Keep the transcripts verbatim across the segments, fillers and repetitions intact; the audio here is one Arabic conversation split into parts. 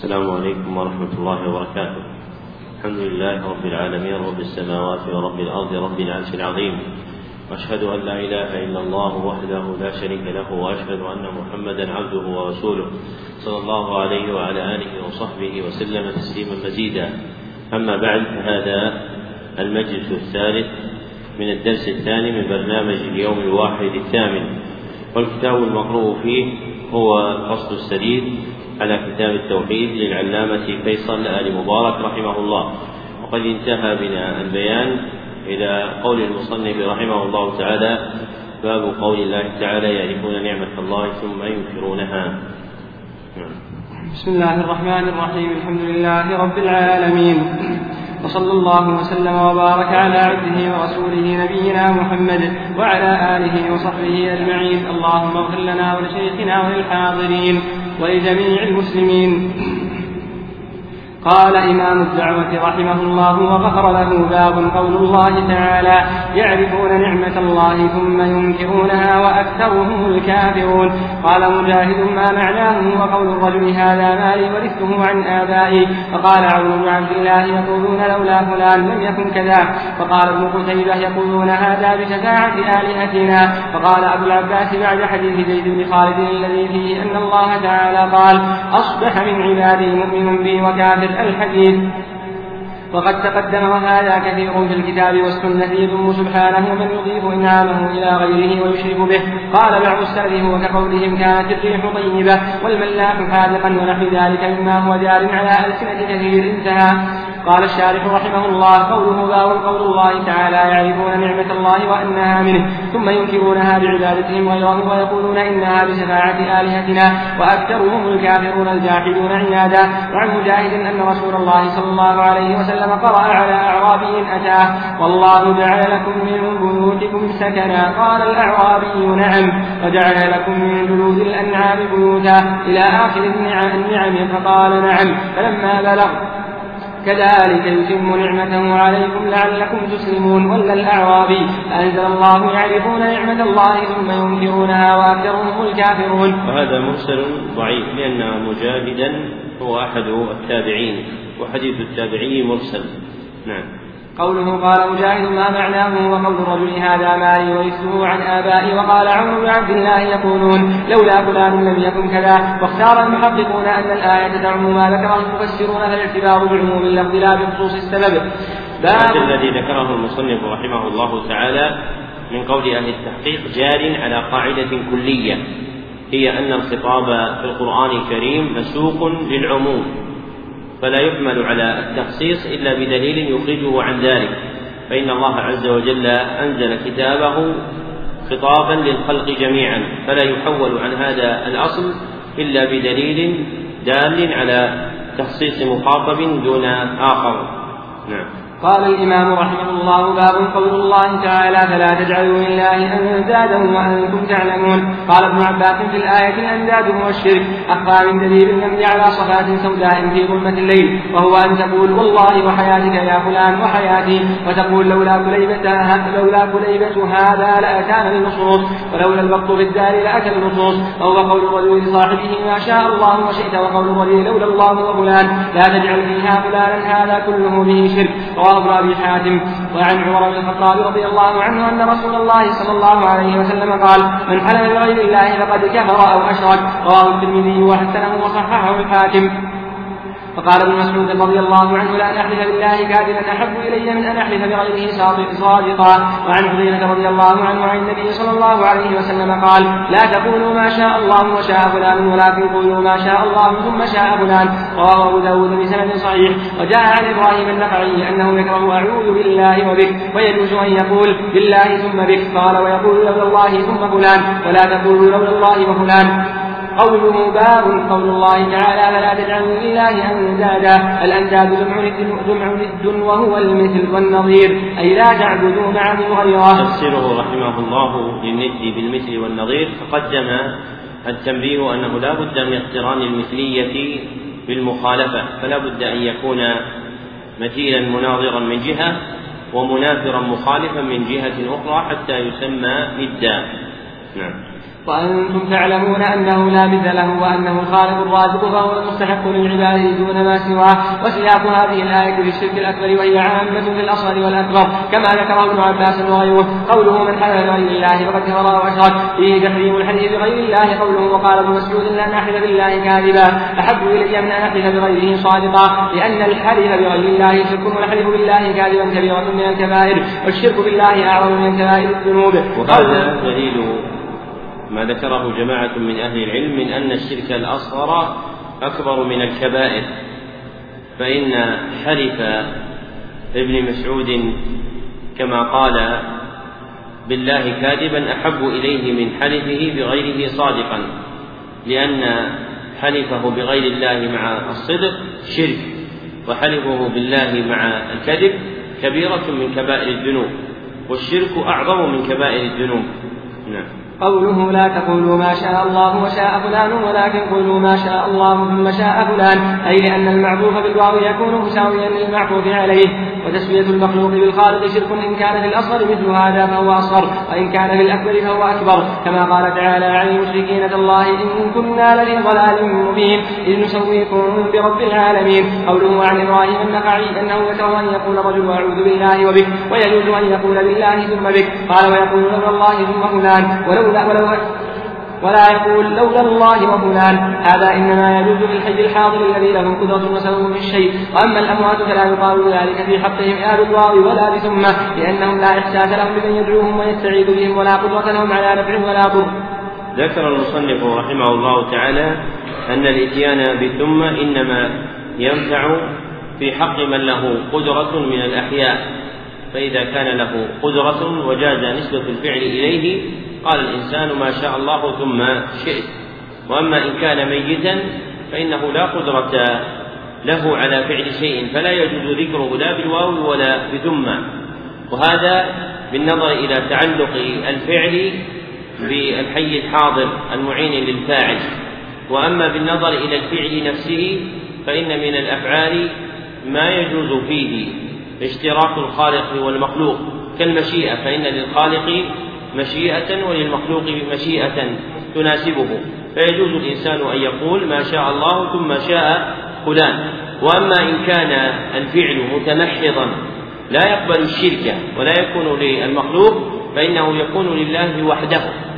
السلام عليكم ورحمة الله وبركاته. الحمد لله رب العالمين، رب السماوات ورب الأرض، رب العرش العظيم، وأشهد أن لا إله إلا الله وحده لا شريك له، وأشهد أن محمدا عبده ورسوله صلى الله عليه وعلى آله وصحبه وسلم تسليما مزيدا. أما بعد، فهذا المجلس الثالث من الدرس الثاني من برنامج اليوم الواحد الثامن، والكتاب المقروء فيه هو الفصل السديد على كتاب التوحيد للعلامة فيصل آل مبارك رحمه الله. وقد انتهى بنا البيان إلى قول المصنف رحمه الله تعالى: باب قول الله تعالى: يعرفون نعمة الله ثم ينكرونها. بسم الله الرحمن الرحيم. الحمد لله رب العالمين، وصلى الله وسلم وبارك على عبده ورسوله نبينا محمد وعلى آله وصحبه أجمعين. اللهم اغفر لنا ولشيخنا وللحاضرين ولجميع المسلمين. قال إمام الدعوة رحمه الله وغفر له: باب قول الله تعالى: يعرفون نعمة الله ثم ينكرونها وأكثرهم الكافرون. قال مجاهد: ما معناه وقول الرجل: هذا مالي ورثته عن آبائي. فقال عون بن عبد الله: يقولون لولا فلان لم يكن كذا. فقال ابن قتيبة: يقولون هذا بشفاعة آلهتنا. فقال أبو العباس بعد حديث زيد بن خالد الذي فيه أن الله تعالى قال: أصبح من عبادي مؤمن بي وكافر الحديث. وقد تقدم وهذا كثير في الكتاب والسنة يذم سبحانه من يضيف إنعامه إلى غيره ويشرك به. قال بعض السلف: وكقولهم كانت الريح طيبة والملاح حاذقا ونحو ذلك مما هو جار على ألسنة كثير. انتهى. قال الشارح رحمه الله: قوله باب قول الله تعالى: يعرفون نعمة الله وأنها منه ثم ينكرونها بعبادتهم غيره ويقولون إنها بشفاعة آلهتنا وأكثرهم الكافرون الجاحدون عنادا. وعن مجاهد أن رسول الله صلى الله عليه وسلم قرأ على أعرابي أتاه: والله جعل لكم من بيوتكم سكنا. قال الأعرابي: نعم. وجعل لكم من جلود الأنعام بيوتا إلى آخر النعم. فقال: نعم. فلما بلغ كذلك يتم نعمته عليكم لعلكم تسلمون. ولا الأعرابي: أنزل الله: يعرفون نعمة الله ثم ينكرونها وأكثرهم الكافرون. وهذا مرسل ضعيف، لأن مجاهدا هو أحد التابعين، وحديث التابعي مرسل. نعم. قوله قال مجاهد: ما معناه وقول الرجل: هذا مالي ورثته عن آبائي. وقال عمرو بن عبد الله: يقولون لولا فلان لم يكن كذا. واختار المحققون أن الآية تعم ما ذكره المفسرون، فالاعتبار بعموم اللفظ لا بخصوص السبب. هذا الذي ذكره المصنف رحمه الله تعالى من قول أهل التحقيق جار على قاعدة كلية، هي أن الخطاب في القرآن الكريم مسوق للعموم، فلا يحمل على التخصيص إلا بدليل يخرجه عن ذلك. فإن الله عز وجل أنزل كتابه خطابا للخلق جميعا، فلا يحول عن هذا الأصل إلا بدليل دال على تخصيص مخاطب دون آخر. نعم. قال الإمام رحمه الله: باب قول الله تعالى: فلا تجعلوا لله أندادا وأنتم تعلمون. قال ابن عباس: في الآية الأنداد هو الشرك، أخفى من دليل النمل على صفات سوداء في ظلمة الليل، وهو أن تقول: والله وحياتك يا فلان وحياتي، وتقول: لولا كليبة لولا كليبة هذا لأتانا النصوص، ولولا البط في الدار لأتى النصوص. وهو قول الرجل لصاحبه: ما شاء الله وشئت، وقول الرجل: لولا الله وفلان لا تجعل فيها فلانا. هذا كله به شرك. ابن أبي حاتم. وعن عمر بن الخطاب رضي الله عنه أن رسول الله صلى الله عليه وسلم قال: من حلف بغير الله فقد كفر أو أشرك. رواه الترمذي وحسنه وصححه الحاكم. فقال ابن مسعود رضي الله عنه: لا أحلف بالله كاذبا أحب إلي من أن أحلف بغيره صادقا. وعن حذيفة رضي الله عنه عن النبي صلى الله عليه وسلم قال: لا تقولوا ما شاء الله وشاء فلان، ولكن قولوا ما شاء الله ثم شاء فلان. رواه أبو داود بسند صحيح. وجاء عن إبراهيم النخعي أنه يكره: أعوذ بالله وبك، ويجوز أن يقول بالله ثم بك. قال: ويقول لولا الله ثم فلان، ولا تقولوا لولا الله وفلان. قوله باب قول الله تعالى: فلا تجعلوا لله أندادا. الأنداد جمع ند وهو المثل والنظير، أي لا تعبدوا معه غيره. تفسيره رحمه الله للند بالمثل والنظير، فقدم التنبيه أنه لا بد من اقتران المثلية بالمخالفة، فلا بد أن يكون مثيلا مناظرا من جهة ومنافرا مخالفا من جهة أخرى حتى يسمى ندا. نعم. وأنتم تعلمون أنه لا مثل له وأنه الخالق الرازق فهو المستحق للعبادة دون ما سواه. وسياق هذه الآية في الشرك الأكبر وهي عامة في الأصغر والأكبر كما ذكره ابن عباس وغيره. قوله من حلف بغير الله فقد كفر وأشرك فيه تحريم الحلف بغير الله. قوله وقال ابن مسعود لا نحلف بالله كاذبا أحب إلي من أن أحلف بغيره صادقا لأن الحلف بغير الله شرك والحلف بالله كاذبا كبيرة من الكبائر والشرك بالله أعظم من كبائر الذنوب. وهذا دليل ما ذكره جماعة من أهل العلم من أن الشرك الأصغر أكبر من الكبائر، فإن حلف ابن مسعود كما قال بالله كاذبا أحب إليه من حلفه بغيره صادقا، لأن حلفه بغير الله مع الصدق شرك، وحلفه بالله مع الكذب كبيرة من كبائر الذنوب، والشرك أعظم من كبائر الذنوب. نعم. قوله لا تقولوا ما شاء الله وشاء فلان ولكن قولوا ما شاء الله ثم شاء فلان، أي لأن المعطوف بالواو يكون مساويا للمعطوف عليه. وتسوية المخلوق بالخالق شرك إن كان في الأصغر مثل هذا فهو أصغر، وإن كان في الأكبر فهو أكبر، كما قال تعالى عن المشركين تالله إن كنا لفي ضلال مبين إذ نسويكم برب العالمين. قوله عن إبراهيم النخعي أنه يكره أن يقول الرجل أعوذ بالله وبك، ويجوز أن يقول بالله ثم بك. قال ويقول لولا الله ثم فلان ولو ولو ولا يقول لولا الله وفلان. هذا إنما يجوز في الحي الحاضر الذي له قدرة وسبب في الشيء، وأما الأموات فلا يقال ذلك في حقهم لا بالواو ولا بثمة، لأنهم لا إحساس لهم بمن يدعوهم ويستعيذ بهم ولا قدرة لهم على نفع ولا ضر. ذكر المصنف رحمه الله تعالى أن الإتيان بثم إنما ينفع في حق من له قدرة من الأحياء، فإذا كان له قدرة وجاز نسبة الفعل إليه قال الإنسان ما شاء الله ثم شئت. وأما إن كان ميتا فإنه لا قدرة له على فعل شيء فلا يجوز ذكره لا بالواو ولا بثم، وهذا بالنظر إلى تعلق الفعل بالحي الحاضر المعين للفاعل. وأما بالنظر إلى الفعل نفسه فإن من الأفعال ما يجوز فيه اشتراك الخالق والمخلوق كالمشيئة، فإن للخالق مشيئة وللمخلوق مشيئة تناسبه، فيجوز الإنسان أن يقول ما شاء الله ثم شاء فلان. وأما إن كان الفعل متمحضا لا يقبل الشرك ولا يكون للمخلوق فإنه يكون لله وحده،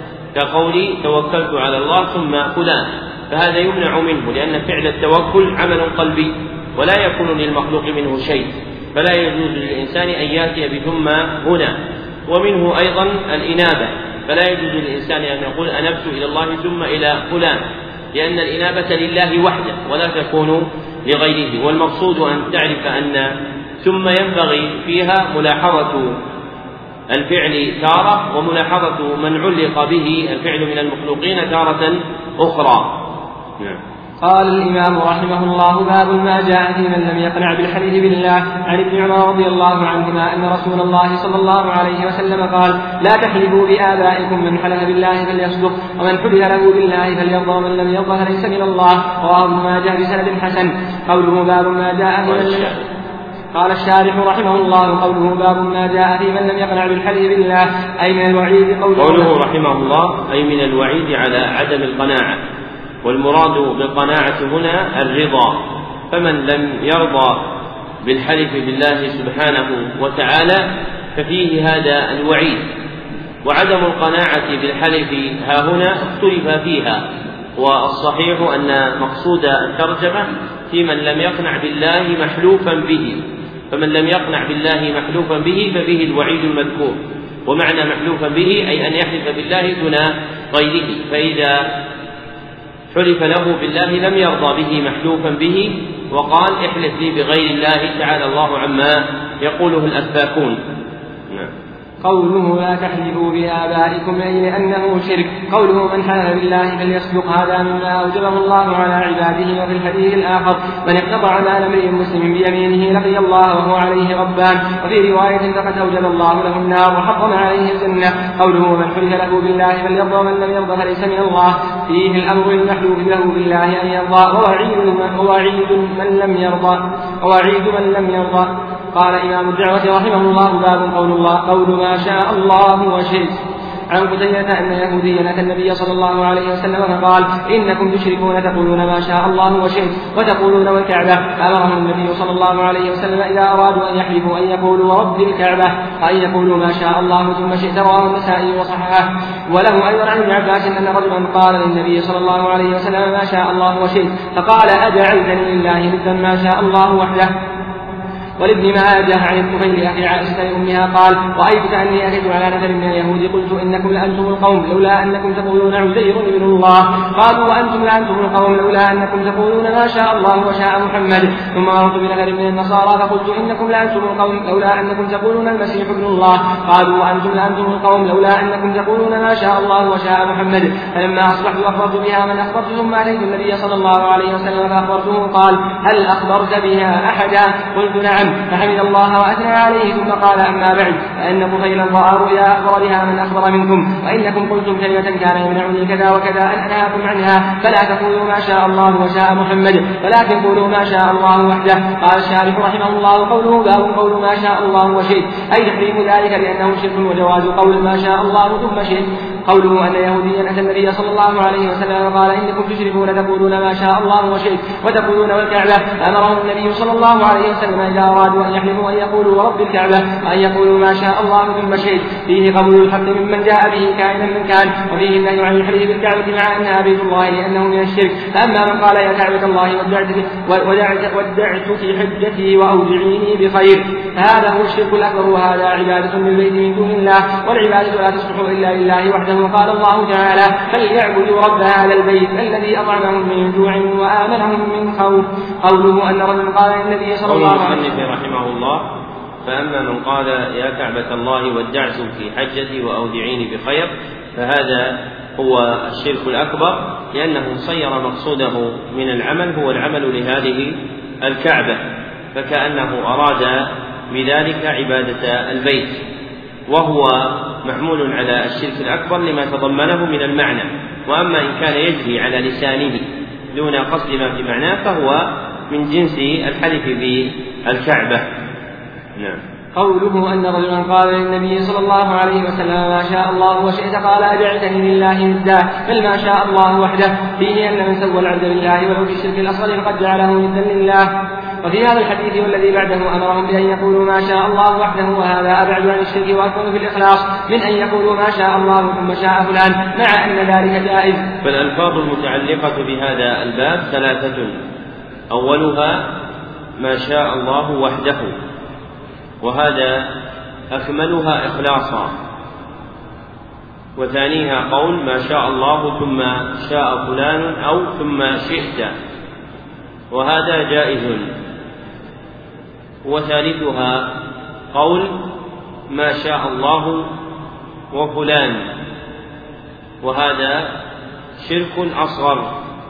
كقول توكلت على الله ثم فلان، فهذا يمنع منه لأن فعل التوكل عمل قلبي ولا يكون للمخلوق منه شيء، فلا يجوز للإنسان أن يأتي بثم هنا. ومنه أيضا الإنابة، فلا يجوز للإنسان أن يقول أنبت إلى الله ثم إلى فلان، لأن الإنابة لله وحده ولا تكون لغيره. والمقصود أن تعرف أن ثم ينبغي فيها ملاحظة الفعل تارة وملاحظة من علق به الفعل من المخلوقين تارة أخرى. نعم. قال الإمام رحمه الله باب ما جاء في من لم يقنع بالحلف بالله. عن ابن عمر رضي الله عنهما أن رسول الله صلى الله عليه وسلم قال لا تحلفوا بآبائكم من حلف بالله فليصدق ومن حلف له بالله فليرضى ومن لم يرضى فليس من الله. رواه ابن ماجه بسند حسن. قوله باب ما جاء في من لم قال الشارح رحمه الله قوله باب ما جاء في من لم يقنع بالحلف بالله أي من الوعيد. قوله رحمه الله أي من الوعيد على عدم القناعة، والمراد بالقناعة هنا الرضا، فمن لم يرضى بالحلف بالله سبحانه وتعالى ففيه هذا الوعيد. وعدم القناعة بالحلف ها هنا اختلف فيها، والصحيح أن مقصود الترجمة في من لم يقنع بالله محلوفا به، فمن لم يقنع بالله محلوفا به ففيه الوعيد المذكور. ومعنى محلوفا به أي أن يحلف بالله دون غيره، فإذا حلف له بالله لم يرضى به محلوفا به وقال احلف لي بغير الله تعالى الله عما يقوله الأفاكون. نعم. قوله لا تحلفوا بآبائكم أي لأنه شرك. قوله من حلف بالله فليصدق هذا مما أوجبه الله على عباده. وفي الحديث الآخر من اقتطع مال امرئ مسلم بيمينه لقي الله وهو عليه غضبان. وفي رواية فقد أوجب الله له النار وحرم عليه الجنة. قوله من حلف له بالله فليرضى ومن لم يرضى فليس من الله فيه الأمر المحلوف له بالله أن يرضى ووعيد من لم يرضى ووعيد من لم يرضى. قال إمام الدعوة رحمه الله باب قول الله قول ما شاء الله وشئت عن قتيبة أن يهوديا أتى النبي صلى الله عليه وسلم فقال إنكم تشركون تقولون ما شاء الله وشئت وتقولون والكعبة، فأمرهم النبي صلى الله عليه وسلم إذا أرادوا أن يحلفوا أن يقولوا رب الكعبة وأن يقولوا ما شاء الله ثم شئت. رواه النسائي وصححه. وله أيضا عن ابن عباس أن رجلا قال للنبي صلى الله عليه وسلم ما شاء الله وشئت، فقال أجعلتني لله ندا ما شاء الله وحده. ولابن ماجه عن الطفيل أخي عائشة لأمها قال رأيت كأني أكد على نفر من اليهود قلت إنكم لأنتم القوم لولا أنكم تقولون عزير ابن الله، قالوا وأنتم لأنتم القوم لولا أنكم تقولون ما شاء الله وشاء محمد. ثم مررت بنفر من النصارى فقلت إنكم لأنتم القوم لولا أنكم تقولون المسيح ابن الله، قالوا وأنتم لأنتم القوم لولا أنكم تقولون ما شاء الله وشاء محمد. فلما أصبحت أخبرت بها من أخبرت ثم أتيت النبي صلى الله عليه وسلم فأخبرته قال هل أخبرت بها أحدا؟ قلت نعم، فحمد الله وأثنى عليه ثم قال أما بعد فإن طفيلا رأى رؤيا أخبر بها من أخبر منكم، وإنكم قلتم كلمة كان يمنعني كذا وكذا أن أنهاكم عنها، فلا تقولوا ما شاء الله وشاء محمد ولكن قولوا ما شاء الله وحده. قال الشارح رحمه الله قوله باب قول ما شاء الله وشئت أي تحريم ذلك لأنه شرك وجواز قول ما شاء الله ثم شئت. قوله أن يهوديا أتى النبي صلى الله عليه وسلم قال إنكم تشركون تقولون ما شاء الله وشئت وتقولون والكعبة، فأمرهم النبي صلى الله عليه وسلم إذا أرادوا أن يحلفوا أن يقولوا ورب الكعبة وأن يقولوا ما شاء الله ثم شئت. فيه قبول الحق ممن جاء به كائنا من كان، وفيه النهي عن الحلف بالكعبة مع أنها بيت الله لأنه من الشرك. فأما من قال يا كعبة الله ودعت في حجتي وأوجعيني بخير فهذا هو الشرك الأكبر، وهذا عبادة للبيت من دون الله، والعبادة لا تصلح إلا لله وحده. قال الله تعالى فليعبدوا رب هذا البيت الذي أطعمهم من جوع وآمنهم من خوف. قوله أن رجلا قال للنبي صلى الله عليه وسلم رحمه الله فأما من قال يا كعبة الله ودعت في حجتي وأودعيني بخير فهذا هو الشرك الأكبر، لأنه صير مقصوده من العمل هو العمل لهذه الكعبة، فكأنه أراد بذلك عبادة البيت، وهو محمول على الشرك الأكبر لما تضمنه من المعنى. وأما إن كان يجري على لسانه دون قصد ما في معناه فهو من جنس الحلف بالكعبة. نعم. قوله أن رجلا قال للنبي صلى الله عليه وسلم ما شاء الله وشئت قال أجعلتني لله ندا بل ما شاء الله وحده، فيه أن من سوى العبد بالله ولو في الشرك الأصغر فقد جعله ندا لله. وفي هذا الحديث والذي بعده أمرهم بأن يقولوا ما شاء الله وحده، وهذا أبعد عن الشرك وأكثر في الإخلاص من أن يقولوا ما شاء الله ثم شاء فلان، مع أن ذلك جائز. فالألفاظ المتعلقة بهذا الباب ثلاثة: أولها ما شاء الله وحده، وهذا أكملها إخلاصا، وثانيها قول ما شاء الله ثم شاء فلان أو ثم شئت، وهذا جائز، وثالثها قول ما شاء الله وفلان، وهذا شرك أصغر.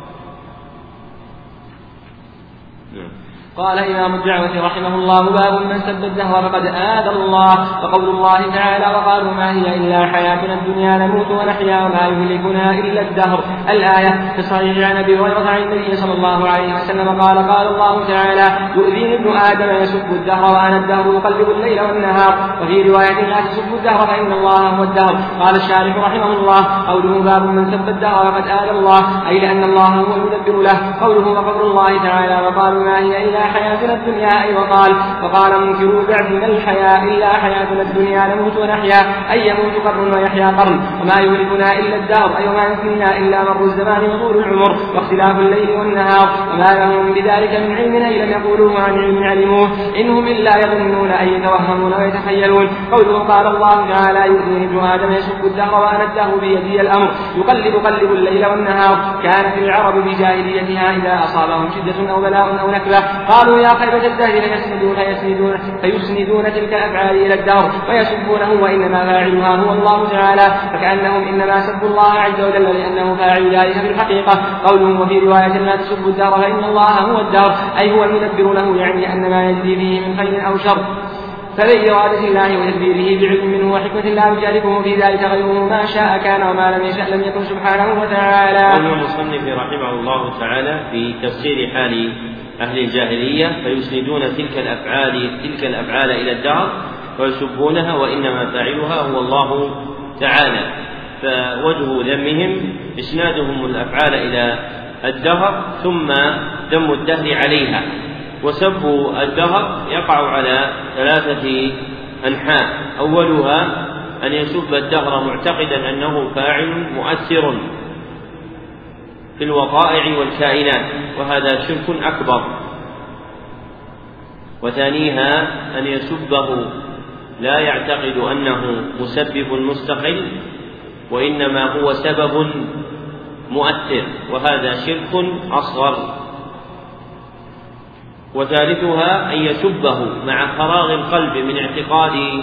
قال إمام الدعوة رحمه الله باب من سب الدهر فقد آذى الله. وقول الله تعالى وقالوا ما هي إلا حياتنا الدنيا نموت ونحيا وما يهلكنا إلا الدهر، الآية. في الصحيح عن أبي هريرة عن النبي صلى الله عليه وسلم قال قال الله تعالى يؤذيني ابن آدم يسب الدهر وأنا الدهر يقلب الليل والنهار. وفي رواية لا تسبوا الدهر فإن الله هو الدهر. قال الشارح رحمه الله قوله باب من سب الدهر فقد آذى الله أي لأن الله هو المدبر له. قوله وقول الله تعالى وقالوا ما هي إلا حياتنا الدنيا أي وقال وقال منكروا بعد من الحياة إلا حياتنا الدنيا نموت ونحيا أي يموت قرن ويحيا قرن، وما يهلكنا إلا الدهر أي وما يمكننا إلا مر الزمان وطول العمر واختلاف الليل والنهار، وما لهم بذلك من علم أي لم يقولوه عن علم علموه إنهم إلا يظنون أن يتوهمون ويتخيلون. قوله قال الله تعالى يؤذيني ابن آدم يسب الدهر وأنا الدهر بيدي الأمر يقلب قلب الليل والنهار. كانت العرب بجاهليتها إذا أصابهم شدة أو بلاء أو نكبة قالوا يا خيبة الدهر فيسندون, فيسندون, فيسندون تلك الأفعال إلى الدهر ويسبونه وإنما فاعلها هو الله تعالى، فكأنهم إنما سبوا الله عز وجل لأنه فاعل ذلك في الحقيقة. قوله وفي رواية لا تسبوا الدهر فإن الله هو الدهر أي هو المدبر له، يعني أن ما يجري فيه من خير أو شر فبإرادة الله وتدبيره بعلم منه وحكمة لا يشاركه في ذلك غيره، ما شاء كان وما لم يشأ لم يكن سبحانه وتعالى. قال المصنف رحمه الله تعالى في تفسير حال أهل الجاهلية فيسندون تلك الأفعال تلك الأفعال إلى الدهر ويسبونها وإنما فاعلها هو الله تعالى. فوجه ذمهم إسنادهم الأفعال إلى الدهر ثم ذم الدهر عليها. وسب الدهر يقع على ثلاثة أنحاء: أولها أن يسب الدهر معتقدا أنه فاعل مؤثر في الوقائع والكائنات، وهذا شرك أكبر. وثانيها أن يسبه لا يعتقد أنه مسبب مستقل، وإنما هو سبب مؤثر، وهذا شرك أصغر. وثالثها أن يسبه مع فراغ القلب من اعتقاد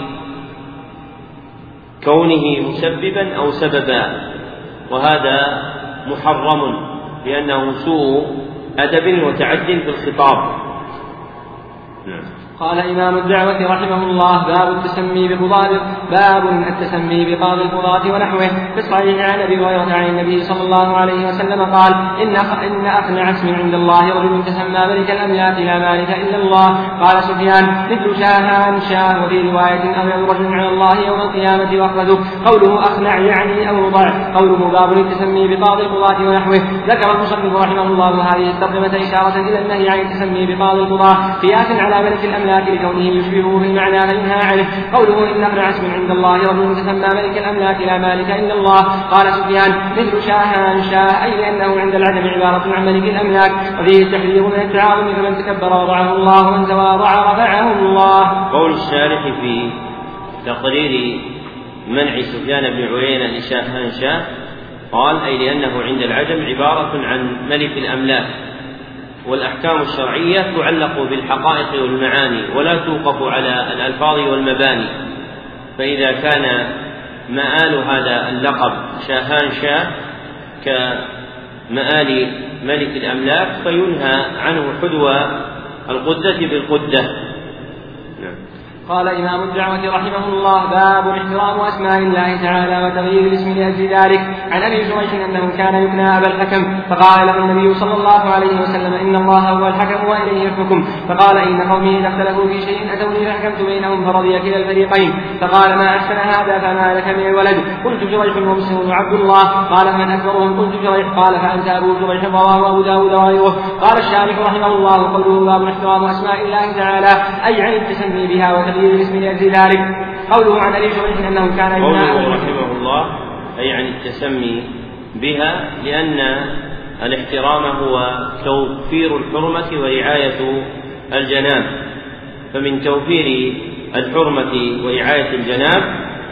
كونه مسببا أو سببا، وهذا محرم لأنه سوء أدب وتعد في الخطاب. نعم. قال إمام الدعوة رحمه الله: باب التسمي بقضاة باب التسمي بقاضي القضاة ونحوه. في الصحيح عن أبي هريرة عن النبي صلى الله عليه وسلم قال: إن إن أخنع اسم عند الله رجل تسمى ملك الأملاك لا مالك إلا الله. قال سفيان: مثل شاهان شاه. وفي رواية: أغير رجل على الله يوم القيامة وأخرجه. قوله أخنع يعني أو ضع. قوله باب التسمي بقاضي القضاة ونحوه. ذكر المصنف رحمه الله هذه الترجمة إشارة إلى النهي عن التسمي بقاضي القضاة قياسا على ملك الأملاك لكونه يشبهه في المعنى فينهى عنه. قوله إن أخنع اسم عند الله رجل تسمى ملك الأملاك لا مالك إلا الله. قال سفيان: مثل شاهان شاه، أي لأنه عند العدم عبارة عن ملك الأملاك، وفيه التحذير من التعاظم، فمن تكبر وضعه الله ومن تواضع رفعه الله. قول الشارح في تقرير منع سفيان بن عيينة لشاهان شاه قال: أي لأنه عند العدم عبارة عن ملك الأملاك. والأحكام الشرعية تعلق بالحقائق والمعاني ولا توقف على الألفاظ والمباني، فإذا كان مآل هذا اللقب شاهان شاه كمآل ملك الأملاك فينهى عنه حدوى القدة بالقدة. قال إمام الدعوة رحمه الله: باب احترام أسماء الله تعالى وتغيير الاسم لأجل ذلك. عن أبي جريش أنه كان يكنى أبا الحكم، فقال له النبي صلى الله عليه وسلم: إن الله هو الحكم وإليه الحكم. فقال: إن قومي إذا اختلفوا في شيء أتوني فحكمت بينهم فرضي كلا الفريقين. فقال: ما أحسن هذا، فما لك من الولد؟ قلت: جريح ومسلم عبد الله. قال: من أكبرهم؟ قلت: جريح. قال: فأنت أبو جريح. رواه أبو داود وغيره. قال الشارح رحمه الله: قوله باب احترام أسماء الله تعالى أي عن التسمي بها وتغيير الاسم لأجل ذلك. قوله عن أبي جريح أنه كان قوله رحمه الله أي عن التسمي بها، لأن الاحترام هو توفير الحرمة ورعاية الجناب، فمن توفير الحرمة ورعاية الجناب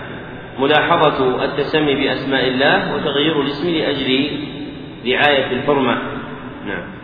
ملاحظة التسمي بأسماء الله وتغيير الاسم لأجل رعاية الحرمة. نعم.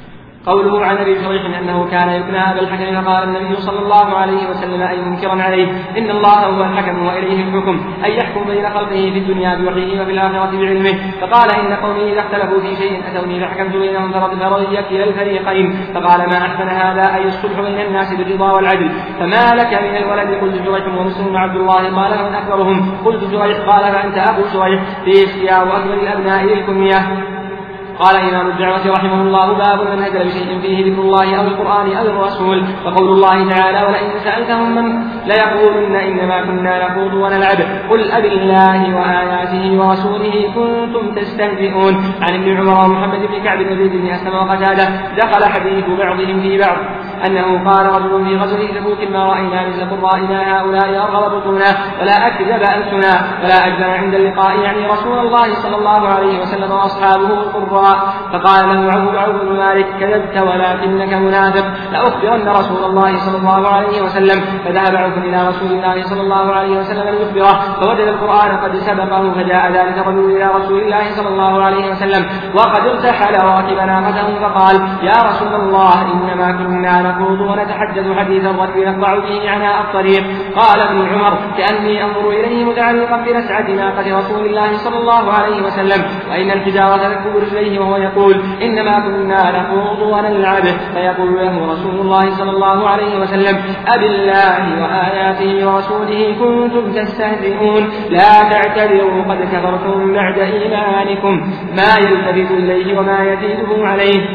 قوله عن ابي جريح انه كان يكنى ابا الحكم، فقال النبي صلى الله عليه وسلم اي منكرا عليه: ان الله هو الحكم واليه الحكم، اي يحكم بين خلقه في الدنيا بوحيه وفي الاخره بعلمه. فقال: ان قومي اذا اختلفوا في شيء اتوني فحكمت بينهم فرضي كلا الفريقين. فقال: ما احسن هذا، اي الصلح بين الناس بالرضا والعدل. فما لك من الولد؟ قلت: جريح ومسلم عبد الله. قال: من اكبرهم؟ قلت: جريح. قال: فانت ابو جريح. فيه اختيار اكبر الابناء للكنيه. قال إمام الدعوة رحمه الله: باب من هجر بشيء فيه ذكر الله أو القرآن أو الرسول. وقول الله تعالى: ولئن سألتهم من ليقولن إنما كنا نخوض ونلعب قل أب الله وآياته ورسوله كنتم تستهزئون. عن ابن عمر ومحمد بن كعب بن زيد بن أسلم وقتادة دخل حديث بعضهم في بعض أنه قال رجل في غزوة تبوك: ما رأينا مثل قرائنا هؤلاء أرغب بطونا ولا أكذب ألسنا ولا أجزم عند اللقاء، يعني رسول الله صلى الله عليه وسلم وأصحابه القراء. فقال له عوف عوف بن مالك: كذبت ولكنك منافق، لأخبرن رسول الله صلى الله عليه وسلم. فذهب عوف إلى رسول الله صلى الله عليه وسلم ليخبره، فوجد القرآن قد سبقه، فجاء ذلك الرجل إلى رسول الله صلى الله عليه وسلم وقد ارتحل راكب ناقته، فقال: يا رسول الله، إنما كنا نخوض ونتحدث حديث الرجل نقطع به عناء الطريق. قال ابن عمر: كأني أنظر إليه متعلقا بنسعة ناقة رسول الله صلى الله عليه وسلم، وإن الحجارة تكب رجليه وهو يقول: إنما كنا نخوض ونلعب. فيقول له رسول الله صلى الله عليه وسلم: أب الله وآياته ورسوله كنتم تستهزئون، لا تعتذروا قد كفرتم بعد إيمانكم، ما يلتفت إليه وما يزيده عليه.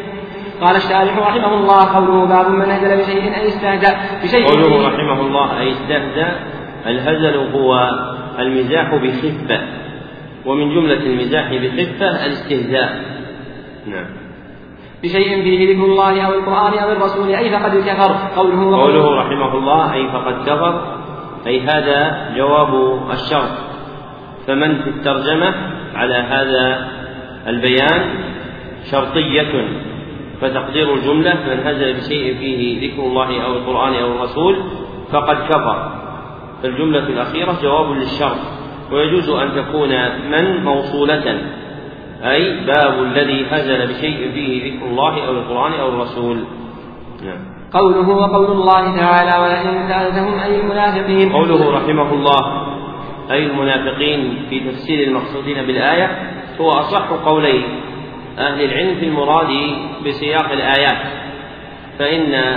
قال الشارح رحمه الله: قوله باب من هزل بشيء أي استهزأ بشيء. قوله رحمه الله أي استهزأ، الهزل هو المزاح بخفة، ومن جملة المزاح بخفة الاستهزاء. نعم. بشيء فيه ذكر الله أو القرآن أو الرسول أي فقد كفر. قوله, قوله رحمه الله أي فقد كفر، أي هذا جواب الشرط، فمن في الترجمة على هذا البيان شرطية، فتقدير الجملة من هزل بشيء فيه ذكر الله أو القرآن أو الرسول فقد كفر، فالجملة الأخيرة جواب للشرط، ويجوز أن تكون من موصولة، أي باب الذي هزل بشيء فيه ذكر الله أو القرآن أو الرسول. نعم. قوله وقول الله تعالى ولئن سألتهم أي المنافقين. قوله رحمه الله أي المنافقين في تفسير المقصودين بالآية هو أصح قولي أهل العلم في المراد بسياق الآيات، فإن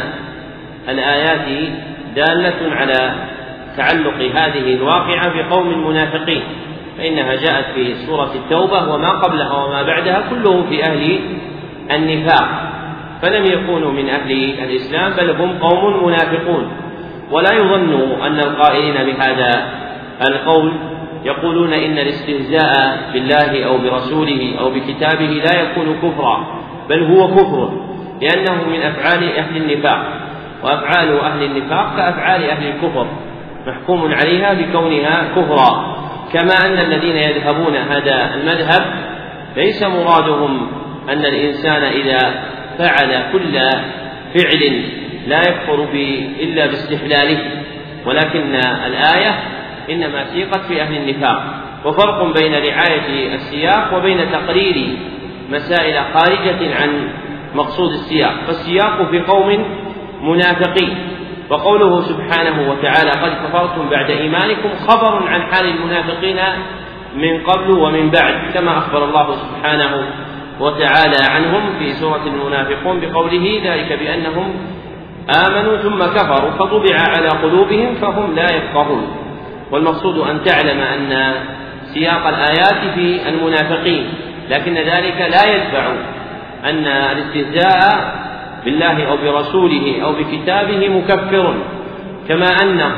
الآيات دالة على تعلق هذه الواقعة بقوم منافقين، فإنها جاءت في سورة التوبة وما قبلها وما بعدها كلهم في أهل النفاق، فلم يكونوا من أهل الإسلام بل هم قوم منافقون. ولا يظن أن القائلين بهذا القول يقولون إن الاستهزاء بالله أو برسوله أو بكتابه لا يكون كفرا، بل هو كفر، لأنه من أفعال أهل النفاق، وأفعال أهل النفاق كأفعال أهل الكفر محكوم عليها بكونها كفرا. كما أن الذين يذهبون هذا المذهب ليس مرادهم أن الإنسان إذا فعل كل فعل لا يكفر به إلا باستحلاله، ولكن الآية إنما سيقت في أهل النفاق، وفرق بين رعاية السياق وبين تقرير مسائل خارجة عن مقصود السياق، فالسياق في قوم منافقين. وقوله سبحانه وتعالى قد كفرتم بعد إيمانكم خبر عن حال المنافقين من قبل ومن بعد، كما أخبر الله سبحانه وتعالى عنهم في سورة المنافقون بقوله ذلك بأنهم آمنوا ثم كفروا فطبع على قلوبهم فهم لا يفقهون. والمقصود أن تعلم أن سياق الآيات في المنافقين، لكن ذلك لا يدفع أن الاستهزاء بالله أو برسوله أو بكتابه مكفر، كما أنه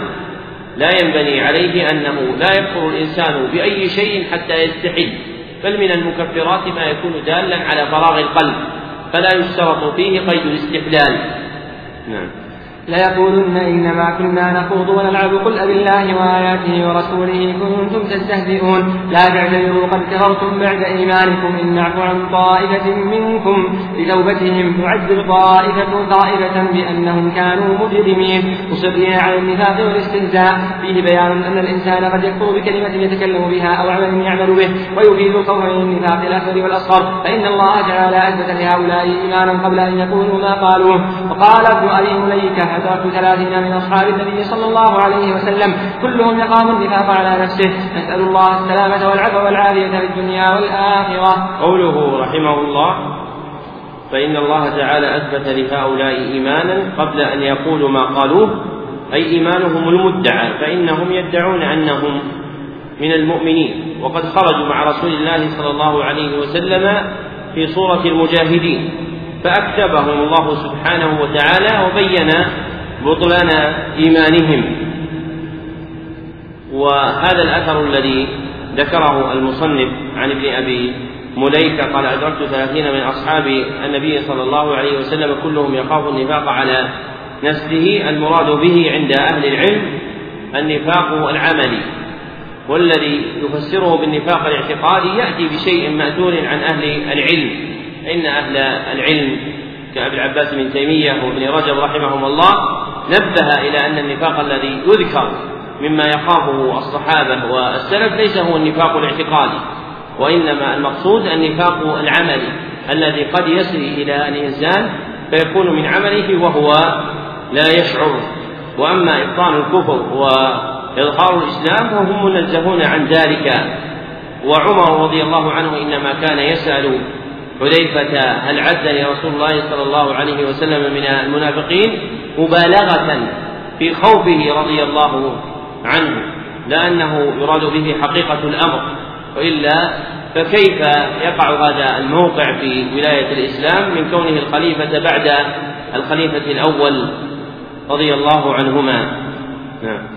لا ينبني عليه أنه لا يكفر الإنسان بأي شيء حتى يستحل، بل من المكفرات ما يكون دالا على فراغ القلب فلا يشترط فيه قيد الاستحلال. نعم. ليقولن إنما كنا نخوض ونلعب قل أبالله وآياته ورسوله كنتم تستهزئون لا تعتذروا قد كفرتم بعد إيمانكم إن نعفو عن طائفة منكم بتوبتهم تعذب طائفة طائفة بأنهم كانوا مجرمين مصرين على النفاق والاستهزاء. فيه بيان أن الإنسان قد يكفر بكلمة يتكلم بها أو عمل يعمل به ويفيد الخوف من النفاق الأكبر والأصغر، فإن الله تعالى أثبت لهؤلاء إيمانا قبل أن يقولوا ما قالوه. وقال ابن أبي مليكة أدركت ثلاثين من أصحاب النبي صلى الله عليه وسلم كلهم يقام النفاق على نفسه، نسأل الله السلامة والعفو والعافية في الدنيا والآخرة. قوله رحمه الله فإن الله تعالى أثبت لهؤلاء إيمانا قبل أن يقولوا ما قالوه، أي إيمانهم المدعى، فإنهم يدعون أنهم من المؤمنين وقد خرجوا مع رسول الله صلى الله عليه وسلم في صورة المجاهدين، فأكتبهم الله سبحانه وتعالى وبين بطلان إيمانهم. وهذا الأثر الذي ذكره المصنف عن ابن أبي مليكة قال أدركت ثلاثين من أصحاب النبي صلى الله عليه وسلم كلهم يخاف النفاق على نفسه، المراد به عند أهل العلم النفاق العملي، والذي يفسره بالنفاق الاعتقادي يأتي بشيء مأثور عن أهل العلم، إن أهل العلم كأبي العباس بن تيمية وابن رجب رحمهم الله نبه إلى أن النفاق الذي يذكر مما يخافه الصحابة والسلف ليس هو النفاق الاعتقادي، وإنما المقصود النفاق العملي الذي قد يسري إلى الإنسان فيكون من عمله وهو لا يشعر. وأما إبطان الكفر وإظهار الإسلام فهم منزهون عن ذلك. وعمر رضي الله عنه إنما كان يسأل حذيفة هل عزني رسول الله صلى الله عليه وسلم من المنافقين مبالغة في خوفه رضي الله عنه، لأنه يراد به حقيقة الأمر، وإلا فكيف يقع هذا الموقع في ولاية الإسلام من كونه الخليفة بعد الخليفة الأول رضي الله عنهما. نعم.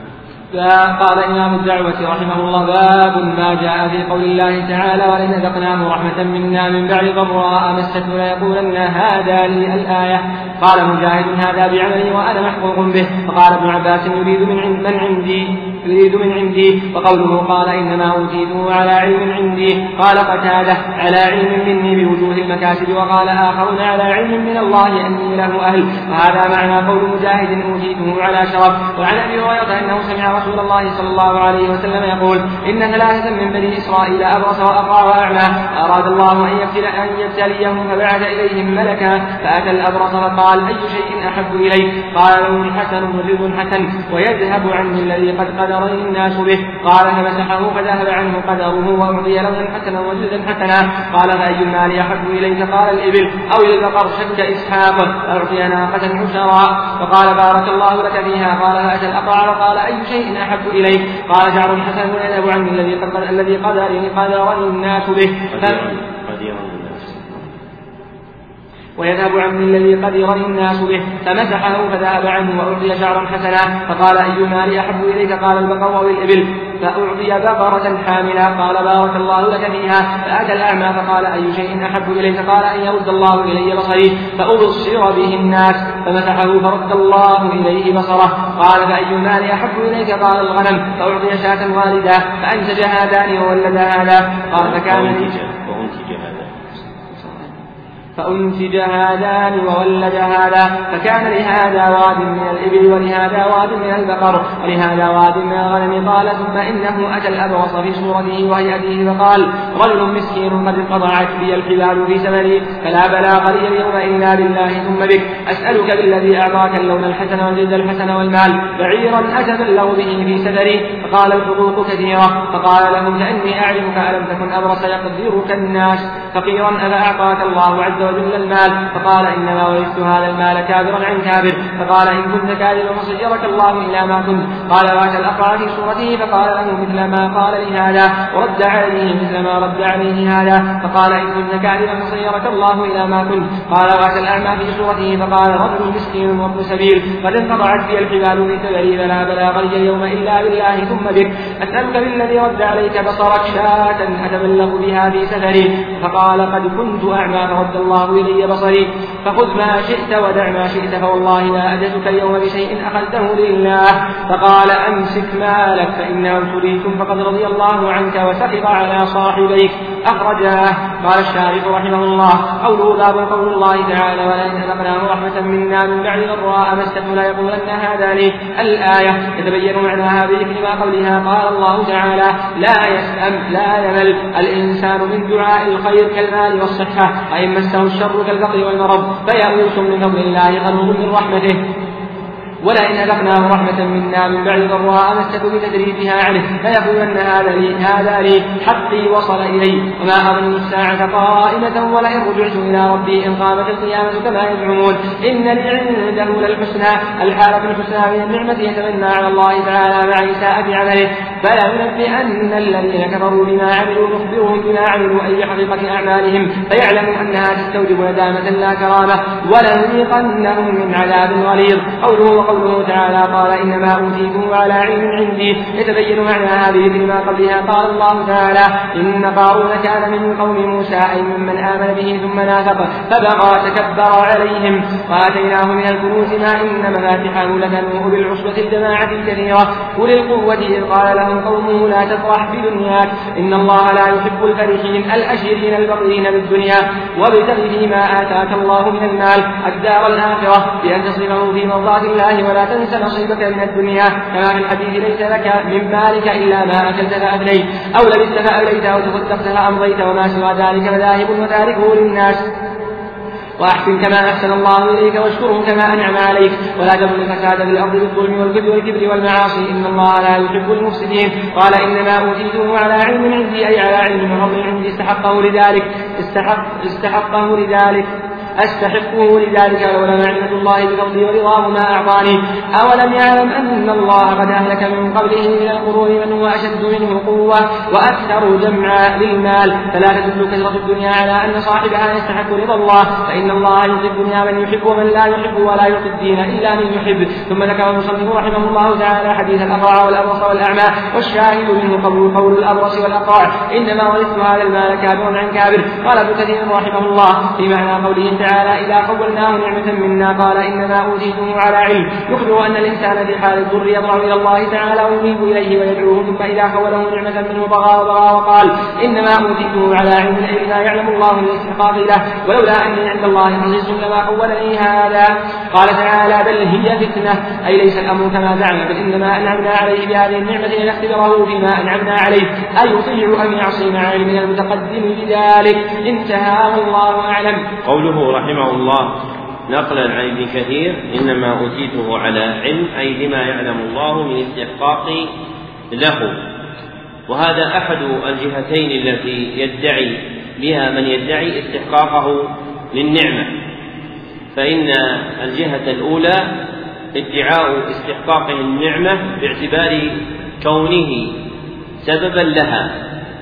قال إمام الدعوة رحمه الله: باب ما جاء في قول الله تعالى: ولئن أذقناه رحمة منا من بعد ضراء مسته ليقولن هذا لي الآية. قال مجاهد: هذا بعملي وأنا محقوق به. فقال ابن عباس: يريد من, عند من عندي يريد من عندي. وقوله قال إنما أوتيته على علم عندي، قال قتادة: على علم مني بوجوه المكاسب. وقال آخرون: على علم من الله أني له أهل. وهذا معنى قول مجاهد: أوتيته على شرف. وعن أبي هريرة أنه سمع رسول الله صلى الله عليه وسلم يقول: إن ثلاثة من بني إسرائيل أبرص وأقرع وأعمى، أراد الله أن يبتليهم فبعث إليهم ملكا فأتى الأبرص فقال: أي شيء أحب إليك؟ قال: لون حسن ورد حسن ويذهب عني الذي قد قدرني الناس به. قال: فمسحه فذهب عنه قدره وأعطي لونا حسنا وجلدا حسنا. قال: فأي المال أحب إليك؟ قال: الإبل أو البقر شك إسحاق. أعطي ناقة عشراء فقال: بارك الله لك فيها. قال: فأتى الأقرع وقال: أي شيء أحب إليك؟ قال: شعر حسن ويذهب عني الذي قدر الذي قدرني قدرني الناس به. ويذهب عني الذي قدرني الناس به. فمسحه فذهب عنه وأعطي شعرا حسنا. فقال: أي المال أحب إليك؟ قال: البقر أو الإبل. فأعطي بقرة حاملة. قال: بارك الله لك فيها. فأتى الأعمى فقال: أي شيء أحب إليك؟ قال: أن يرد الله إلي بصري فأبصر به الناس. فمسحه فرد الله إليه بصره. قال: فأي المال أحب إليك؟ قال: الغنم. فأعطي شاة والدة فأنتج هذان وولد هذا. قال: فكان لي فأنتج هذان وولد هذا. فكان لهذا واد من الإبل ولهذا واد من البقر ولهذا واد من الغنم. قال: ثم إنه أتى الأبرص في صورته وهيئته فقال: رجل مسكين قد انقطعت بي الحبال في سمري فلا بلاغ لي اليوم إلا بالله ثم بك. أسألك بالذي أعطاك اللون الحسن والجلد الحسن والمال بعيرا أتبلغ به في سفري. فقال: الحقوق كثيرة. فقال له: كأني أعلمك ألم تكن أبرص يقدرك الناس فقيرا أفأعطاك الله عز وجل المال؟ فقال: إنما ورثت هذا المال كابرا عن كابر. فقال: إن كنت كاذبا فصيرك الله إلى ما كنت. قال: وأتى الأقرع في صورته فقال له مثل ما قال لهذا ورد عليه مثل ما رد عليه هذا. فقال: إن كنت كاذبا فصيرك الله إلى ما كنت. قال: وأتى الأعمى في صورته فقال: رجل مسكين وابن سبيل قد انقطعت بي الحبال في سبيلي فلا بلاغ لي اليوم إلا بالله ثم بك. أسألك بالذي رد عليك بصرك شاة أتبلغ بها في سفري. فقال: قد كنت أعمى فرد الله إلي بصري. فخذ ما شئت ودع ما شئت فوالله لا أجزك اليوم بشيء أخذته لله. فقال: أمسك مالك فإنه ابتليتم فقد رضي الله عنك وسخط على صاحبيك. أخرجاه. قال الشارح رحمه الله: قوله باب قول الله تعالى: ولئن أذقناه رحمة منا من بعد ضراء مسته ليقولن هذا لي الآية. يتبين معناها بذكر ما قولها. قال الله تعالى: لا يسأم لا يمل الإنسان من دعاء الخير كالمال والصحة، وإن مسه الشر كالفقر والمرض فيئوس من فضل الله قنوط من رحمته. ولئن أذقناه رحمة منا من بعد ضراء مسته بتدريبها عنه فيقولن هذا لي هذا لي حقي وصل إلي وما أظن الساعة قائمة ولئن رجعت إلى ربي إن قامت القيامة كما يزعمون إن لي عنده للحسنى. الحالة الحسنى من النعمة يتمنى على الله تعالى مع إساءة عمله. فلننبئن الذين كفروا بما عملوا نخبرهم بما عملوا أي حقيقة أعمالهم فيعلموا أنها تستوجب ندامة لا كرامة ولنذيقنهم من عذاب غليظ. قوله قوله تعالى: قال: إنما أوتيته على علم عندي. يتبين معنى هذه بما قبلها. قال الله تعالى: إن قارون كان من قوم موسى أي ممن آمن به ثم نافق فبغى تكبر عليهم وآتيناه من الكنوز ما إن مفاتحه لتنوء بالعصبة الجماعة الكثيرة أولي القوة إذ قال لهم قومه: لا تفرح بدنياك إن الله لا يحب الفرحين الأشرين البطرين بالدنيا وابتغ فيما آتاك الله من المال الدار الآخرة بأن تصرفه في مرضات الله ولا تنس نصيبك من الدنيا كما في الحديث: ليس لك من مالك إلا ما أكلت فأفنيت أو لبست فأبليت أو تصدقت فأمضيت وما سوى ذلك فذاهب وتاركه للناس. وأحسن كما أحسن الله إليك واشكره كما أنعم عليك ولا تبغ الفساد في الأرض بالظلم والكذب والكبر والمعاصي إن الله لا يحب المفسدين. قال: إنما أوتيته على علم عندي أي على علم وفضل عندي استحقه لذلك استحق استحقه لذلك أستحقه لذلك ولولا نعمة الله بفضله ورضاه ما أعطاني. أولم يعلم أن الله قد أهلك من قبله من القرون من هو أشد منه قوة وأكثر جمعا للمال فلا تدل كثرة الدنيا على أن صاحبها يستحق رضا الله فإن الله يعطي الدنيا من يحب ومن لا يحب ولا يعطي الدين إلا من يحب. ثم ذكر المصنف رحمه الله تعالى حديث الأقرع والأبرص والأعمى والشاهد منه قول قول الأبرص والأقرع إنما ورثت هذا المال كابر عن كابر. قال ابن كثير رحمه الله في معنى قوله تعالى إذا خولناه نعمة منا قال إنما أوتيته على علم يخبر أن الإنسان في حال الضر يضرع إلى الله تعالى وينيب إليه ويدعوه ثم إذا خوله نعمة منه بغى وبغى وقال إنما أوتيته على علم لا يعلم الله الاستحقاق له ولولا أني عند الله حريص لما خولني هذا. قال تعالى بل هي فتنة أي ليس الأمر كما زعم بل إنما أنعمنا عليه بهذه النعمة لنختبره فيما أنعمنا عليه أي يطيع أم يعصي مع علمنا المتقدم بذلك. انتهى والله أعلم. قوله رحمه الله نقلا عن ابن كثير إنما أوتيته على علم أي لما يعلم الله من استحقاق له. وهذا أحد الجهتين التي يدعي بها من يدعي استحقاقه للنعمة. فإن الجهة الأولى ادعاء استحقاقه النعمة باعتبار كونه سببا لها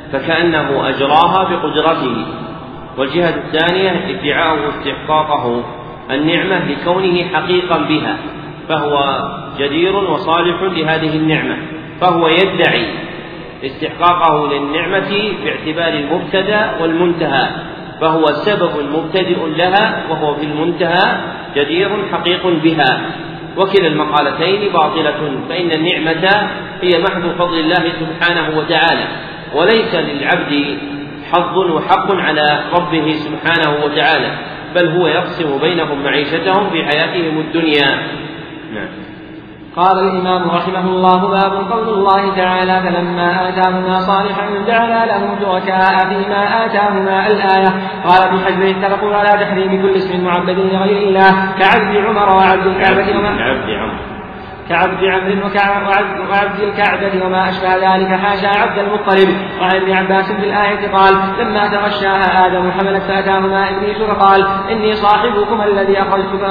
فكأنه أجراها بقدرته. والجهة الثانية ادعاء استحقاقه النعمة لكونه حقيقا بها فهو جدير وصالح لهذه النعمة فهو يدعي استحقاقه للنعمة باعتبار المبتدأ والمنتهى فهو سبب مبتدئ لها وهو في المنتهى جدير حقيق بها. وكلا المقالتين باطلة فإن النعمة هي محض فضل الله سبحانه وتعالى وليس للعبد حظ وحق على ربه سبحانه وتعالى بل هو يقسم بينهم معيشتهم في حياتهم الدنيا. نعم. قال الإمام رحمه الله باب قول الله تعالى فلما آتاهما صالحا جعلا له شركاء فيما آتاهما الآية. قال ابن حجر اتفقوا على تحريم كل اسم معبد لغير الله كعبد عمر وعبد الكعبة وما كعبد عمرو وعبد الكعبة وما أشبه ذلك حاشا عبد المطلب. وعن ابن عباس في الآية قال لما تغشاها آدم حملت فأتاهما إبليس فقال إني صاحبكما الذي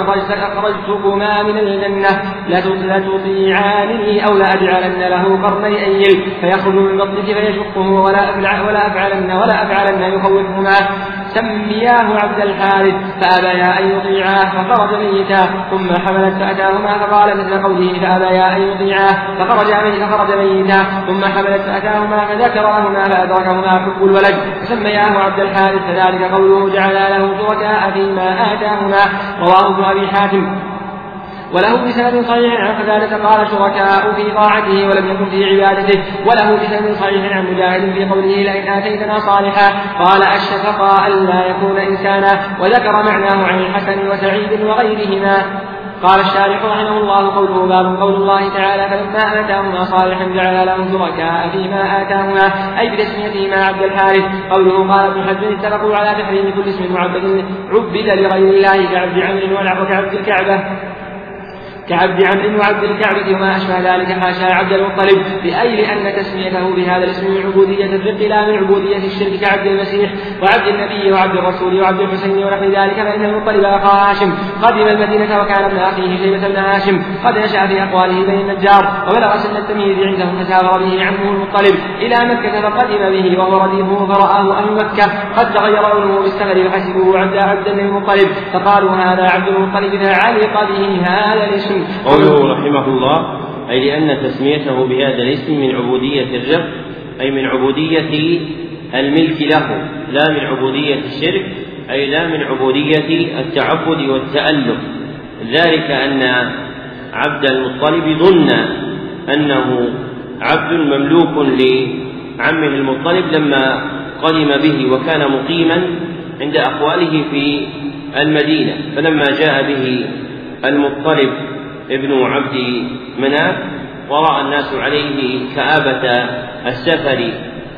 أخرجتكما من الجنة لتطيعانني أو لأجعلن له قرني أيل فيخرج من بطنك فيشقه ولا أفعلن ولا أفعلن ولا أفعلن يخوفهما سمياه عبد الحارث فأبيا أن يطيعاه فخرج ميتا. ثم حملت فأتاهما فقال مثل قوله فأبيا أن يطيعاه فخرج ميتا. ثم حملت فأتاهما فذكر لهما فأدركهما حب الولد فسمياه عبد الحارث فذلك قوله جعل له شركاء فيما آتاهما. رواه ابن أبي حاتم وله بسند صحيح عن قتادة قال شركاء في طاعته ولم يكن في عبادته. وله بسند صحيح عن مجاهد في قوله لئن آتيتنا صالحا قال أشفقا ألا يكون إنسانا وذكر معناه عن الحسن وسعيد وغيرهما. قال الشارح رحمه الله قوله باب قول الله تعالى فلما آتاهما صالحا جعل له شركاء فيما آتاهما أي بتسميتهما عبد الحارث. قوله قال ابن حجر اتفقوا على تحريم كل اسم معبد عبد لغير الله كعبد عمرو وكعبد الكعبة كعبد عمرو وعبد الكعبة وما أشبه ذلك حاشا عبد المطلب بأي لأن تسميته بهذا الاسم من عبودية الرق لا من عبودية الشرك كعبد المسيح وعبد النبي وعبد الرسول وعبد الحسين ونحو ذلك. فإن المطلب أخا هاشم قدم المدينة وكان ابن أخيه شيبة بن هاشم قد نشأ في أقواله بين النجار وبلغ سن التمييز عندهم فسافر به عمه المطلب إلى مكة فقدم به وهو رديفه فرآه أهل مكة قد تغير لونه بالسفر فحسبوه عبد عبد المطلب فقالوا هذا عبد المطلب فعلق به هذا الاسم. قوله رحمه الله أي لأن تسميته بهذا الاسم من عبودية الرق أي من عبودية الملك له لا من عبودية الشرك أي لا من عبودية التعبد والتألف. ذلك أن عبد المطلب ظن أنه عبد مملوك لعمه المطلب لما قدم به وكان مقيما عند أخواله في المدينة فلما جاء به المطلب ابن عبد مناف ورأى الناس عليه كآبة السفر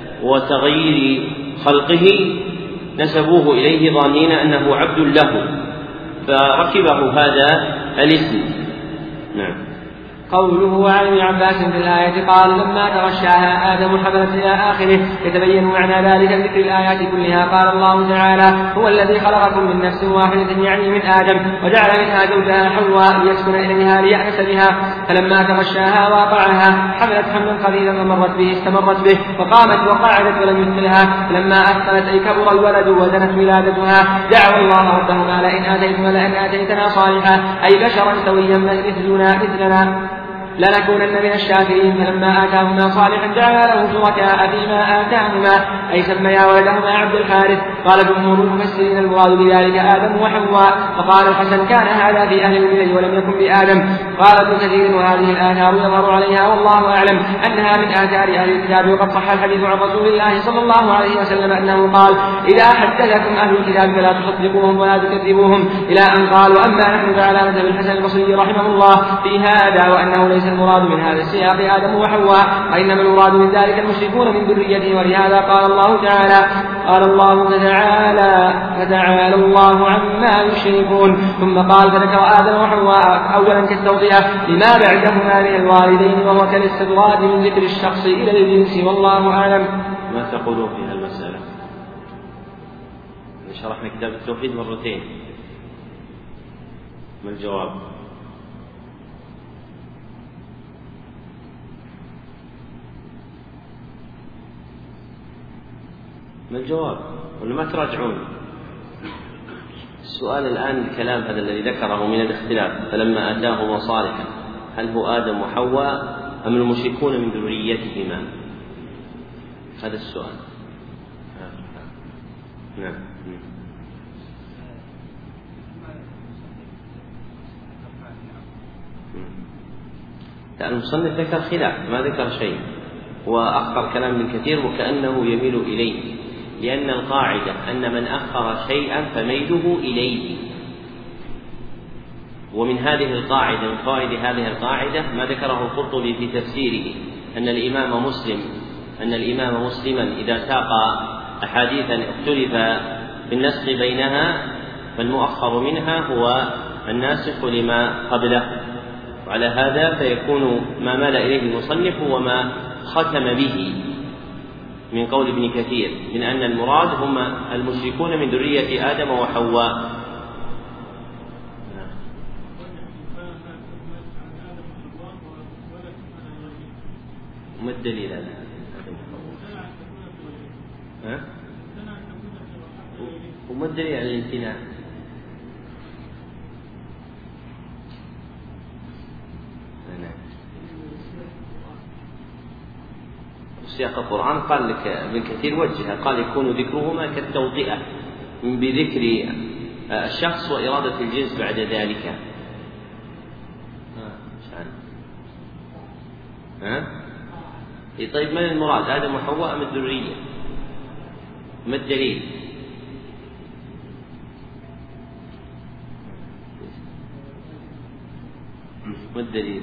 وتغيير خلقه نسبوه إليه ظانين أنه عبد له فركبه هذا الاسم. نعم. قوله عن ابن عباس في الآية قال لما تغشاها آدم حملت إلى آخره يتبين معنى ذلك ذكر الآيات كلها. قال الله تعالى هو الذي خلقكم من نفس واحدة يعني من آدم وجعل منها زوجها حواء ليسكن إليها ليأنس بها فلما تغشاها واقعها حملت حملا خفيفا فمرت به استمرت به وقامت وقعدت ولم يدخلها فلما أثقلت أي كبر الولد وزنت ولادتها دعوا الله ربهما لئن آتيتنا لئن آتيتنا صالحا أي بشرا سويا مثلنا مثلنا لنكونن من الشاكرين. فلما آتاهما صالحا جعل له شركاء فيما آتاهما أي سميا ولدهما عبد الحارث. قال جمهور المفسرين المراد بذلك آدم وحواء. فقال الحسن كان هذا في أهل الملة ولم يكن بآدم. قال ابن كثير وهذه الآثار يظهر عليها والله أعلم أنها من آثار أهل الكتاب. وقد صح الحديث عن رسول الله صلى الله عليه وسلم أنه قال إذا حدثكم أهل الكتاب فلا تصدقوهم ولا تكذبوهم إلى أن قال وأما نحن فعلى مذهب الحسن البصري رحمه الله في هذا وأنه ليس المراد من هذا السياق آدم وحواء وإنما المراد من ذلك المشركون من ذريته. ولهذا قال الله تعالى قال الله فتعالى فتعالى الله عما يشركون. ثم قال فذكر آدم وحواء أولا كالتوطئة لما بعدهما من الوالدين وهو كالاستدراج من ذكر الشخص إلى الجنس والله أعلم. ما تقولون في هذه المسألة؟ شرحنا كتاب التوحيد مرتين، ما الجواب؟ ما الجواب؟ ولا ما تراجعون؟ السؤال الآن الكلام هذا الذي ذكره من الاختلاف فلما آتاهما صالحا هل هو آدم وحواء أم المشركون من ذريتهما؟ هذا السؤال. نعم. المصنف ذكر خلاف ما ذكر شيء وأخر كلام من كثير وكأنه يميل إليه، لأن القاعدة أن من أخر شيئا فميله إليه. ومن هذه القاعدة من فوائد هذه القاعدة ما ذكره القرطبي في تفسيره أن الإمام مسلم أن الإمام مسلما إذا ساق أحاديثا اختلف بالنسخ بينها فالمؤخر منها هو الناسخ لما قبله. وعلى هذا فيكون ما مال إليه المصنف وما ختم به من قول ابن كثير من أن المراد هم المشركون من ذرية آدم وحواء. ما الدليل على هذا؟ وما الدليل على الامتناع؟ سياق القرآن قال لك ابن كثير وجهه قال يكون ذكرهما كالتوطئة بذكر الشخص وإرادة الجنس بعد ذلك. ها؟ طيب من المراد آدم وحواء من الذرية؟ ما الدليل؟ ما الدليل؟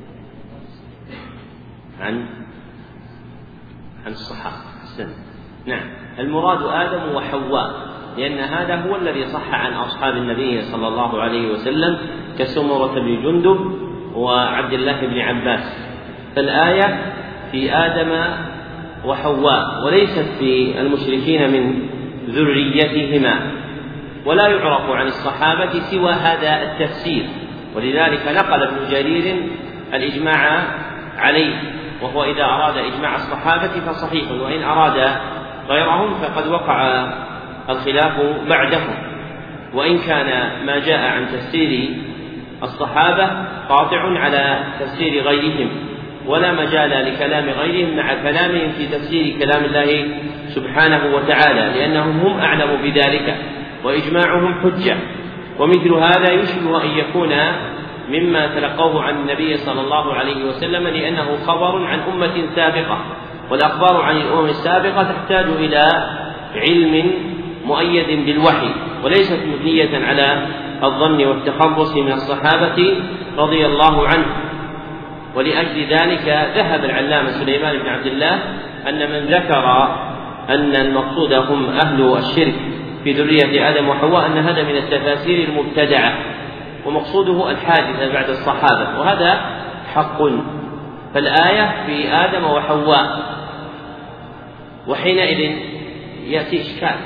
عن عن الصحابة. حسن. نعم المراد آدم وحواء لأن هذا هو الذي صح عن أصحاب النبي صلى الله عليه وسلم كسمرة بن جندب وعبد الله بن عباس. فالآية في آدم وحواء وليست في المشركين من ذريتهما، ولا يعرف عن الصحابة سوى هذا التفسير، ولذلك نقل ابن جرير الإجماع عليه، وهو إذا أراد إجماع الصحابة فصحيح، وإن أراد غيرهم فقد وقع الخلاف بعدهم. وإن كان ما جاء عن تفسير الصحابة قاطع على تفسير غيرهم، ولا مجال لكلام غيرهم مع كلامهم في تفسير كلام الله سبحانه وتعالى، لأنهم هم أعلم بذلك وإجماعهم حجة. ومثل هذا يشبه أن يكون مما تلقوه عن النبي صلى الله عليه وسلم، لأنه خبر عن أمة سابقة، والأخبار عن الأمم السابقة تحتاج إلى علم مؤيد بالوحي وليست مبنية على الظن والتخرص من الصحابة رضي الله عنهم. ولأجل ذلك ذهب العلامة سليمان بن عبد الله أن من ذكر أن المقصود هم أهل الشرك في ذرية آدم وحواء أن هذا من التفاسير المبتدعة، ومقصوده الحادثة بعد الصحابة، وهذا حق. فالآية في آدم وحواء، وحينئذ يأتي إشكال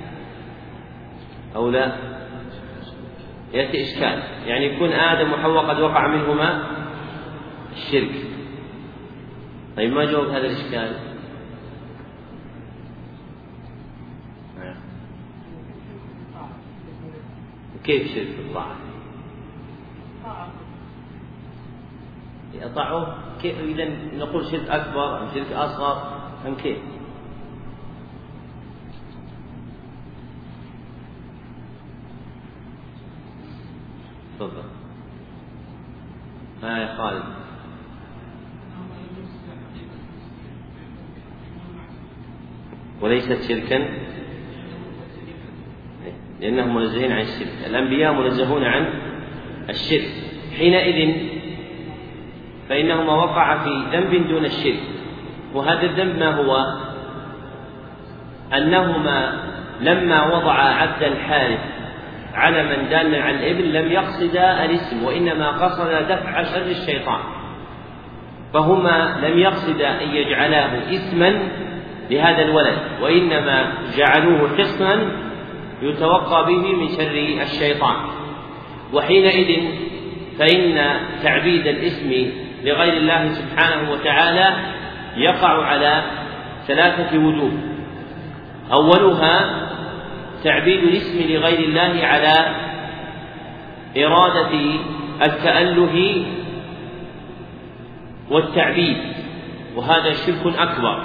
أو لا يأتي إشكال، يعني يكون آدم وحواء قد وقع منهما الشرك. طيب ما جواب هذا الإشكال؟ كيف شرك الطاعة؟ يطاعوه كيف؟ إذا نقول شرك أكبر أم شرك أصغر أم كيف؟ تفضل. ها يا خالد. وليست شركا لأنهم منزهين عن الشرك. الأنبياء منزهون عن الشرك، حينئذ فإنهما وقع في ذنب دون الشرك. وهذا الذنب ما هو؟ أنهما لما وضع عبد الحارث علما دالا على الإبل لم يقصدا الاسم، وإنما قصدا دفع شر الشيطان، فهما لم يقصدا أن يجعلاه اسما لهذا الولد، وإنما جعلوه حصنا يتوقى به من شر الشيطان. وحينئذ فإن تعبيد الاسم لغير الله سبحانه وتعالى يقع على ثلاثة وجوه. أولها تعبيد الاسم لغير الله على إرادة التأله والتعبيد، وهذا شرك أكبر.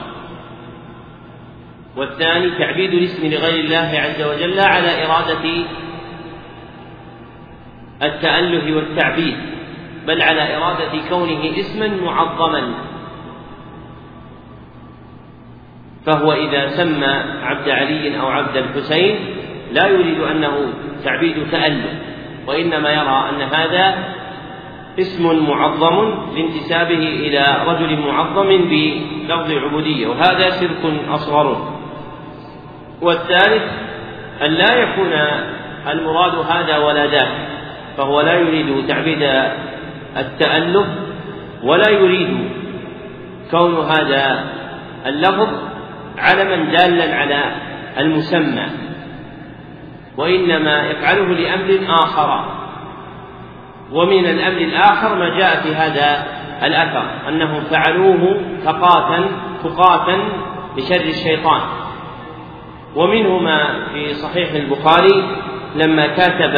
والثاني تعبيد الاسم لغير الله عز وجل على إرادة التأله والتعبيد، بل على إرادة كونه اسما معظما. فهو إذا سمى عبد علي أو عبد الحسين لا يريد أنه تعبيد تأله، وإنما يرى أن هذا اسم معظم لانتسابه إلى رجل معظم بلفظ العبودية، وهذا شرك أصغر. والثالث أن لا يكون المراد هذا ولا ذاك، فهو لا يريد تعبيد التأله ولا يريد كون هذا اللفظ علما دالا على المسمى، وإنما يفعله لأمر آخر. ومن الأمر الآخر ما جاء في هذا الأثر أنهم فعلوه تقاتا تقاتا لشر الشيطان. ومنه ما في صحيح البخاري لما كاتب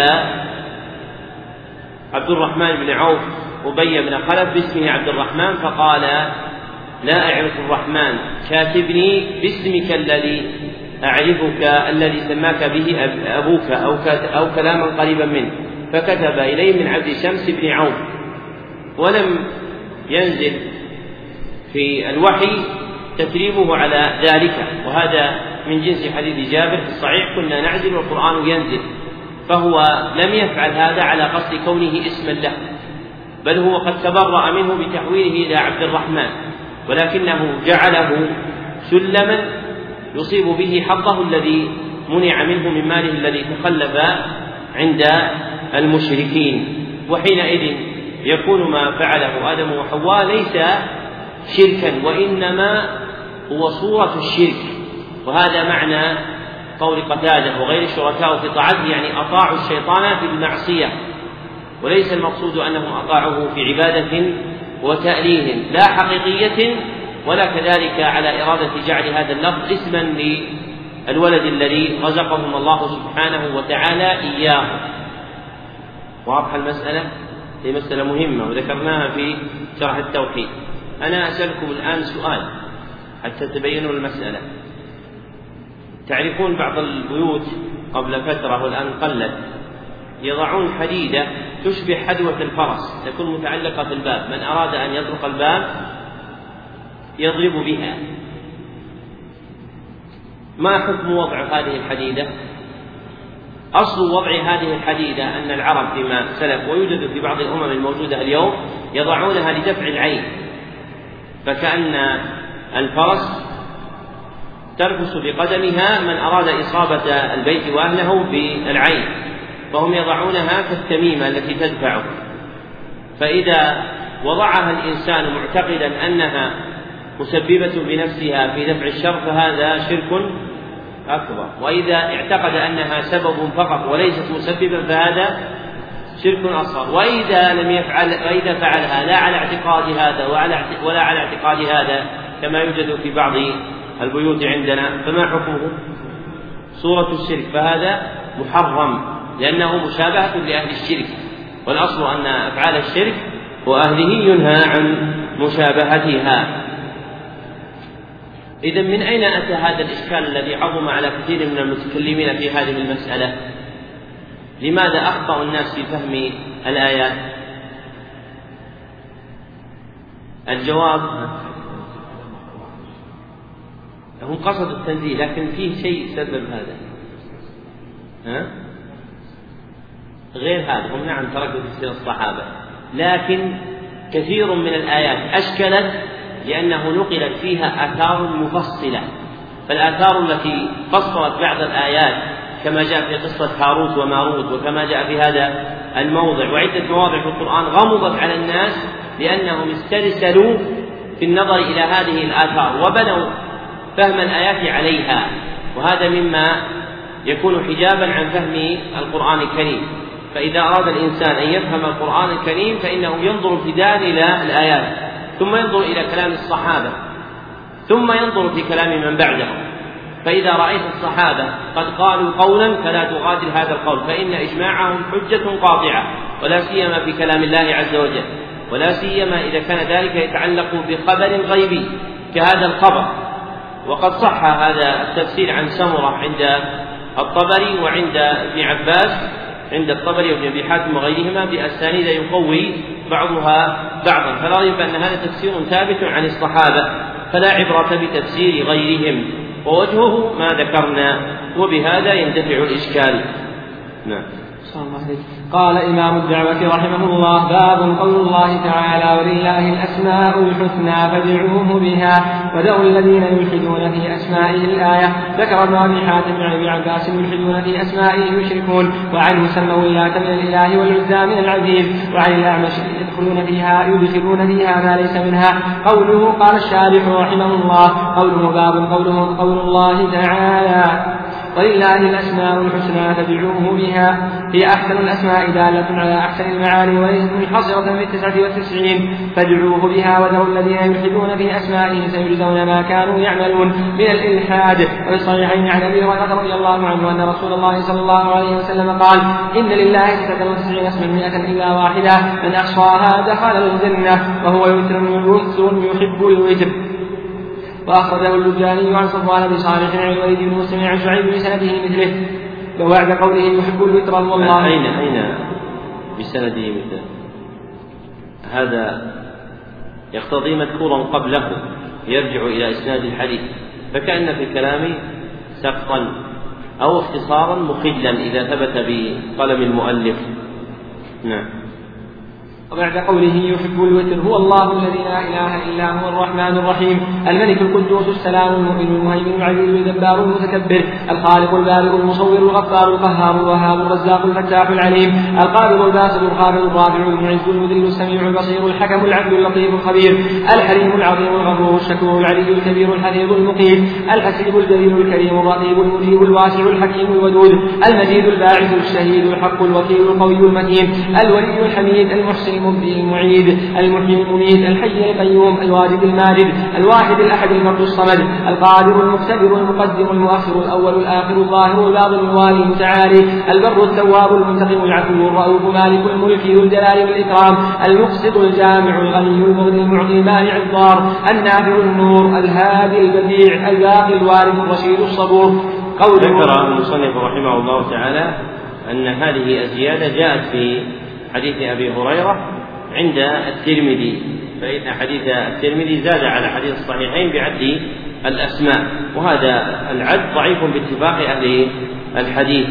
عبد الرحمن بن عوف أبي بن خلف باسمه عبد الرحمن، فقال لا أعرف الرحمن، كاتبني باسمك الذي أعرفك الذي سماك به أبوك أو كلاما قريبا منه، فكتب إليه من عبد شمس بن عوف. ولم ينزل في الوحي تتريبه على ذلك، وهذا من جنس حديث جابر في الصحيح كنا نعزل والقرآن ينزل، فهو لم يفعل هذا على قصد كونه اسما له، بل هو قد تبرأ منه بتحويله إلى عبد الرحمن، ولكنه جعله سلما يصيب به حظه الذي منع منه من ماله الذي تخلف عند المشركين. وحينئذ يكون ما فعله آدم وحواء ليس شركا، وإنما هو صورة الشرك. وهذا معنى قول قتادة وغير الشركاء في طاعته، يعني أطاعوا الشيطان في المعصية، وليس المقصود أنهم أطاعوه في عبادة وتأليه لا حقيقية، ولا كذلك على إرادة جعل هذا اللفظ اسما للولد الذي رزقهم الله سبحانه وتعالى إياه. واضح المسألة؟ هي مسألة مهمة وذكرناها في شرح التوحيد. أنا أسألكم الآن سؤال حتى تبينوا المسألة. تعرفون بعض البيوت قبل فترة والآن قلت يضعون حديدة تشبه حدوة الفرس تكون متعلقة في الباب، من أراد أن يطرق الباب يضرب بها. ما حكم وضع هذه الحديدة؟ أصل وضع هذه الحديدة أن العرب فيما سلف ويوجد في بعض الأمم الموجودة اليوم يضعونها لدفع العين، فكأن الفرس ترفس بقدمها من أراد إصابة البيت وأهله بالعين، فهم يضعونها كالتميمة التي تدفعه. فإذا وضعها الإنسان معتقدا أنها مسببة بنفسها في دفع الشر فهذا شرك أكبر، وإذا اعتقد أنها سبب فقط وليست مسببا فهذا شرك أصغر. وإذا لم يفعل وإذا فعلها لا على اعتقاد هذا ولا على اعتقاد هذا كما يوجد في بعض البيوت عندنا فما حكمه؟ صورة الشرك، فهذا محرم لأنه مشابهة لأهل الشرك، والأصل أن أفعال الشرك وأهله ينهى عن مشابهتها. إذن من أين أتى هذا الإشكال الذي عظم على كثير من المتكلمين في هذه المسألة؟ لماذا أخطأ الناس في فهم الآيات؟ الجواب هم قصدوا التنزيل، لكن فيه شيء سبب هذا ها؟ غير هذا. هم نعم تركوا تفسير الصحابة، لكن كثير من الآيات أشكلت لأنه نقلت فيها آثار مفصلة، فالآثار التي فصلت بعض الآيات كما جاء في قصة هاروت وماروت وكما جاء في هذا الموضع وعدة مواضع في القرآن غمضت على الناس لأنهم استرسلوا في النظر إلى هذه الآثار وبنوا فهم الآيات عليها، وهذا مما يكون حجابا عن فهم القرآن الكريم. فإذا أراد الإنسان أن يفهم القرآن الكريم فإنه ينظر ابتداء إلى الآيات، ثم ينظر إلى كلام الصحابة، ثم ينظر في كلام من بعدهم. فإذا رأيت الصحابة قد قالوا قولا فلا تغادر هذا القول، فإن إجماعهم حجة قاطعة، ولا سيما في كلام الله عز وجل، ولا سيما إذا كان ذلك يتعلق بخبر غيبي كهذا الخبر. وقد صح هذا التفسير عن سمرة عند الطبري وعند ابن عباس عند الطبري وابن أبي حاتم وغيرهما بأسانيد يقوي بعضها بعضا، فلا ريب أن هذا تفسير ثابت عن الصحابة، فلا عبرة بتفسير غيرهم، ووجهه ما ذكرنا، وبهذا يندفع الإشكال. نعم. قال إمام الدعوة رحمه الله: باب قول الله تعالى: ولله الأسماء الحسنى فادعوه بها ودعوا الذين يلحدون في أسمائه. الآية. ذكر ابن أبي حاتم عن ابن عباس يلحدون في أسمائه يشركون، وعنه سموا اللات من الإله والعزى من العزيز، وعن الأعمش يدخلون فيها يدخلون فيها ما ليس منها. قوله. قال الشارح رحمه الله: قوله باب قوله قول الله تعالى: ولله الأسماء الحسنى فادعوه بها، هي أحسن الأسماء دالة على أحسن المعاني وليست منحصرة في التسعة والتسعين، فادعوه بها وذروا الذين يلحدون في أسمائه سيجزون ما كانوا يعملون من الإلحاد. وفي الصحيحين عن أبي هريرة رضي الله عنه أن رسول الله صلى الله عليه وسلم قال: إن لله تسعة وتسعين اسما مئة إلا واحدة، من أحصاها دخل الجنة، وهو وتر يحب الوتر. وأخرجه اللجاني عن صفوان بن صالح عن الوليد بن مسلم عن شعيب بسنده مثله، وبعد قوله يحب الوتر والله. أين أين بسنده مثله؟ هذا يقتضي مذكورا قبله يرجع إلى إسناد الحديث، فكأن في الكلام سقطا أو اختصارا مقلا إذا ثبت بقلم المؤلف. نعم. وبعد قوله يحب الوتر: هو الله الذي لا إله إلا هو الرحمن الرحيم، الملك القدوس السلام المؤمن المهيمن العزيز الجبار المتكبر، الخالق البارئ المصور الغفار القهار الوهاب الرزاق الفتاح العليم، القادر الباسط الخافض الرافع المعز المذل السميع البصير الحكم العدل اللطيف الخبير، الحليم العظيم الغفور الشكور العلي الكبير الحفيظ المقيم، الحسيب الجليل الكريم الرقيب المجيب الواسع الحكيم الودود، المجيد الباعث الشهيد الحق الوكيل القوي المتين، الولي الحميد المحسن المبدي المعيد المحيي المميت الحي القيوم الواجد الماجد الواحد الأحد المرد الصمد، القادر المقتدر المقدم المؤخر الأول الآخر الظاهر الباطن الوالي المتعالي، البر التواب المنتقم العفو الرؤوف مالك الملك ذو الجلال والإكرام، المقسط الجامع الغني المغني المعطي المانع الضار، النافع النور الهادي البديع الباقي الوارث الرشيد الصبور. ذكر المصنف رحمه الله تعالى أن هذه الزيادة جاءت في حديث أبي هريرة عند الترمذي، فإن حديث الترمذي زاد على حديث الصحيحين بعد الأسماء، وهذا العد ضعيف باتفاق أهل الحديث.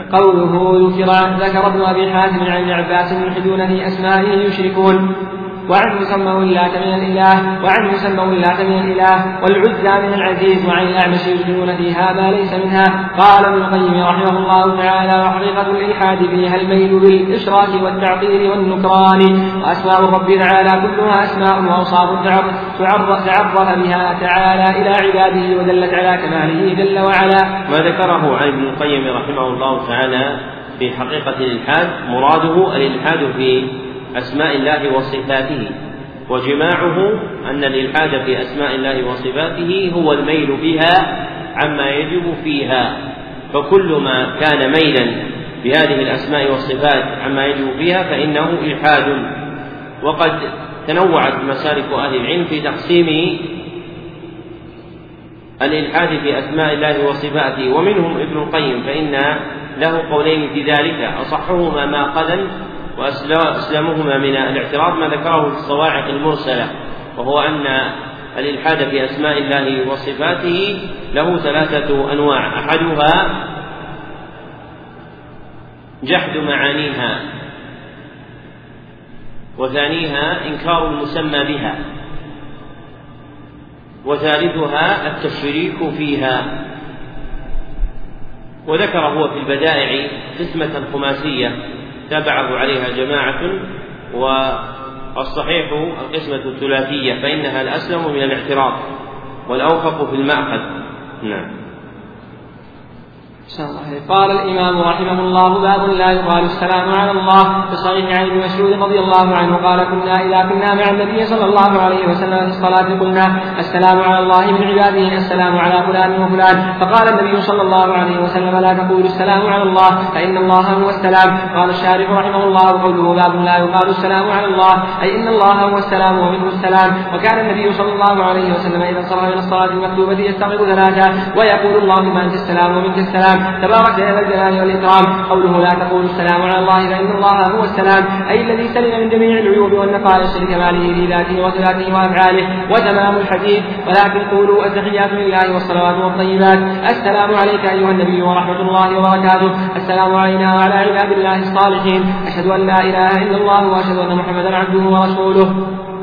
قوله ذكر ذكر ابن أبي حاتم عن ابن عباس يلحدون في أسمائه يشركون، وعنه سموا اللات من الإله وعنه سموا اللات من الإله والعزى من العزيز، وعن الأعمش يدخلون فيها ما ليس منها. قال ابن القيم رحمه الله تعالى: وحقيقة الإلحاد فيها الميل بالإشراك والتعطيل والنكران، وأسماء الرب تعالى كلها أسماء وأوصاف تعرف بها تعالى إلى عباده ودلت على كماله جل وعلا. ما ذكره عن ابن القيم رحمه الله تعالى في حقيقة الإلحاد مراده الإلحاد في أسماء الله وصفاته، وجماعه أن الإلحاد في أسماء الله وصفاته هو الميل بها عما يجب فيها، فكل ما كان ميلا بهذه الأسماء والصفات عما يجب فيها فإنه إلحاد. وقد تنوعت مسالك أهل العلم في تقسيم الإلحاد في أسماء الله وصفاته، ومنهم ابن القيم فإن له قولين في ذلك، أصحهما ما قدم وأسلمهما من الاعتراض ما ذكره في الصواعق المرسلة، وهو أن الإلحاد في أسماء الله وصفاته له ثلاثة أنواع: أحدها جحد معانيها، وثانيها إنكار المسمى بها، وثالثها التشريك فيها. وذكر هو في البدائع قسمة خماسية تابعه عليها جماعة، والصحيح القسمة الثلاثية فإنها الأسلم من الاعتراض والأوفق في المأخذ. نعم. قال الإمام رحمه الله: باب لا يقال السلام على الله. في صحيح عن ابن مسعود رضي الله عنه قال: كنا إذا كنا مع النبي صلى الله عليه وسلم في الصلاة قلنا: السلام على الله من عباده، السلام على فلان وفلان. فقال النبي صلى الله عليه وسلم: لا تقولوا السلام على الله فإن الله هو السلام. قال الشارح رحمه الله: قوله باب لا يقال السلام على الله أي إن الله هو السلام ومنه السلام. وكان النبي صلى الله عليه وسلم إذا انصرف من الصلاة المكتوبة يستغرق ثلاثة ويقول: اللهم أنت السلام ومنك السلام تبارك يا ذا الجلال والإكرام. قوله لا تقول السلام على الله فإن الله هو السلام أي الذي سلم من جميع العيوب والنقائص لكماله في ذاته وصفاته وأفعاله. وتمام الحديث: ولكن قولوا التحيات لله والصلوات والطيبات. السلام عليك أيها النبي ورحمة الله وبركاته. السلام علينا وعلى عباد الله الصالحين. أشهد أن لا إله إلا الله وأشهد أن محمدا عبده ورسوله.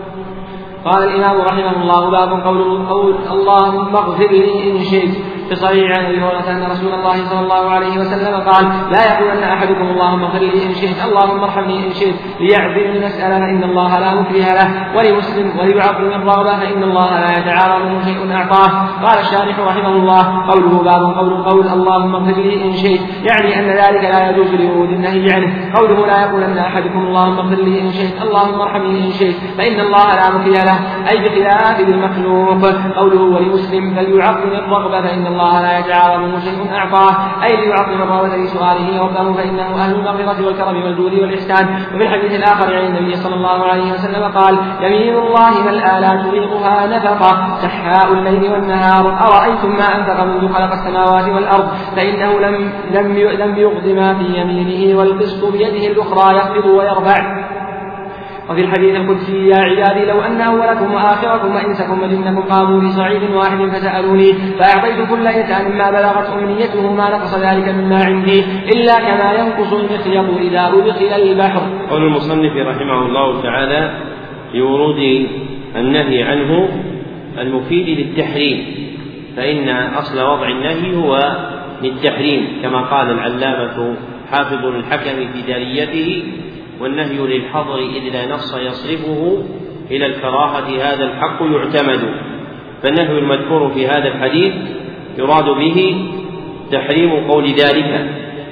قال الإمام رحمه الله: باب قول قول اللهم اغفر لي إن شئت. في صحيح عن ابي هريره ان رسول الله صلى الله عليه وسلم قال: لا يقولن احدكم اللهم اغفر لي ان شئت، اللهم ارحمني ان شئت، ليعذر المساله فان الله لا مكره له، ولمسلم وليعظم الرغبه فان الله لا يتعارض من شيء اعطاه. قال الشارح رحمه الله: قوله باب قول قول اللهم اغفر لي ان شئت يعني ان ذلك لا يجوز لورود النهي عنه. قوله لا يقولن احدكم اللهم اغفر لي ان شئت، اللهم ارحمني ان شئت، فان الله لا مكره له اي بخلاف المخلوق. قوله ولمسلم فليعظم الرغبه فان الله لا يتعارض من شيء أعطاه أي ليعظم الرغبة لسؤاله ربه فإنه أهل المغفرة والكرم والجود والإحسان. وفي الحديث الآخر عن النبي صلى الله عليه وسلم قال: يمين الله ما الآلات تريقها نفقة سحاء الليل والنهار، أرأيتم ما أنفق منذ خلق السماوات والأرض فإنه لم, لم, لم يغض ما في يمينه والقسط بيده الأخرى يخفض ويرفع. وفي الحديث القدسي: يا عبادي لو أن أولكم وآخركم وإنسكم وجنكم قاموا في صعيد واحد فسألوني فأعطيت كل إنسان ما بلغت أمنيته ما نقص ذلك مما عندي إلا كما ينقص المخيط إذا أدخل البحر. قول المصنف رحمه الله تعالى لورود النهي عنه المفيد للتحريم، فإن أصل وضع النهي هو للتحريم كما قال العلامة حافظ الحكم في داريته: والنهي للحظر إذ لا نص يصرفه إلى الكراهة هذا الحق يعتمد. فالنهي المذكور في هذا الحديث يراد به تحريم قول ذلك،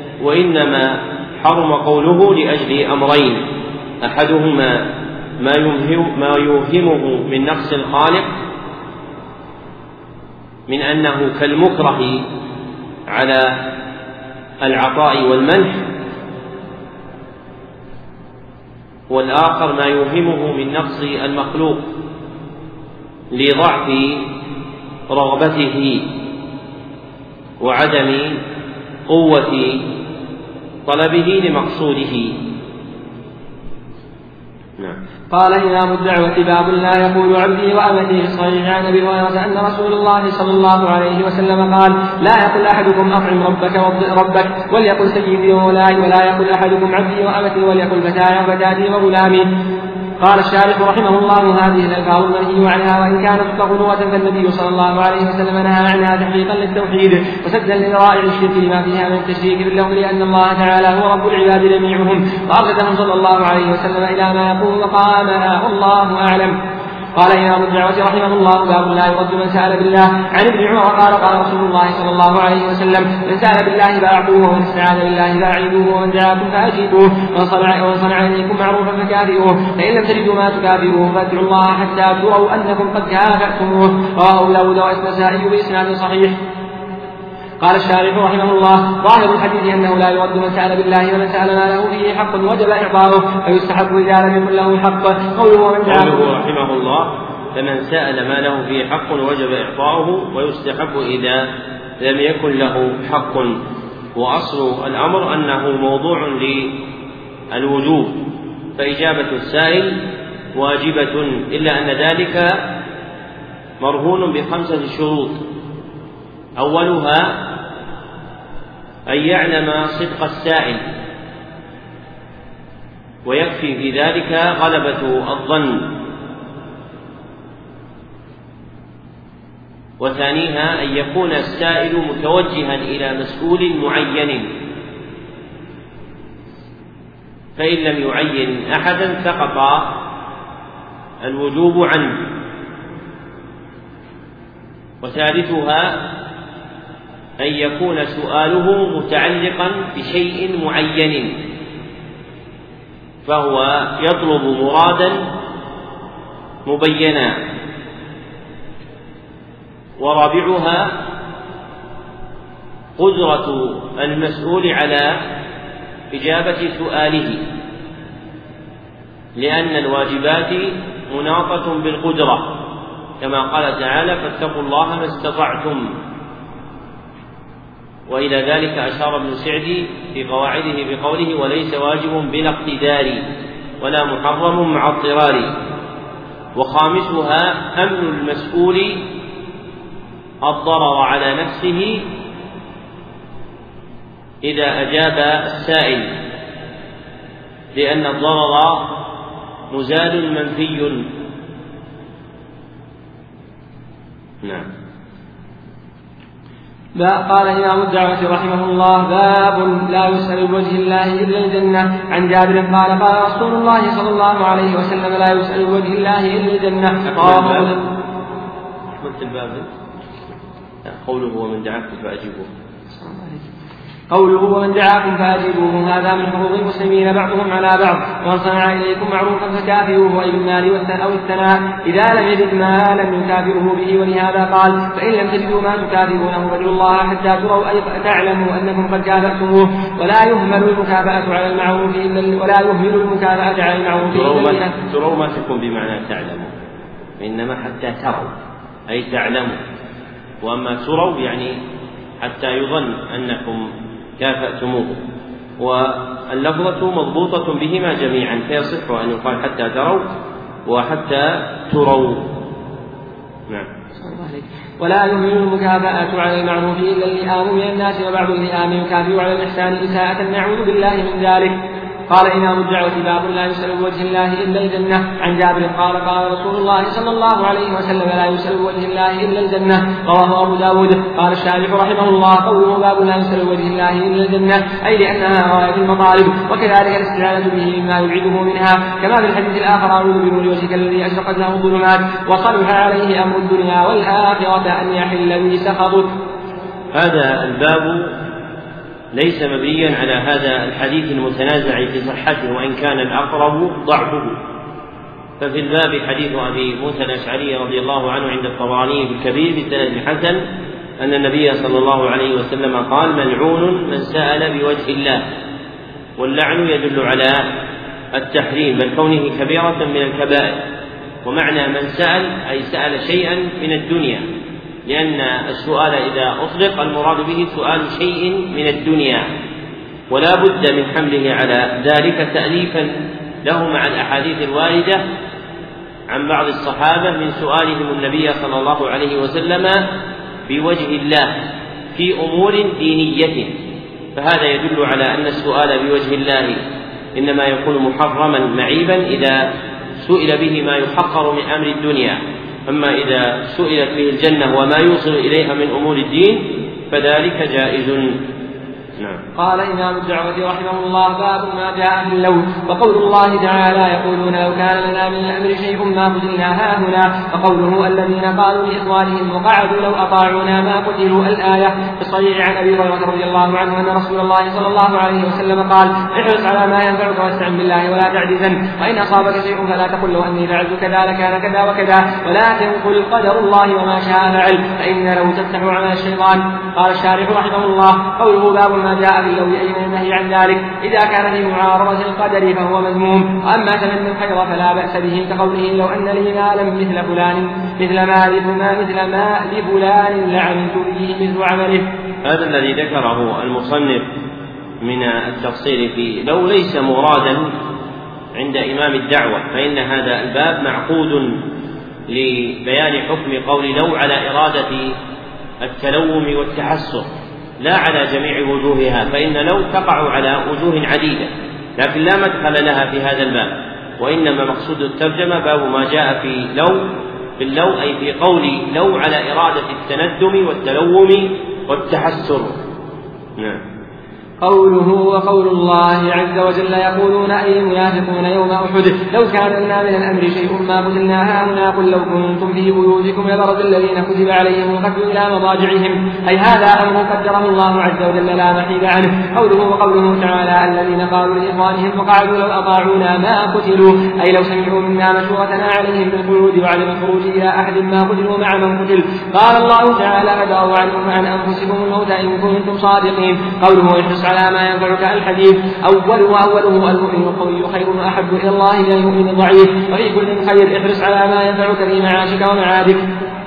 وإنما حرم قوله لأجل أمرين: أحدهما ما يوهم ما يوهمه من نقص الخالق من أنه كالمكره على العطاء والمنح، والآخر ما يوهمه من نقص المخلوق لضعف رغبته وعدم قوة طلبه لمقصوده. نعم. قال إمام الدعوة: باب لا يقول عبدي وأمتي. في الصحيح عن أبي هريرة أن رسول الله صلى الله عليه وسلم قال: لا يقل أحدكم أطعم ربك ربك وليقل سيدي ومولاي، ولا يقل أحدكم عبدي وأمتي وليقل فتاي وفتاتي وغلامي. قال الشارح رحمه الله: هذه الألفاظ المنهي عنها وإن كانت غلوة فالنبي صلى الله عليه وسلم نهى عنها تحقيقا للتوحيد وسدا لذرائع الشرك لما فيها من التشريك باللفظ، لأن الله تعالى هو رب العباد جميعهم، وأرشدهم صلى الله عليه وسلم إلى ما يقول مقامها، والله أعلم. قال إمام الدعوة رحمه الله: باب لا يرد من سأل بالله. عن ابن عمر قال: قال رسول الله صلى الله عليه وسلم: من سأل بالله فأعطوه، ومن استعاذ بالله فأعيذوه، ومن دعاكم فأجيبوه، ومن صنع, صنع إليكم معروفا فكافئوه، فإن لم تجدوا ما تكافئوه فادعوا الله حتى تروا أنكم قد كافأتموه. رواه أبو داود والنسائي بإسناد صحيح. قال الشارح رحمه الله: ظاهر الحديث أنه لا يرد من سأل بالله، ومن سأل ما له فيه حق وجب إعطاؤه، فيستحب إذا لم يكن له حق. قوله رحمه الله: فمن سأل ما له فيه حق وجب إعطاؤه، ويستحب إذا لم يكن له حق. وأصل الأمر أنه موضوع للوجوب، فإجابة السائل واجبة، إلا أن ذلك مرهون بخمسة شروط. أولها أن يعلم صدق السائل، ويكفي في ذلك غلبة الظن. وثانيها أن يكون السائل متوجها إلى مسؤول معين، فإن لم يعين أحدا سقط الوجوب عنه. وثالثها أن يكون سؤاله متعلقا بشيء معين، فهو يطلب مرادا مبينا. ورابعها قدرة المسؤول على إجابة سؤاله، لأن الواجبات مناطة بالقدرة، كما قال تعالى: فاتقوا الله ما استطعتم. وإلى ذلك أشار ابن سعدي في قواعده بقوله: وليس واجب بلا اقتدار ولا محرم مع اضطرار. وخامسها أمن المسؤول الضرر على نفسه إذا أجاب السائل، لأن الضرر مزال منفي. نعم. قال إمام الدعوة رحمه الله: باب لا يسأل بوجه الله إلا الجنة. عن جابر قال: قال رسول الله صلى الله عليه وسلم: لا يسأل بوجه الله إلا الجنة. أحمد الباب قوله: ومن دعاكم فأجيبوه. قوله: ومن دعاكم فأجيبوه، هذا من حقوق المسلمين بعضهم على بعض. ومن صنع إليكم معروفا فكافئوه، أي بالمال أو الثناء، إذا لم يجد ما لم يكافئه به. ولهذا قال: فإن لم تجدوا ما تكافئونه فادعوا الله حتى تروا أي تعلموا أنكم قد كافأتموه. ولا يهمل المكافأة على المعروف إلا ولا يهمل المكافأة على المعروف إلا تروا ما تكون بمعنى تعلموا، إنما حتى تروا أي تعلموا. وأما تروا يعني حتى يظن أنكم كافأتموه. واللفظة مضبوطة بهما جميعا، فيصح أن يقال حتى تروا وحتى تروا. نعم. ولا يهمل المكافأة على المعروف إلا اللئام من الناس، وبعض اللئام يكافئ على الإحسان إساءة، نعوذ بالله من ذلك. قال إمام الدعوة: باب لا يسأل بوجه الله إلا الجنة. عن جابر قال: قال رسول الله صلى الله عليه وسلم: لا يسأل بوجه الله إلا الجنة. رواه أبو داود. قال الشارح رحمه الله: قوله باب لا يسأل بوجه الله إلا الجنة، أي لأنها غاية المطالب، وكذلك الاستعانة به مما يبعده منها، كما في الحديث الآخر: أعوذ بنور وجهك الذي أشرقت له الظلمات وصلح عليه أمر الدنيا والآخرة أن يحل به سخطك. هذا الباب ليس مبنيا على هذا الحديث المتنازع في صحته، وإن كان الأقرب ضعفه. ففي الباب حديث أبي موسى الأشعري رضي الله عنه عند الطبراني في الكبير بسند حسن أن النبي صلى الله عليه وسلم قال: ملعون من سأل بوجه الله. واللعن يدل على التحريم، بل كونه كبيرة من الكبائر. ومعنى من سأل أي سأل شيئا من الدنيا، لأن السؤال إذا أطلق المراد به سؤال شيء من الدنيا، ولا بد من حمله على ذلك تأليفا له مع الأحاديث الواردة عن بعض الصحابة من سؤالهم النبي صلى الله عليه وسلم بوجه الله في أمور دينية. فهذا يدل على أن السؤال بوجه الله إنما يكون محرما معيبا إذا سئل به ما يحقر من أمر الدنيا. أما إذا سئلت به الجنة وما يوصل إليها من أمور الدين فذلك جائز. نعم. قال إمام الدعوة رحمه الله: باب ما جاء في اللون. وقول الله تعالى: يقولون لو كان لنا من الأمر شيء ما قتلنا هاهنا. وقوله: الذين قالوا لإخوانهم وقعدوا لو أطاعونا ما قتلوا. الآية. في الصحيح عن أبي هريرة رضي الله عنه أن رسول الله صلى الله عليه وسلم قال: احرص على ما ينفعك واستعن بالله ولا تعجزن، وإن أصابك شيء فلا تقل لو أني فعلت كذا لكان كذا وكذا، ولكن قل قدر الله وما شاء فعل، فإن لو تفتح عمل الشيطان. قال الشارح رحمه الله: قوله باب ما جاء باللوم أي من النهي عن ذلك إذا كان في معارضة القدر فهو مذموم، وأما تمني الخير فلا بأس به، كقوله: لو أن لي مالا مثل فلان مثل ما مثل ما لفلان لعملت به مثل عمله. هذا الذي ذكره المصنف من التفصيل في لو ليس مرادا عند إمام الدعوة، فإن هذا الباب معقود لبيان حكم قول لو على إرادة التلوم والتحسر لا على جميع وجوهها، فإن لو تقع على وجوه عديدة لكن لا مدخل لها في هذا الباب، وإنما مقصود الترجمة باب ما جاء في لو في اللو أي في قول لو على إرادة التندم والتلوم والتحسر. نعم. قوله وقول الله عز وجل: يقولون أي المنافقون يوم أحد لو كان لنا من الأمر شيء ما قتلنا هاهنا، قل لو كنتم في بيوتكم لبرز الذين كتب عليهم القتل إلى مضاجعهم، أي هذا أمر قدره الله عز وجل لا محيد عنه. قوله وقوله تعالى: الذين قالوا لإخوانهم وقعدوا لو أطاعونا ما قتلوا، أي لو سمعوا منا مشورتنا عليهم بالخلود وعدم الخروج إلى أحد ما قتلوا مع من قتل. قال الله تعالى: فدعوا عنهم عن أنفسكم الموت إن كنتم صادقين. قوله: احرص على ما ينفعك الحديث. أوله أوله المؤمن القوي خير وأحب إلى الله من المؤمن الضعيف، وفي كل خير احرص على ما ينفعك في معاشك ومعادك،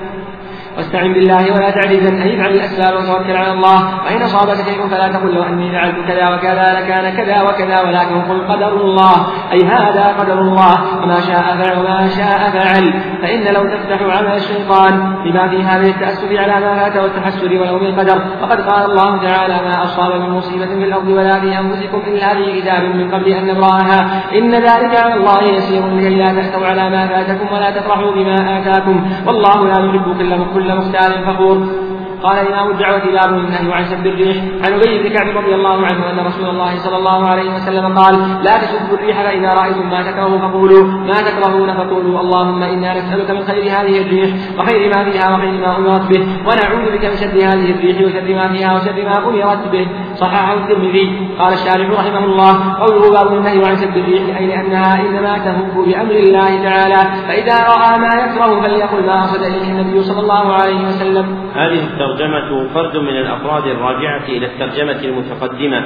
واستعن بالله ولا تعجزن، أي افعل الأسباب وتوكل على الله، وإن أصابك شيء فلا تقل لو أني فعلت كذا وكذا لكان كذا وكذا، ولكن قل قدر الله، أي هذا قدر الله وما شاء فعل وما شاء فعل، فإن لو تفتح عمل الشيطان بما في هذه التأسف على ما فات والتحسر ولوم القدر. وقد قال الله تعالى: ما أصاب من مصيبة في الأرض ولا في أنفسكم إلا في كتاب من قبل أن نبرأها إن ذلك على الله يسير، لكي لا تأسوا على ما فاتكم ولا تفرحوا بما آتاكم، والله لا يحب كل مختال فخور. قال إمام الدعوة: باب النهي عن سب الريح. عن أبي بن كعب رضي الله عنه أن رسول الله صلى الله عليه وسلم قال: لا تسبوا الريح، فإذا رأيتم ما تكرهوا فقولوا ما تكرهون فقولوا اللهم إنا نسألك من خير هذه الريح وخير ما فيها وخير ما أمرت به، ونعوذ بك من شر هذه الريح وشر ما فيها وشر ما أمرت به. صححه الترمذي. قال الشارح رحمه الله: قوله باب النهي عن سب الريح، أي لأنها إنما تهب بأمر الله تعالى، فإذا رأى ما يكره فليقل ما أرشد إليه النبي صلى الله عليه وسلم. هذه الترجمة فرد من الأفراد الراجعة إلى الترجمة المتقدمة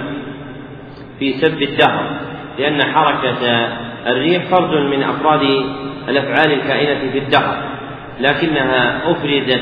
في سب الدهر، لأن حركة الريح فرد من أفراد الأفعال الكائنة في الدهر، لكنها أفردت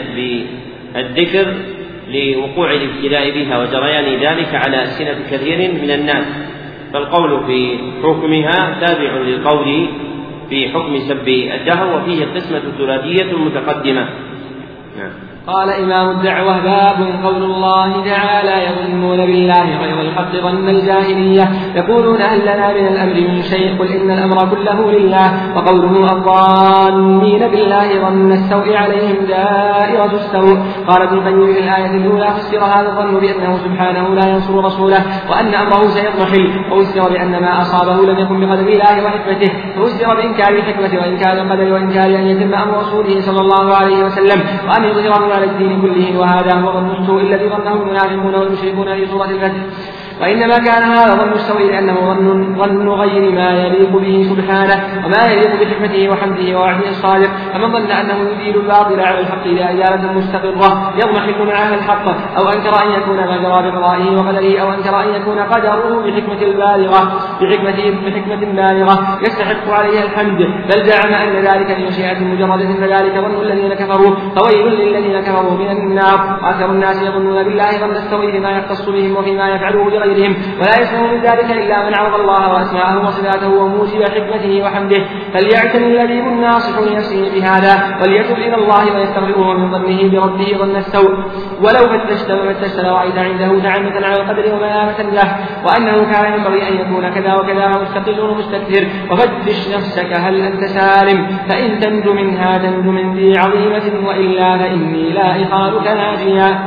بالذكر لوقوع الابتلاء بها وجريان ذلك على ألسنة كثير من الناس، فالقول في حكمها تابع للقول في حكم سب الدهر، وفيه القسمة الثلاثية المتقدمة. نعم. قال إمام الدعوة: باب قول الله تعالى: يظنون بالله غير الحق ظن الجاهلية، يقولون هل لنا من الأمر من شيء، قل إن الأمر كله لله. وقوله: الظانين بالله ظن السوء عليهم دائرة السوء. قال ابن القيم في الآية الأولى: فسر هذا الظن بأنه سبحانه لا ينصر رسوله وأن أمره سيضمحل، وفسر بأن ما أصابه لم يكن بقدر الله وحكمته، ففسر بإنكار الحكمة وإنكار القدر وإنكار أن يتم أمر رسوله صلى الله عليه وسلم وأن يظهره على الدين كله، وهذا هو ظن السوء الذي ظنه المنافقون والمشركون في سورة الفتح. وإنما كان هذا ظن السوء لأنه ظن, ظن غير ما يليق به سبحانه وما يليق بحكمته وحمده ووعده الصادق. فمن ظن أنه يزيل الباطل على الحق إلى إزالة مستقرة يضمحل معها الحق، أو أنكر أن يكون ما جرى بقضائه وقدره، أو أنكر أن يكون قدره بحكمة البالغة بحكمة, بحكمة بالغة يستحق عليها الحمد، بل زعم أن ذلك من مشيئة مجردة، فذلك ظن الذين كفروا، فويل للذين كفروا من النار. وأكثر الناس يظنون بالله ظن السوء فيما يختص بهم وفيما يفعله بغير غيرهم، ولا يسلم من ذلك إلا من عرض الله وأسماءه وصفاته وموجب حكمته وحمده. فليعتني اللبيب الناصح لنفسه بهذا، وليتب إلى الله ويستغفره من ظنه بربه ظن السوء. ولو فتشت فتشت لرأيت عنده تعنتا على القدر وملامة له، وأنه كان ينبغي أن يكون كذا وكذا مستقل ومستكثر. وفتش نفسك هل أنت سالم، فإن تنج منها تنج من ذي عظيمة، وإلا فإني لا إخالك ناجيا.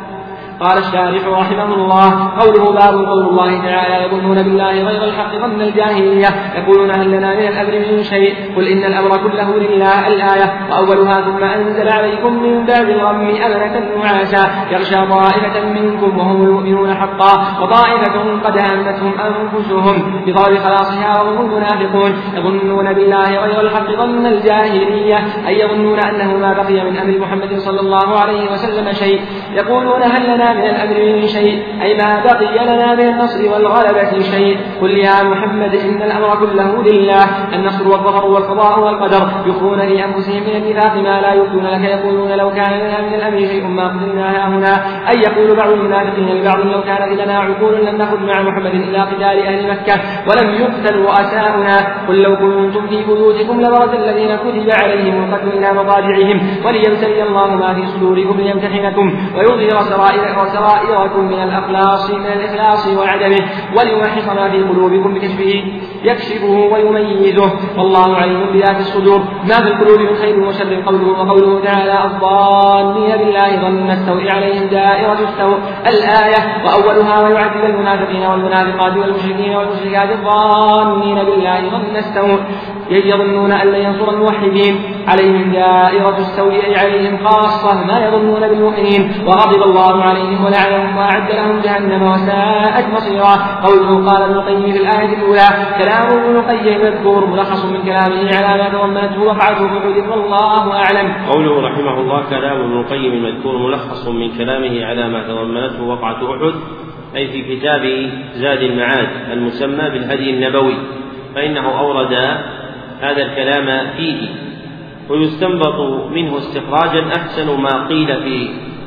قال الشارح رحمه الله: قوله باب قول الله تعالى: يظنون بالله غير الحق ظن الجاهلية، يقولون هل لنا من الأمر من شيء، قل إن الأمر كله لله. الآية. وأولها: ثم أنزل عليكم من بعد الغم أمنة نعاسا يغشى طائفة منكم وهم المؤمنون حقا، وطائفة قد همتهم أنفسهم بطلب خلاصها وهم المنافقون. يظنون بالله غير الحق ظن الجاهلية، أي يظنون أنه ما بقي من أمر محمد صلى الله عليه وسلم شيء. يقولون هل لنا من الأمر من شيء، أي ما بقي لنا من النصر والغلبة شيء. قل يا محمد إن الأمر كله لله، النصر والظفر والقضاء والقدر. يخفون لأنفسهم من النفاق ما لا يبدون لك، يقولون لو كان لنا من الأمر شيء ما قتلنا هنا. أي يقول بعض المنافقين لبعض لو كانت لنا عقول لم نخرج مع محمد إلى قتال أهل مكة ولم يقتل رؤساؤنا. قل لو كنتم في بيوتكم لبرز الذين كتب عليهم القتل إلى مضاجعهم وليبتلي الله ما في صدوركم ليمتحنكم ويظهر سرائر سرائركم من الأخلاص من الإخلاص وعدمه وليمحص ما في قلوبكم بكشفه يكشفه ويميزه، والله عليم بذات الصدور. ما في القلوب من خير وشر. قوله وقوله تعالى: الظانين بالله ظن السوء عليهم دائرة السوء. الآية. وأولها: ويعذب المنافقين والمنافقات والمشركين والمشركات الظانين بالله ظن السوء، يظنون أن لن ينصر الموحدين عليهم دائرة السوء، أي عليهم خاصة ما يظنون بالمؤمنين. وغضب الله عليهم ولعنهم وأعد لهم جهنم وساءت مصيرا. قوله قال ابن القيم في الآية الأولى: كلام ابن القيم مذكور ملخص من كلامه على ما تضمنته وقعته بحدود، والله أعلم. قوله رحمه الله: كلام ابن القيم مذكور ملخص من كلامه على ما تضمنته وقعة أحد، أي في كتاب زاد المعاد المسمى بالهدي النبوي، فإنه أورد هذا الكلام فيه، ويستنبط منه استخراجا أحسن ما قيل في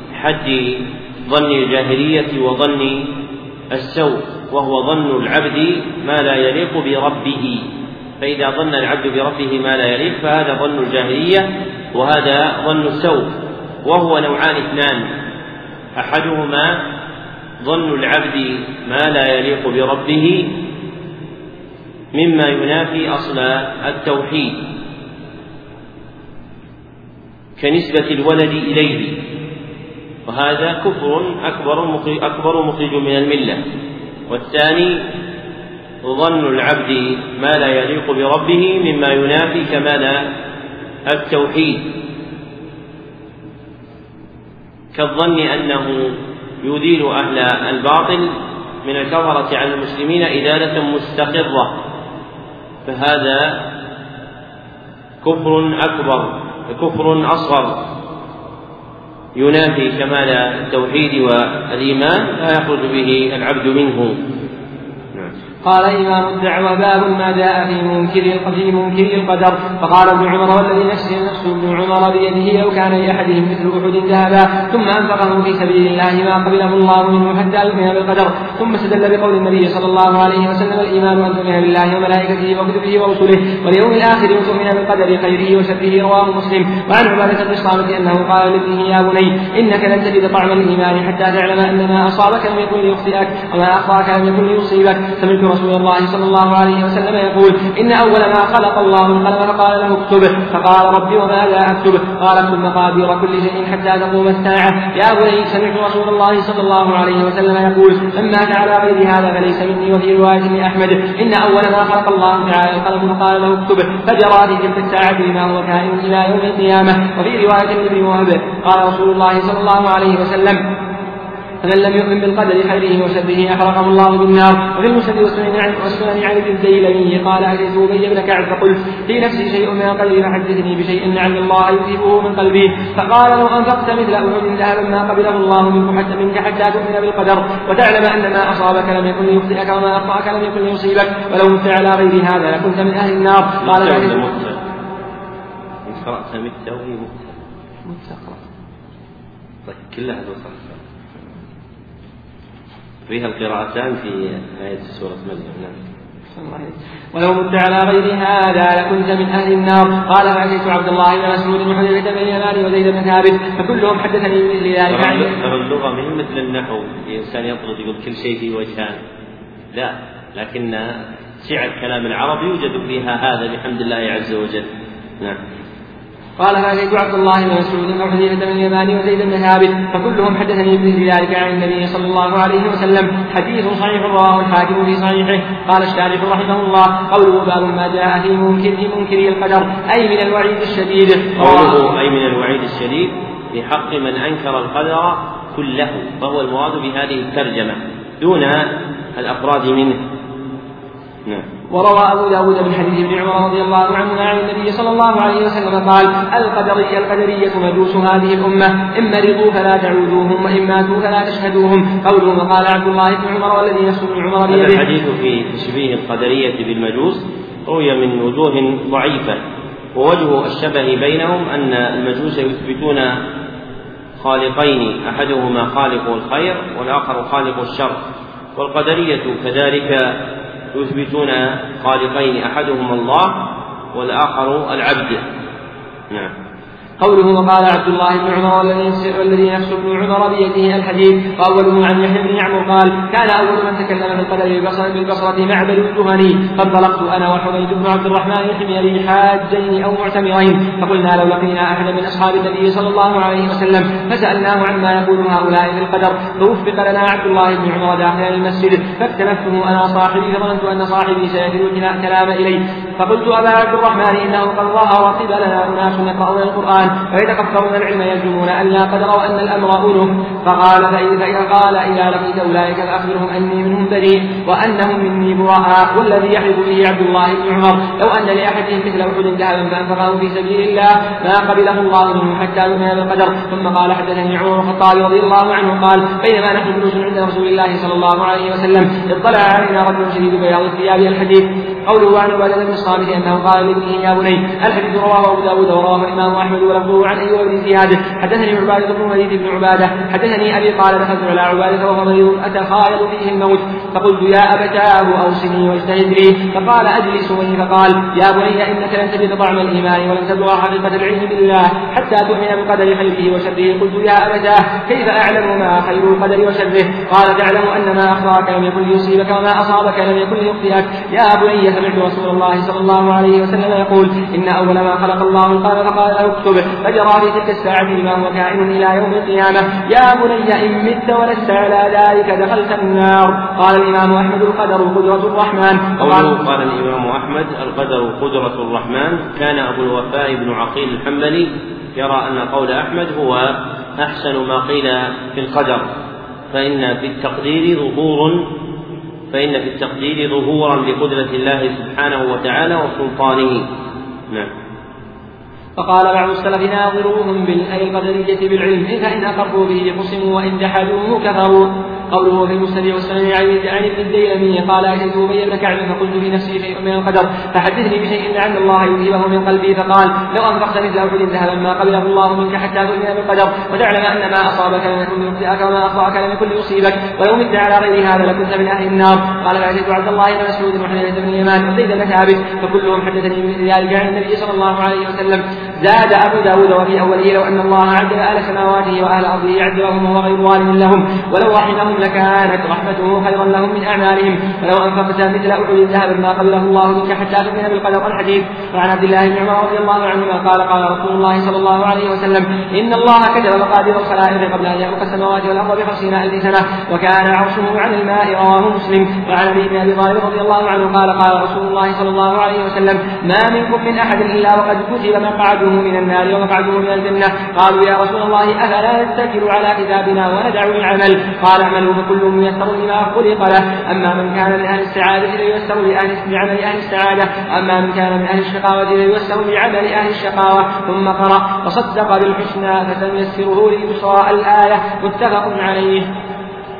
حد ظن الجاهلية وظن السوء، وهو ظن العبد ما لا يليق بربه. فإذا ظن العبد بربه ما لا يليق فهذا ظن الجاهلية، وهذا ظن السوء، وهو نوعان اثنان: أحدهما ظن العبد ما لا يليق بربه مما ينافي أصل التوحيد، كنسبة الولد إليه، وهذا كفر أكبر مخرج من الملة. والثاني ظن العبد ما لا يليق بربه مما ينافي كمال التوحيد، كالظن أنه يديل أهل الباطل من الكفرة على المسلمين إدالة مستقرة، فهذا كفر أكبر كفر أصغر ينافي كمال التوحيد والإيمان لا يخرج به العبد منه. قال إمام الدعوة: باب ما جاء في منكر في منكر القدر. فقال ابن عمر: والذي نفسه نفس ابن عمر بيده لو كان لأحدهم مثل أحد ذهبا ثم أنفقه في سبيل الله ما قبله الله منه حتى يؤمن بالقدر. ثم استدل بقول النبي صلى الله عليه وسلم: الإيمان أن تؤمن بالله وملائكته وكتبه ورسله واليوم الآخر وتؤمن بالقدر خيره وشره. رواه مسلم. وعن عبادة بن الصامت أنه قال لابنه: يا بني إنك لن تجد طعم الإيمان حتى تعلم أن ما أصابك لم يكن ليخطئك وما أخطأك لم يكن ليصيبك. سمعت رسول الله صلى الله عليه وسلم يقول: إن أول ما خلق الله القلم فقال له اكتب، فقال: ربي وماذا أكتب؟ قال: اكتب مقادير كل شيء حتى تقوم الساعة. يا بني سمعت رسول الله صلى الله عليه وسلم يقول: من مات على غير هذا فليس مني. وفي رواية لأحمد: إن أول ما خلق الله تعالى القلم فقال له اكتب، فجرى في تلك الساعة بما هو كائن إلى يوم القيامة. وفي رواية لابن وهب قال رسول الله صلى الله عليه وسلم: فمن لم يؤمن بالقدر خيره وشره أحرقه الله بالنار. وفي المسند والسنن عن ابن الديلمي قال: حدثت أبي بن كعب فقلت: في نفسي شيء من القدر فحدثني بشيء لعل الله يذهبه من قلبي. فقال: لو أنفقت مثل أحد ذهبا ما قبله الله منك حتى منك حتى تؤمن بالقدر وتعلم أن ما أصابك لم يكن ليخطئك وما أخطأك لم يكن ليصيبك ولو مت على غير هذا لكنت من أهل النار. قال: إن قرأت مت وهي مت مت طيب كلها تصح فيها القراءتان في آية سورة مريم. نعم. ولو مت على غير هذا لكنت من أهل النار. قال فأتيت عبد الله بن مسعود وحذيفة بن اليمان وزيد بن ثابت فكلهم حدثني بمثل ذلك. ترى اللغة من مثل النحو، الإنسان يطرد يقول كل شيء في وجهان، لا، لكن سعة كلام العرب يوجد فيها هذا بحمد الله عز وجل. نعم. قال فأتيت عبد الله بن مسعود وحذيفة بن اليمان وزيد بن ثابت فكلهم حدثني بمثل ذلك عن النبي صلى الله عليه وسلم. حديث صحيح رواه الحاكم في صحيحه. قال الشارح رحمه الله: قوله باب ما جاء في منكر في منكر القدر أي من الوعيد الشديد. قوله أي من الوعيد الشديد في حق من أنكر القدر كله، فهو المراد بهذه الترجمة دون الأفراد منه. نعم. وروى أبو داود من حديث ابن عمر رضي الله عنه عن النبي صلى الله عليه وسلم قال: القدرية القدرية مجوس هذه الأمة، إن مرضوا فلا تعودوهم وإن ماتوا فلا تشهدوهم. قوله وقال عبد الله بن عمر والذي نفس ابن عمر بيده. هذا الحديث في تشبيه القدرية بالمجوس روي من وجوه ضعيفة، ووجه الشبه بينهم أن المجوس يثبتون خالقين، أحدهما خالق الخير والآخر خالق الشر، والقدرية كذلك يثبتون خالقين، أحدهما الله والآخر العبد. نعم. قوله وقال عبد الله بن عمر والذي نفس ابن عمر بيده الحديث. وأوله عن يحيى بن يعمر قال: كان أول من تكلم في القدر بالبصرة معبد الجهني، فانطلقت أنا وحميد بن عبد الرحمن الحميري حاجين أو معتمرين، فقلنا لو لقينا أحدا من أصحاب النبي صلى الله عليه وسلم فسألناه عما يقول هؤلاء في القدر، فوفق لنا عبد الله بن عمر داخل المسجد، فاكتنفته أنا صاحبي فظننت أن صاحبي سيدل الكلام إليه، فقلت أبا عبد الرحمن إنه قد ظهر قبلنا أناس يقرؤون القرآن فيتكفرون العلم يزعمون أن لا قدر وأن الأمر أنه، فقال فإذا قال إذا لقيت أولئك فأخبرهم أني منهم بريء وأنهم مني براء، والذي يحلف به عبد الله بن عمر لو أن لأحدهم مثل أحد ذهبا فأنفقه في سبيل الله ما قبله الله منه حتى يؤمن بالقدر. ثم قال حدثني عمر بن الخطاب رضي الله عنه قال: بينما نحن جلوس عند رسول الله صلى الله عليه وسلم اطلع علينا رجل شديد بياض الثياب. الحديث. قوله عن عبادة بن الصامت أنه قال لابنه: يا بني. الحديث رواه أبو داود ورواه الإمام أحمد ولفظه عن أيوب بن زياد. حدثني عبادة بن وليد بن عبادة حدثني أبي قال: دخلت على عبادة وهو مريض أتخايل فيه الموت، فقلت: يا أبتاه أوصني واجتهد لي، فقال: أجلس ولي، فقال: يا بني إنك لن تجد طعم الإيمان ولن تبلغ حقيقة العلم بالله حتى تؤمن بقدر خيره وشره. قلت: يا أبتاه كيف أعلم ما خير القدر وشره؟ قال: تعلم أن ما أخطأك لم يكن ليصيبك وما أصابك لم يكن ليخطئك. يا بني سمعت رسول الله صلى الله عليه وسلم يقول: إن أول ما خلق الله القلم فقال له اكتب، فجرى في تلك الساعة ما هو كائن إلى يوم القيامة. يا بني إن مت ولست على ذلك دخلت النار. قال الإمام أحمد: القدر قدرة الرحمن. قال, قال الإمام أحمد: القدر قدرة الرحمن. كان أبو الوفاء بن عقيل الحنبلي يرى أن قول أحمد هو أحسن ما قيل في القدر، فإن في التقدير ظهور فإن في التقدير ظهورا لقدرة الله سبحانه وتعالى وسلطانه. نعم. فقال بعض السلف: ناظروهم بالقدرية بالعلم، فإن أقروا به قسموا وإن جحدوه كفروا. قوله في المسند والسنن عن ابن الديلمي قال: أتيت أبي بن كعب فقلت في نفسي شيء من القدر فحدثني بشيء لعل الله يذهبه من قلبي، فقال: لو أنفقت مثل أحد ذهبا ما قبله الله منك حتى تؤمن بالقدر وتعلم أن ما أصابك لم يكن ليخطئك وما أخطأك لم يكن ليصيبك ولو مت على غير هذا لكنت من أهل النار. قال: فأتيت عبد الله بن مسعود وحذيفة بن اليمان وزيد بن ثابت فكلهم حدثني بمثل ذلك عن النبي صلى الله عليه وسلم. زاد أبو داود وفي أوله: لو أن الله عذب أهل سماواته وأهل أرضه عذبهم وهو غير ظالم لهم ولو رحمهم لكانت رحمته خيرا لهم من أعمالهم ولو أنفقت مثل أحد ذهبا ما قبله الله منك حتى تؤمن بالقدر. الحديث. وعن عبد الله بن عمر رضي الله عنهما قال: قال رسول الله صلى الله عليه وسلم: إن الله كتب مقادير الخلائق قبل أن يخلق السماوات والأرض بخمسين ألف سنة وكان عرشه على الماء. رواه مسلم. وعن علي بن أبي طالب رضي الله عنه قال: قال رسول الله صلى الله عليه وسلم: ما منكم من أحد إلا وقد كتب مقعده من النار ومقعده من الجنة. قالوا: يا رسول الله أفلا نتكل على كتابنا وندع العمل؟ قال: اعملوا فكل ميسر لما خلق له، أما من كان من أهل السعادة فلييسر لعمل أهل السعادة، أما من كان من أهل الشقاوة فلييسر لعمل أهل الشقاوة. ثم قرأ: فصدق بالحسنى فسنيسره لليسرى. الآية. متفق عليه.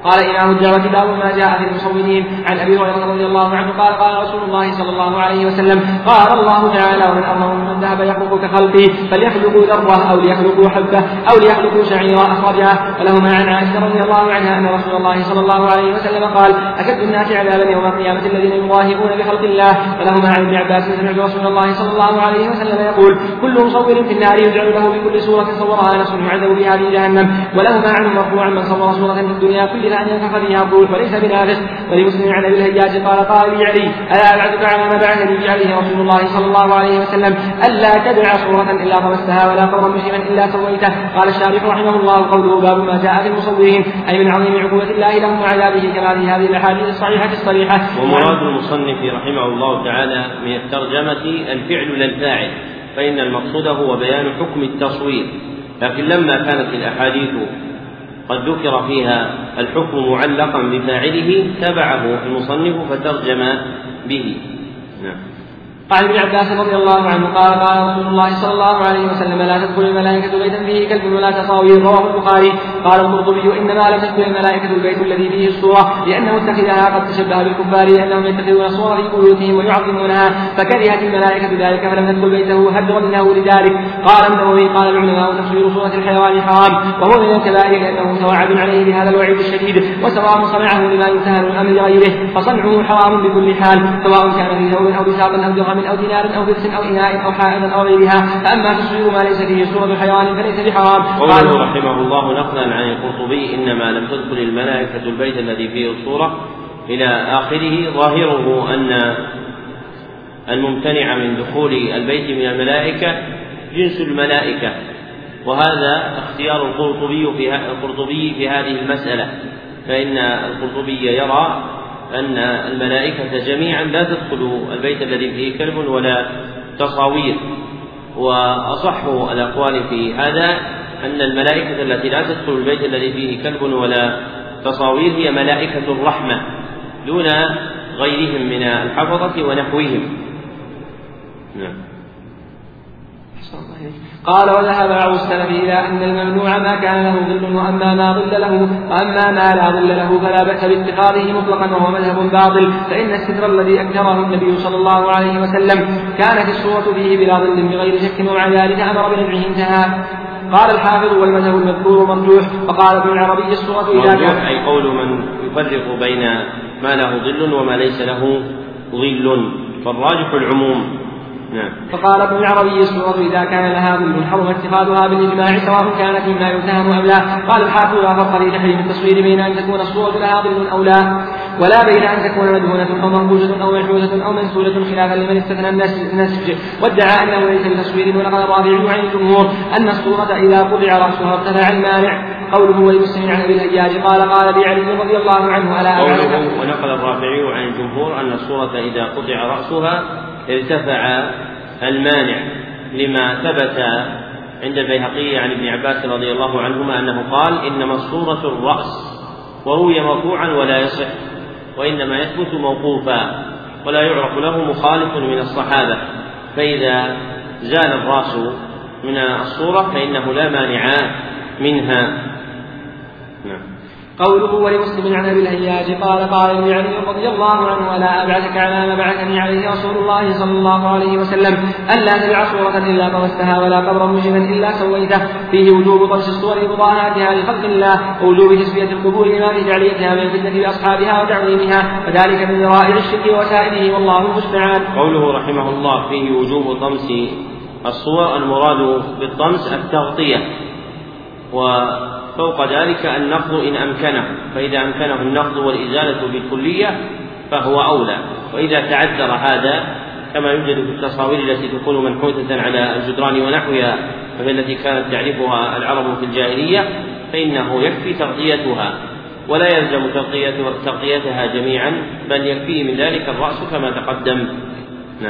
قال إمام الدعوة باب ما جاء في المصورين. عن أبي هريرة رضي الله عنه قال قال رسول الله صلى الله عليه وسلم قال الله تعالى ومن أظلم ممن ذهب يخلق كخلقي فليخلقوا ذرة أو ليخلقوا حبة أو ليخلقوا شعيرا أخرجها. ولهما عن عائشة رضي الله عنها أن رسول الله صلى الله عليه وسلم قال أشد الناس عذابا يوم القيامة الذين يضاهئون بخلق الله. ولهما عن ابن عباس سمعت رسول الله صلى الله عليه وسلم يقول كل مصور في النار يجعل له بكل صورة صورها نفس يعذب بها في جهنم. ولهما عنه مرفوعا من صور صورة في الدنيا كلها أن ينفخ فيها الروح وليس بنافخ. ولمسلم عن أبي الهياج قال قال لي علي ألا أبعدك على ما بعثني به عليه رسول الله صلى الله عليه وسلم ألا تدع صورة إلا طمستها ولا قبرا مسلما إلا سويته. قال الشارح رحمه الله قوله باب ما جاء في المصورين أي من عظيم عقوبة الله لهم وعذابه كما في هذه الأحاديث الصحيحة الصريحة. ومراد المصنف رحمه الله تعالى من الترجمة الفعل لا الفاعل، فإن المقصود هو بيان حكم التصوير، لكن لما كانت الأحاديث قد ذكر فيها الحكم معلقا بفاعله تبعه المصنف فترجم به. نعم. قال ابن عباس رضي الله عنه قال قال رسول الله صلى الله عليه وسلم لا تدخل الملائكة بيتا فيه كلب ولا تصاوير. رواه البخاري. قال القرطبي إنما لم تدخل الملائكة البيت الذي فيه الصورة لأنه اتخذها قد تشبه بالكفار لأنهم يتخذون الصور في بيوتهم ويعظمونها فكرهت الملائكة ذلك فلم تدخل بيته هدرا له لذلك. قال النووي قال العلماء تصوير صورة الحيوان حرام وهو من الكبائر لأنه متوعد عليه بهذا الوعيد الشديد وسواء صنعه لما يمتهن الأمر لغيره فصنعه حرام بكل حال سواء كان في ثوب أو بساط أو درهم أو دينار أو فرس أو إناء أو حائط أو غيرها. فأما تصوير ما ليس فيه صورة حيوان فليس بحرام. قوله رحمه الله نقلا عن القرطبي إنما لم تدخل الملائكة البيت الذي فيه الصورة إلى آخره ظاهره أن الممتنع من دخول البيت من الملائكة جنس الملائكة، وهذا اختيار القرطبي في القرطبي في هذه المسألة، فإن القرطبي يرى أن الملائكة جميعا لا تدخل البيت الذي فيه كلب ولا تصاوير. وأصح الأقوال في هذا أن الملائكة التي لا تدخل البيت الذي فيه كلب ولا تصاوير هي ملائكة الرحمة دون غيرهم من الحفظة ونحوهم. نعم. قال وذهب بعض السلف إلى أن الممنوع ما كان له ظل وأما ما ظل له وأما ما لا ظل له فلا بأس باتخاذه مطلقا وهو مذهب باطل، فإن الستر الذي أنكره النبي صلى الله عليه وسلم كانت الصورة فيه بلا ظل بغير شك ومع ذلك أمر بنزعه انتهى. قال الحافظ والمذهب المذكور مرجوح. وقال ابن العربي الصورة إذا كان أي قول من يفرق بين ما له ظل وما ليس له ظل فالراجح العموم. نعم. فقال ابن العربي الصورة إذا كان لها ظل حرم اتخاذها بالإجماع سواء كانت مما يتهم أم لا. قال الحافظ لا فرق في تحريم التصوير بين أن تكون الصورة لها ظل أو لا، ولا بين أن تكون مدهونة أو منقوشة أو منحوسة أو منسولة خلافا لمن استثنى النسج وادعى أنه ليس بتصوير. ونقل الرافعي عن الجمهور أن الصورة إذا قطع رأسها ارتفع المانع. قوله ولمسلم عن أبي الهياج قال قال لي علي رضي الله عنه ألا قوله ونقل الرافعي عن الجمهور أن الصورة إذا قطع رأسها ارتفع المانع لما ثبت عند البيهقي عن ابن عباس رضي الله عنهما أنه قال إنما الصورة الرأس وروي مرفوعا ولا يصح وإنما يثبت موقوفا ولا يعرف له مخالف من الصحابة، فإذا زال الرأس من الصورة فإنه لا مانع منها. نعم. قوله ولمسلم عن أبي الهياج قال قال ابن علي رضي الله عنه ألا أبعثك على ما بعثني عليه رسول الله صلى الله عليه وسلم ألا تدع صورة إلا طمستها ولا قبرا مجرما إلا سويته. فيه وجوب طمس الصور بضاعتها لخلق الله ووجوب تسوية القبور لما في تعليقها من الفتنة بأصحابها وتعظيمها وذلك من ذرائع الشرك وسائره والله المستعان. قوله رحمه الله فيه وجوب طمس الصور المراد بالطمس التغطية وفوق ذلك النقض إن أمكنه، فإذا أمكنه النقض والإزالة بالكلية فهو أولى، وإذا تعذر هذا كما يوجد في التصاوير التي تكون منحوتة على الجدران ونحوها وهي التي كانت تعرفها العرب في الجاهلية فإنه يكفي تغطيتها ولا يلزم تغطيتها جميعا بل يكفيه من ذلك الرأس كما تقدم. نعم.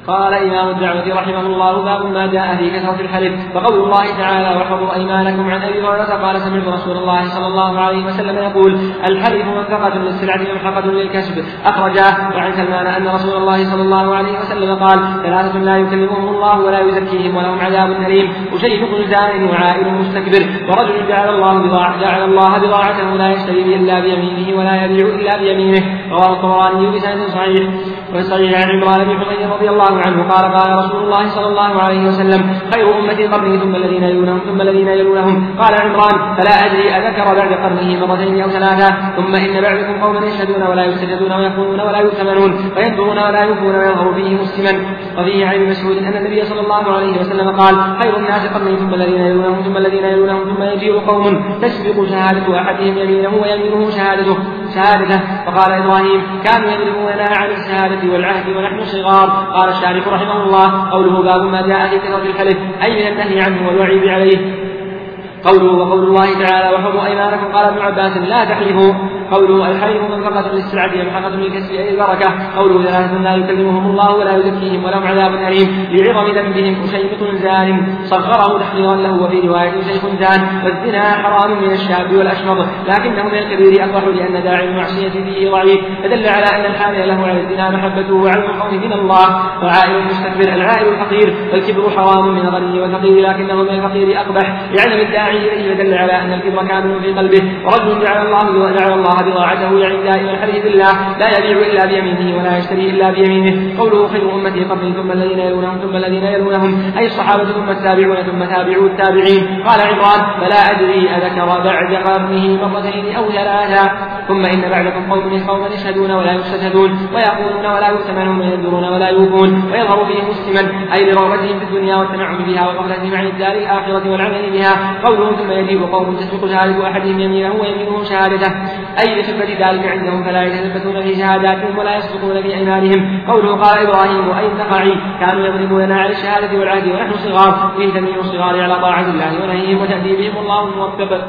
قال إمام الدعوة رحمه الله: باب ما جاء في كثرة الحلف. فقول الله تعالى: واحفظوا أيمانكم. عن أبي هريرة قال: سمعت رسول الله صلى الله عليه وسلم يقول: الحلف منفقة للسلعة ممحقة للكسب. أخرجاه. وعن سلمان أن رسول الله صلى الله عليه وسلم قال: ثلاثة لا يكلمهم الله ولا يزكيهم ولهم عذاب أليم: وشيخ زان وعائل مستكبر ورجل جعل الله بضاعة جعل الله بضاعته لا يشتري إلا بيمينه ولا يبيع إلا بيمينه. رواه الطبراني بسند صحيح. وصحيح عن عمران بن حسين رضي الله عنه قال: قال رسول الله صلى الله عليه وسلم: خير أمتي قرني ثم الذين يلونهم ثم الذين يلونهم. قال عمران: فلا أدري أذكر بعد قرنه مرتين أو ثلاثة. ثم إن بعدكم قوما يشهدون ولا يستجدون ويخونون ولا يؤتمنون وينظرون ولا يوفون ويظهر فيه مسلما. وفيه عن ابن مسعود أن النبي صلى الله عليه وسلم قال: خير الناس قرني ثم الذين يلونهم ثم الذين يلونهم ثم يجيء قوم تسبق شهادة أحدهم يمينه ويمينه شهادته شهادته. فقال إبراهيم: كانوا يضربوننا عن الشهادة والعهد ونحن صغار. قال الشارح رحمه الله: قوله: باب ما جاء في كثرة الحلف، أي من النهي عنه والوعيد عليه. قوله: وقول الله تعالى: واحفظوا أيمانكم. قال ابن عباس: لا تحلفوا. قوله: الحلف منفقة للسلعة ممحقة للكسب أي البركة. قوله: ثلاثة لا يكلمهم الله ولا يزكيهم ولهم عذاب أليم: لعظم ذنبهم. وشيخ زان صغره تحقيرا له. وفي رواية: شيخ زان. والزنا حرام من الشاب والأشمر، لكنه من الكبير أقبح لأن داعي المعصية فيه ضعيف، فدل على أن الحامل له على الزنا محبته وعلم القوم من الله. وعائل المستكبر العائل الفقير، والكبر حرام من الغني والفقير، لكنه من الفقير أقبح لعلم الداعي إليه، فدل على أن الكبر كامل في قلبه. ورجل جعل الله جعل الله بضاعته يعني دائما الحلف بالله، لا يبيع إلا بيمينه ولا يشتري إلا بيمينه. قوله: خير أمتي قرني ثم الذين يلونهم ثم الذين يلونهم، أي الصحابة ثم التابعون ثم تابعوا التابعين. قال عمران: فلا أدري أذكر بعد قرنه مرتين أو ثلاثة. ثم إن بعدكم قوم قوما يشهدون ولا يستشهدون ويقولون ولا يؤتمنون وينذرون ولا يوفون ويظهر فيه مسلما، أي لرغبتهم في الدنيا والتنعم بها وغفلتهم عن الدار الآخرة والعمل بها. قوله: ثم يجيء قوم تسبق شهادة أحدهم يمينه ويمينه شهادته، أي لخفة ذلك عندهم فلا يتثبتون في شهاداتهم ولا يصدقون في أيمانهم. قوله: قال إبراهيم: أي تقعي. كانوا يضربوننا على الشهادة والعهد ونحن صغار، فيه تمييز الصغار على طاعة الله ونهيهم وتأديبهم والله الموفق.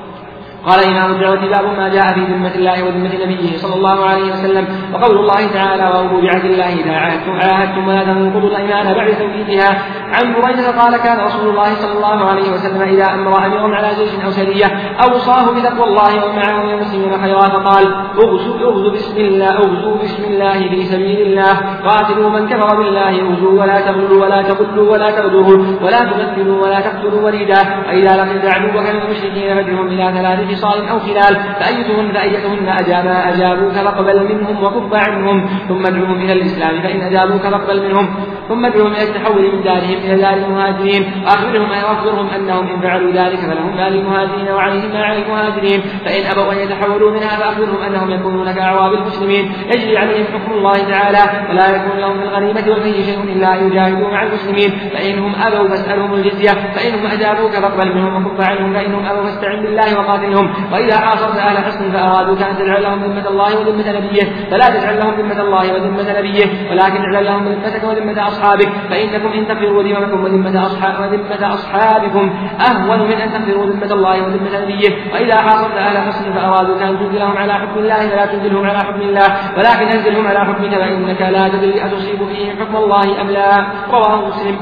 قال إمام الدعوة: باب ما جاء في ذمة الله وذمة نبيه صلى الله عليه وسلم. وقول الله تعالى: وأوفوا بعهد الله إذا عاهدتم ولا تنقضوا الأيمان بعد توكيدها. عن بريدة قال: كان رسول الله صلى الله عليه وسلم إذا أمر أميرا على جيش أو سرية أوصاه بتقوى الله ومعه من المسلمين خيرا، فقال: اغزوا بسم الله اغزوا بسم الله في سبيل الله، قاتلوا من كفر بالله، اغزوا ولا تغلوا ولا تقتلوا ولا تغدروا ولا تمثلوا ولا تقتلوا وليدا، وإذا لقيت عدوك من المشركين فادعهم إلى ثلاث خصال أو خلال، فأيتهن فأيتهن أجابا أجابوك فاقبل منهم وكف عنهم، ثم ادعوهم إلى الإسلام، فإن أجابوك فاقبل منهم، ثم ادعوهم إلى التحول من دارهم إلى دار المهاجرين، وأخبرهم وأخبرهم أنهم إن فعلوا ذلك فلهم ما للمهاجرين وعليهم ما على المهاجرين، فإن أبوا أن يتحولوا منها فأخبرهم أنهم يكونون كأعواب المسلمين يجري عليهم حكم الله تعالى، ولا يكون لهم في الغنيمة والفي شيء إلا أن يجاهدوا مع المسلمين، فإنهم أبوا فاسألهم الجزية، فإنهم أجابوك فاقبل منهم وكف عنهم، فإنهم أبوا فاستعن بالله وقاتلهم، وإذا عاصرت أهل حصن فأرادوك أن تجعل لهم ذمة الله وذمة نبيه فلا تجعل لهم ذمة الله وذمة نبيه، ولكن اجعل لهم ذمتك وذمة أصحابك، فإنكم إن تغفروا ذممكم وذمة أصحاب وذمة أصحابكم أهون من أن تغفروا ذمة الله وذمة نبيه. وإذا عاصرت أهل حصن فأرادوك أن تنزلهم على حكم الله فلا تنزلهم على حكم الله، ولكن أنزلهم على حكمك، فإنك لا تدري أتصيب فيهم حكم الله أم لا. رواه مسلم.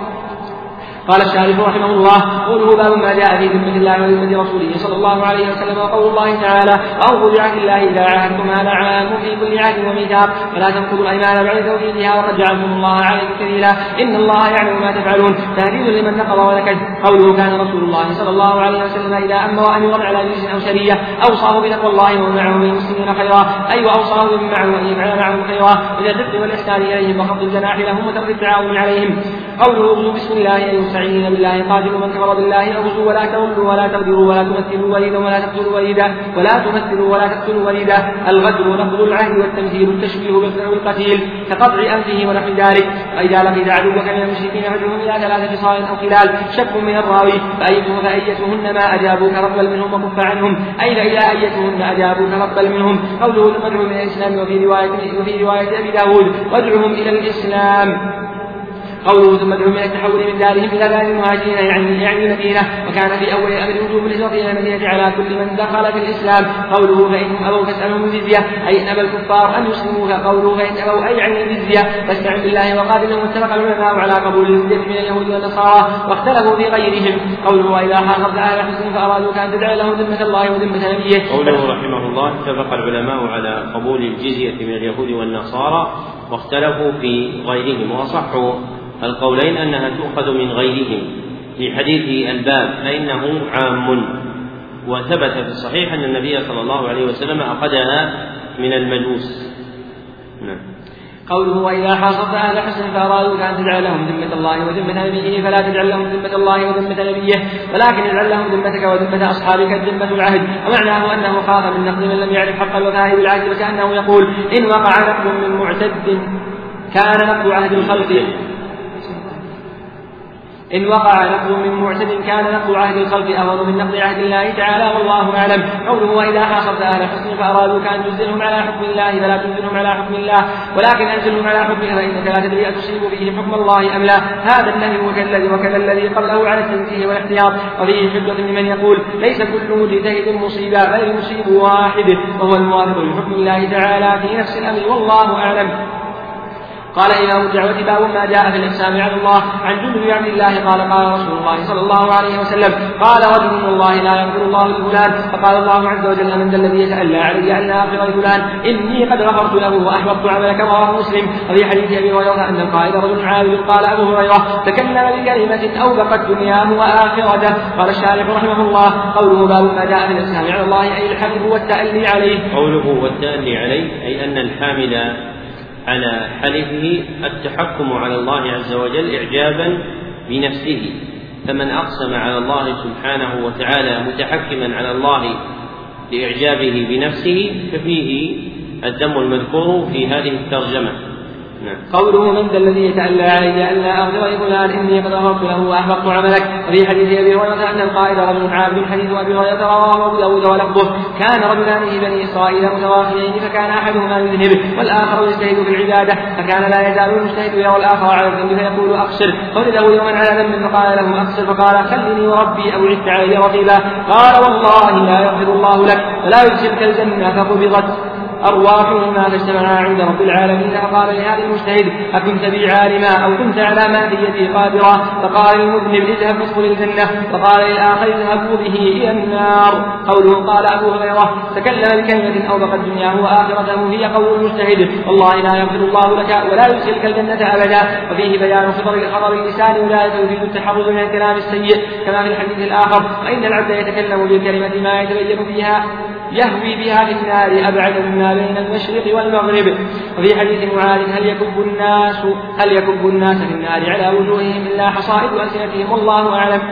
قال الشارح رحمه الله: قوله باب ما جاء في ذمة الله وذمة رسوله صلى الله عليه وسلم. وقول الله تعالى: أوفوا بعهد الله إذا عاهدتم، هذا عام في كل عهد وميثاق، فلا تنقضوا الأيمان بعد توكيدها، وقد جعلتم الله عليكم كفيلا، إن الله يعلم ما تفعلون، تهديد لمن نقض ونكث. قوله: كان رسول الله صلى الله عليه وسلم إذا أمر أميرا على جيش أو سرية أوصاه بتقوى الله ومعه من المسلمين خيرا، أي وأوصاه بمعه أن يفعل معهم خيرا، من الرفق والإحسان إليهم وخفض الجناح لهم وترك التعاون عليهم. قوله: اغزوا بسم الله أي مستعينين بالله، قاتلوا من كفر بالله، اغزوا ولا تغلوا ولا تغدروا ولا تمثلوا وليدا ولا تقتلوا وليدا ولا تمثلوا ولا تقتلوا وليدا. الغدر نقض العهد والتمثيل التشبيه بالقتيل كقطع أنفه ونحو ذلك. وإذا لقيت عدوك من المشركين فادعهم إلى ثلاث خصال أو خلال، شك من الراوي، فأيتهم فأيتهن ما أجابوك فاقبل منهم وكف عنهم، أي فإذا أيتهن أجابوك فاقبل منهم. قوله: ثم ادعهم إلى الإسلام، وفي رواية وفي رواية أبي داود: وادعهم إلى الإسلام. قوله ثم دعوا من التحول من دارهم إلى دار المهاجرين يعني يعني المدينة، وكان في أول الأمر وجوب الهجرة إلى المدينة على كل من دخل في الإسلام. قوله فإنهم أبوا فاسألهم الجزية أي إن أبى الكفار أن يسلموا، فقوله فإن أبوا أي عن الجزية فاستعن بالله وقاتلهم. اتفق العلماء على قبول الجزية من اليهود والنصارى واختلفوا في غيرهم. قوله وإذا حاصرت أهل حصن فأرادوك أن تدعي لهم ذمة الله وذمة نبيه. قوله رحمه الله اتفق العلماء على قبول الجزية من اليهود والنصارى واختلفوا في غيرهم، وأصحوا القولين أنها تؤخذ من غيرهم في حديث الباب فإنه عام، وثبت في الصحيح أن النبي صلى الله عليه وسلم أخذها من المجوس. نعم. قوله وإذا حاصرت أهل حصن فأرادوك أن تجعل لهم ذمة الله وذمة نبيه فلا تجعل لهم ذمة الله وذمة نبيه، ولكن اجعل لهم ذمتك وذمة أصحابك الذمة العهد. ومعناه أنه خاف من نقض من لم يعرف حق الوفاء بالعهد، وكأنه يقول إن وقع نقض من معتد كان نقض عهد الخلق إن وقع نقض من معتد كان نقض عهد الخلق أفضل من نقض عهد الله تعالى والله أعلم. قوله وإذا حاصرت أهل حصن فأرادوك أن تنزلهم على حكم الله فلا تنزلهم على حكم الله، ولكن أنزلهم على حكمه فإنك لا تدري أتصيب فيهم حكم الله أم لا. هذا النهي وكالذي وكذا الذي قبله على التنزيه والاحتياط. وفيه حجة لمن يقول ليس كل مجتهد مصيبا بل المصيب واحد وهو الموافق لحكم الله تعالى في نفس الأمر والله أعلم. قال إمام الدعوة باب ما جاء في الإقسام على الله. عن جندب بن عبد الله قال قال رسول الله صلى الله عليه وسلم قال رجل من الله لا يغفر الله لفلان، فقال الله عز وجل من ذا الذي يتألى علي أن أغفر لفلان إني قد غفرت له وأحبطت عملك. رواه مسلم. وفي حديث أبي هريرة أن القائد رجل عابد قال أبو هريرة تكلم بكلمة أوبقت دنياه وآخرته. قال الشارح رحمه الله قوله باب ما جاء في الإقسام على الله أي الحلف والتألي عليه. قوله والتألي عليه أي أن الحامل على حلفه التحكم على الله عز وجل إعجابا بنفسه، فمن أقسم على الله سبحانه وتعالى متحكما على الله لإعجابه بنفسه ففيه الذم المذكور في هذه الترجمة. نعم. قوله من ذا الذي يتألى علي ألا أغفر لفلان إني قد غفرت له وأحبطت عملك. وفي حديث أبي هريرة أن القائد رجل عابد حديث أبي هريرة رواه أبو داود ولفظه كان رجلان في بني إسرائيل متواخيين فكان أحدهما يذنب والآخر يجتهد في العبادة، فكان لا يزال المجتهد يرى الآخر على الذنب فيقول أقصر، فوجده يوما على ذنب فقال له أقصر، فقال خلني وربي أو عدت علي رقيبا. قال والله لا يغفر الله لك ولا يدخلك الجنة، فقبضت أرواحهما فاجتمعا عند رب العالمين. فقال لهذا المجتهد أكنت بي عالما أو كنت على ما في يدي قادرا؟ فقال المذنب اذهب فادخل الجنة، فقال للآخر اذهبوا به إلى النار. قوله قال أبو هريرة تكلم بكلمة أوبقت دنياه وآخرته هي قول المجتهد والله لا يغفر الله لك ولا يدخلك الجنة أبدا. وفيه بيان خطر اللسان ولا يفيد التحرز من الكلام السيء كما في الحديث الآخر فإن العبد يتكلم بالكلمة ما يتبين فيها يهوي بها في النار أبعد مما بين المشرق والمغرب. وفي حديث معاذ هل يكب الناس هل يكب الناس في النار على وجوههم إلا حصائد ألسنتهم والله أعلم.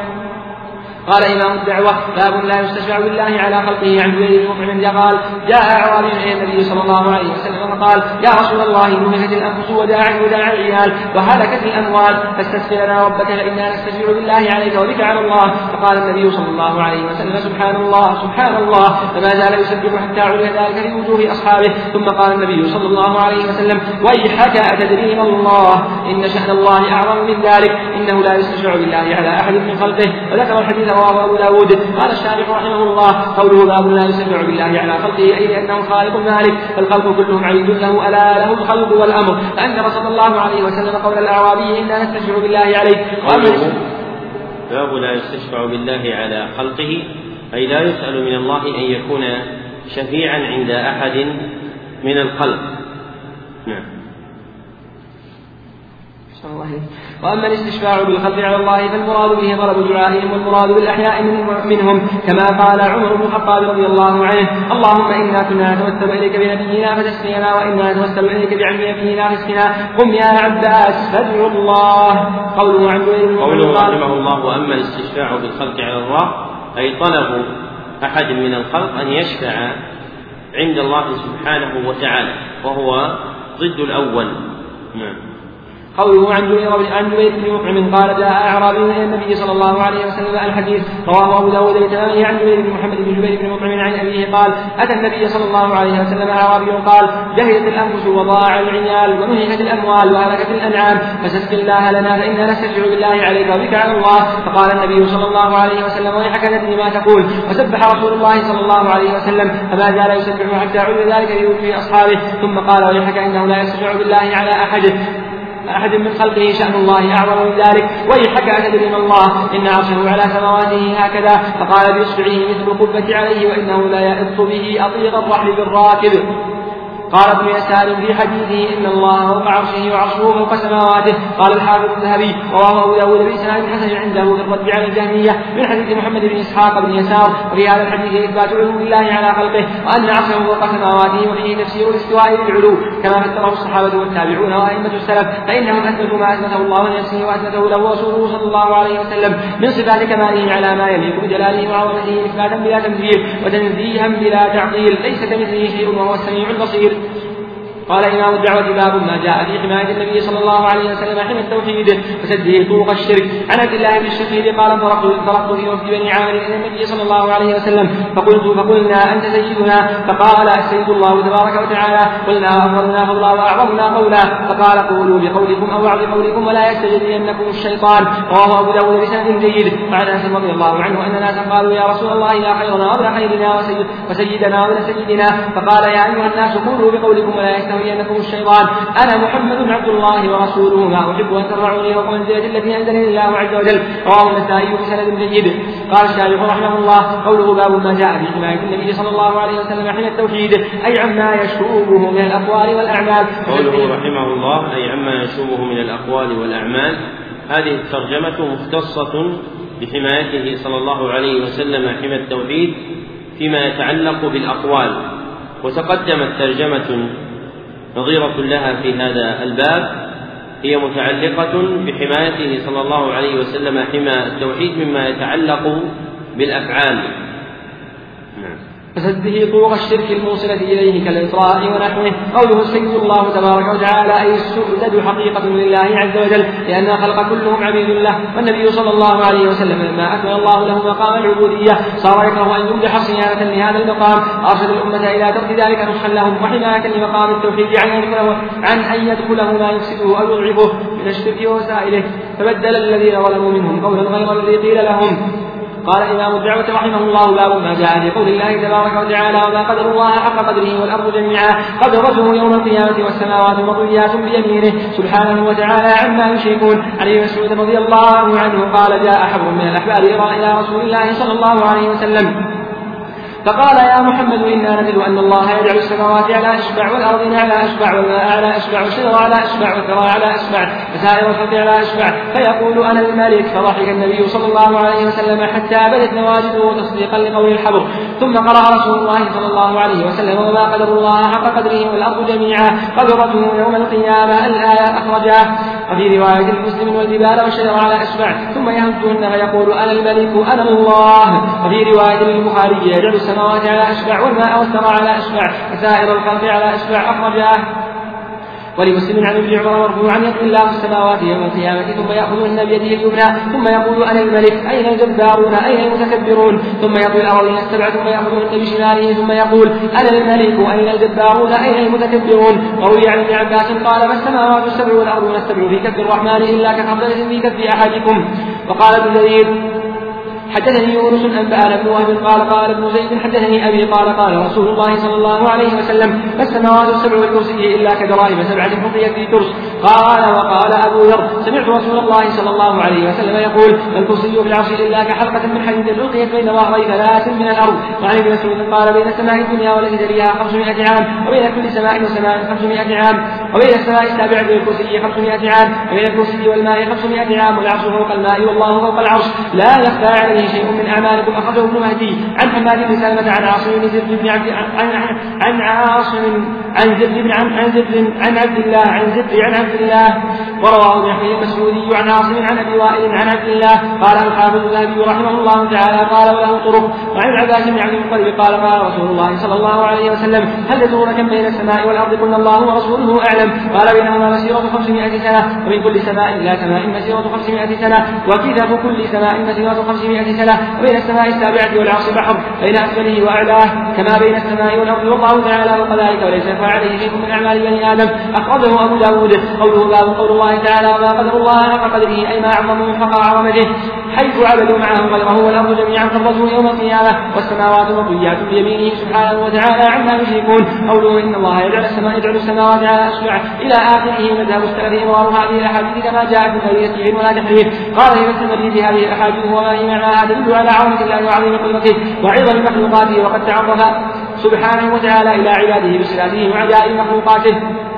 قال إمام الدعوة باب لا يستشفع بالله على خلقه. عن جبير بن مطعم قال جاء أعرابي إلى النبي صلى الله عليه وسلم فقال يا رسول الله نهكت الأنفس وداعا وداع العيال وهلكت الأموال فاستغفر لنا ربك فإنا نستشفع بالله عليك وبك على الله. فقال النبي صلى الله عليه وسلم سبحان الله سبحان الله، فما زال يسبح حتى علي ذلك في وجوه أصحابه. ثم قال النبي صلى الله عليه وسلم ويحك أتدري ما الله إن شأن الله أعظم من ذلك إنه لا يستشفع بالله على أحد من خلقه. وذكر الحديث رواه أبو داود. قال الشارح رحمه الله قوله باب لا يستشفع بالله على خلقه أي لأنه خالق مالك فالخلق كلهم عبيد له ألا له الخلق والأمر. فأنكر صلى الله عليه وسلم قول الأعرابي إنا نستشفع بالله عليه. باب لا يستشفع بالله على خلقه أي لا يسأل من الله أن يكون شفيعا عند أحد من الخلق. نعم. وأما الاستشفاع بالخلق على الله فالمراد به طلب دعائهم والمراد بالأحياء منهم كما قال عمر بن الخطاب رضي الله عنه اللهم إنا كنا نتوسل إليك بنبينا فتسقينا وإنا نتوسل إليك بعم نبينا فاسقنا قم يا عباس فادعوا الله. قوله عن قوله رحمه الله وأما الاستشفاع بالخلق على الله أي طلب أحد من الخلق أن يشفع عند الله سبحانه وتعالى وهو ضد الأول. نعم. قوله عن جبير بن مطعم قال جاء أعرابي إلى النبي صلى الله عليه وسلم الحديث رواه أبو داود بتمامه عن جبير بن محمد بن جبير بن مطعم عن أبيه قال أتى النبي صلى الله عليه وسلم أعرابي قال جهدت الأنفس وضاع العيال ونهكت الأموال وهلكت الأنعام فسل الله لنا فإنا نسترجع بالله عليك وبك على الله. فقال النبي صلى الله عليه وسلم ويحك ندري ما تقول. وسبح رسول الله صلى الله عليه وسلم فما زال يسبح حتى علم ذلك في أصحابه ثم قال ويحك إنه لا يسترجع بالله على أحد أحد من خلقه شأن الله أعظم من ذلك ويحك أتدري من الله إن عرشه على سماواته هكذا. فقال بإصبعه مثل القبة عليه وإنه لا يئط به أطيق الرحل بالراكب. قال ابن يسار في حديثه إن الله فوق عرشه وعرشه فوق سماواته. قال الحافظ الذهبي رواه أبو داود بإسناد حسن عنده في الرد على الجهمية من حديث محمد بن إسحاق بن يسار. وفي هذا الحديث إثبات علو الله على خلقه وأن عرشه فوق سماواته وفيه تفسير الاستواء بالعلو كما فسره الصحابة والتابعون وأئمة السلف فإنهم أثبتوا ما أثبته الله لنفسه وأثبته له رسوله صلى الله عليه وسلم من صفات كماله على ما يليق بجلاله وعظمته إثباتا بلا تمثيل وتنزيها بلا تعطيل ليس كمثله شيء وهو السميع البصير. قال إمام الدعوة باب ما جاء في حماية النبي صلى الله عليه وسلم حمى التوحيد وسده طرق الشرك. عن عبد الله بن الشقيق قال انطلقت في وفد بني عامر إلى النبي صلى الله عليه وسلم فقلت فقلنا أنت سيدنا فقال السيد الله تبارك وتعالى قلنا أفضلنا فضلا وأعظمنا قولا فقال قولوا بقولكم أو بعض قولكم ولا يستجدنكم الشيطان. رواه أبو داود بسند جيد. وعن أنس رضي الله عنه أن ناسا قالوا يا رسول الله لا خيرنا ولا خيرنا وسيد وسيدنا ولا سيدنا فقال يا أيها الناس قولوا بقولكم ولا يستهدنكم ينكم الشيطان أنا محمد عبد الله ورسوله ما أحب أن ترفعوني فوق منزلة التي أنزلني الله عز وجل. رواه النسائي بسند جيد. قال الشارح رحمه الله قوله باب ما جاء في حماية النبي صلى الله عليه وسلم حين التوحيد أي عما يشوبه من الأقوال والأعمال. قوله رحمه الله أي عما يشوبه من الأقوال والأعمال. هذه الترجمة مختصة بحمايته صلى الله عليه وسلم حمى التوحيد فيما يتعلق بالأقوال وتقدمت ترجمة نظيرة لها في هذا الباب هي متعلقة بحمايته صلى الله عليه وسلم حمى التوحيد مما يتعلق بالأفعال. فسده طرق الشرك الموصلة إليه كالإطراء ونحوه. قوله السيد الله تبارك وتعالى أي السؤدد حقيقة لله عز وجل لأن الخلق كلهم عبيد له. والنبي صلى الله عليه وسلم لما أكمل الله له مقام العبودية صار يكره أن يمدح صيانة لهذا المقام أرشد الأمة إلى ترك ذلك نصحا لهم وحماية لمقام التوحيد عن أن يدخله, عن أن يدخله ما يفسده أو يضعفه من الشرك ووسائله. فبدل الذين ظلموا منهم قولا غير الذي قيل لهم. قال إمام الدعوة رحمه الله باب ما جاء في قول الله تبارك وتعالى وما قدر الله حق قدره والأرض جميعا قدرته يوم القيامة والسماوات مطويات بيمينه سبحانه وتعالى عما يشركون. عن ابن مسعود رضي الله عنه قال جاء حبر من الأحبار إلى رسول الله صلى الله عليه وسلم فقال يا محمد إنا نجد أن الله يجعل السماوات على أشبع والأرض على أشبع والماء على أشبع والشجر على أشبع والثرى على أشبع وسائر الخلق على أشبع فيقول أنا الملك. فضحك النبي صلى الله عليه وسلم حتى بدت نواجذه تصديقا لقول الحبر. ثم قرأ رسول الله صلى الله عليه وسلم وما قدر الله حق قدره والأرض جميعا قدرته يوم القيامة الآية أخرجاه. وفي رواية المسلم والجبال والشجر على أشبع ثم يهزهن فيقول أنا الملك أنا الله. وفي رواية البخاري يجعل السماوات على أشبع والماء والثرى على أشبع وسائر الخلق على أشبع أخرجاه. ولمسلم عن ابن عمر مرفوعا يطوي الله السماوات يوم القيامة ثم يأخذهن بيده اليمنى ثم يقول أنا الملك أين الجبارون أين المتكبرون ثم يطوي الأرضين السبع ثم يأخذهن بشماله ثم يقول أنا الملك أين الجبارون أين المتكبرون. وروي عن ابن عباس قال ما السماوات السبع والأرضون السبع في كف الرحمن إلا كخردلة في كف أحدكم. وقال ابن جرير حدثني يونس أنبأنا ابن وهب قال قال ابن زيد حدثني أبي قال قال رسول الله صلى الله عليه وسلم ما السماوات السبع والكرسي إلا كدرائم سبعة حطيت في ترس. قال وقال أبو ذر سمعت رسول الله صلى الله عليه وسلم يقول الكرسي في العرش إلا كحلقة من حديد ألقيت بين ظهري ثلاث من الأرض. وعن ابن مسعود قال بين السماء الدنيا والتي تليها خمسمائة عام وبين كل سماء وسماء خمسمائة عام وبين السماء السابعة والكرسي خمسمائة عام وبين الكرسي والماء خمسمائة عام والعرش فوق الماء والله فوق العرش لا يخفى عليه شيء من أعمالكم. أخرجه ابن مهدي عن حماد بن سلمة عن عاصم بن زر بن عبد عن عن عاصم عن زر بن عن عن زر عن عبد الله عن زر عن عبد الله. ورواه ابن يحيى المسعودي عن عاصم عن أبي وائل عن عبد الله. قال الحافظ الذهبي رحمه الله تعالى قال وله طرق. وعن العباس بن عبد المطلب قال قال رسول الله صلى الله عليه وسلم هل تدرون كم بين السماء والأرض قلنا الله ورسوله أعلم آدم. قال بينهما مسيرة خمسمائة سنة، ومن كل سماء إلى سماء مسيرة خمسمائة سنة، وكتاب كل سماء مسيرة خمسمائة سنة، وبين السماء السابعة والعرش بحر بين أسفله وأعلاه كما بين السماء والأرض، والله تعالى فوق ذلك وليس يخفى عليه شيء من أعمال بني آدم. أخرجه أبو داود. قوله باب قول الله تعالى وما قدر الله حق قدره أي ما عظمه حق عظمته، حيث عبدوا معه غيره والأرض جميعا قبضته يوم القيامة والسماوات مطويات بيمينه سبحانه وتعالى عما يشركون. قوله إن الله يجعل السماء يجعل السماوات على أصبع إلى آخره. مذهب السلف إمرار هذه الأحاديث كما جاءت من غير تسجيل ولا تحريف. قال في فتح المجيد هذه الأحاديث وما هي معناها تدل على عظمة الله وعظيم قدرته وعظم مخلوقاته، وقد تعرف سبحانه وتعالى إلى عباده بصفاته وعجائب مخلوقاته،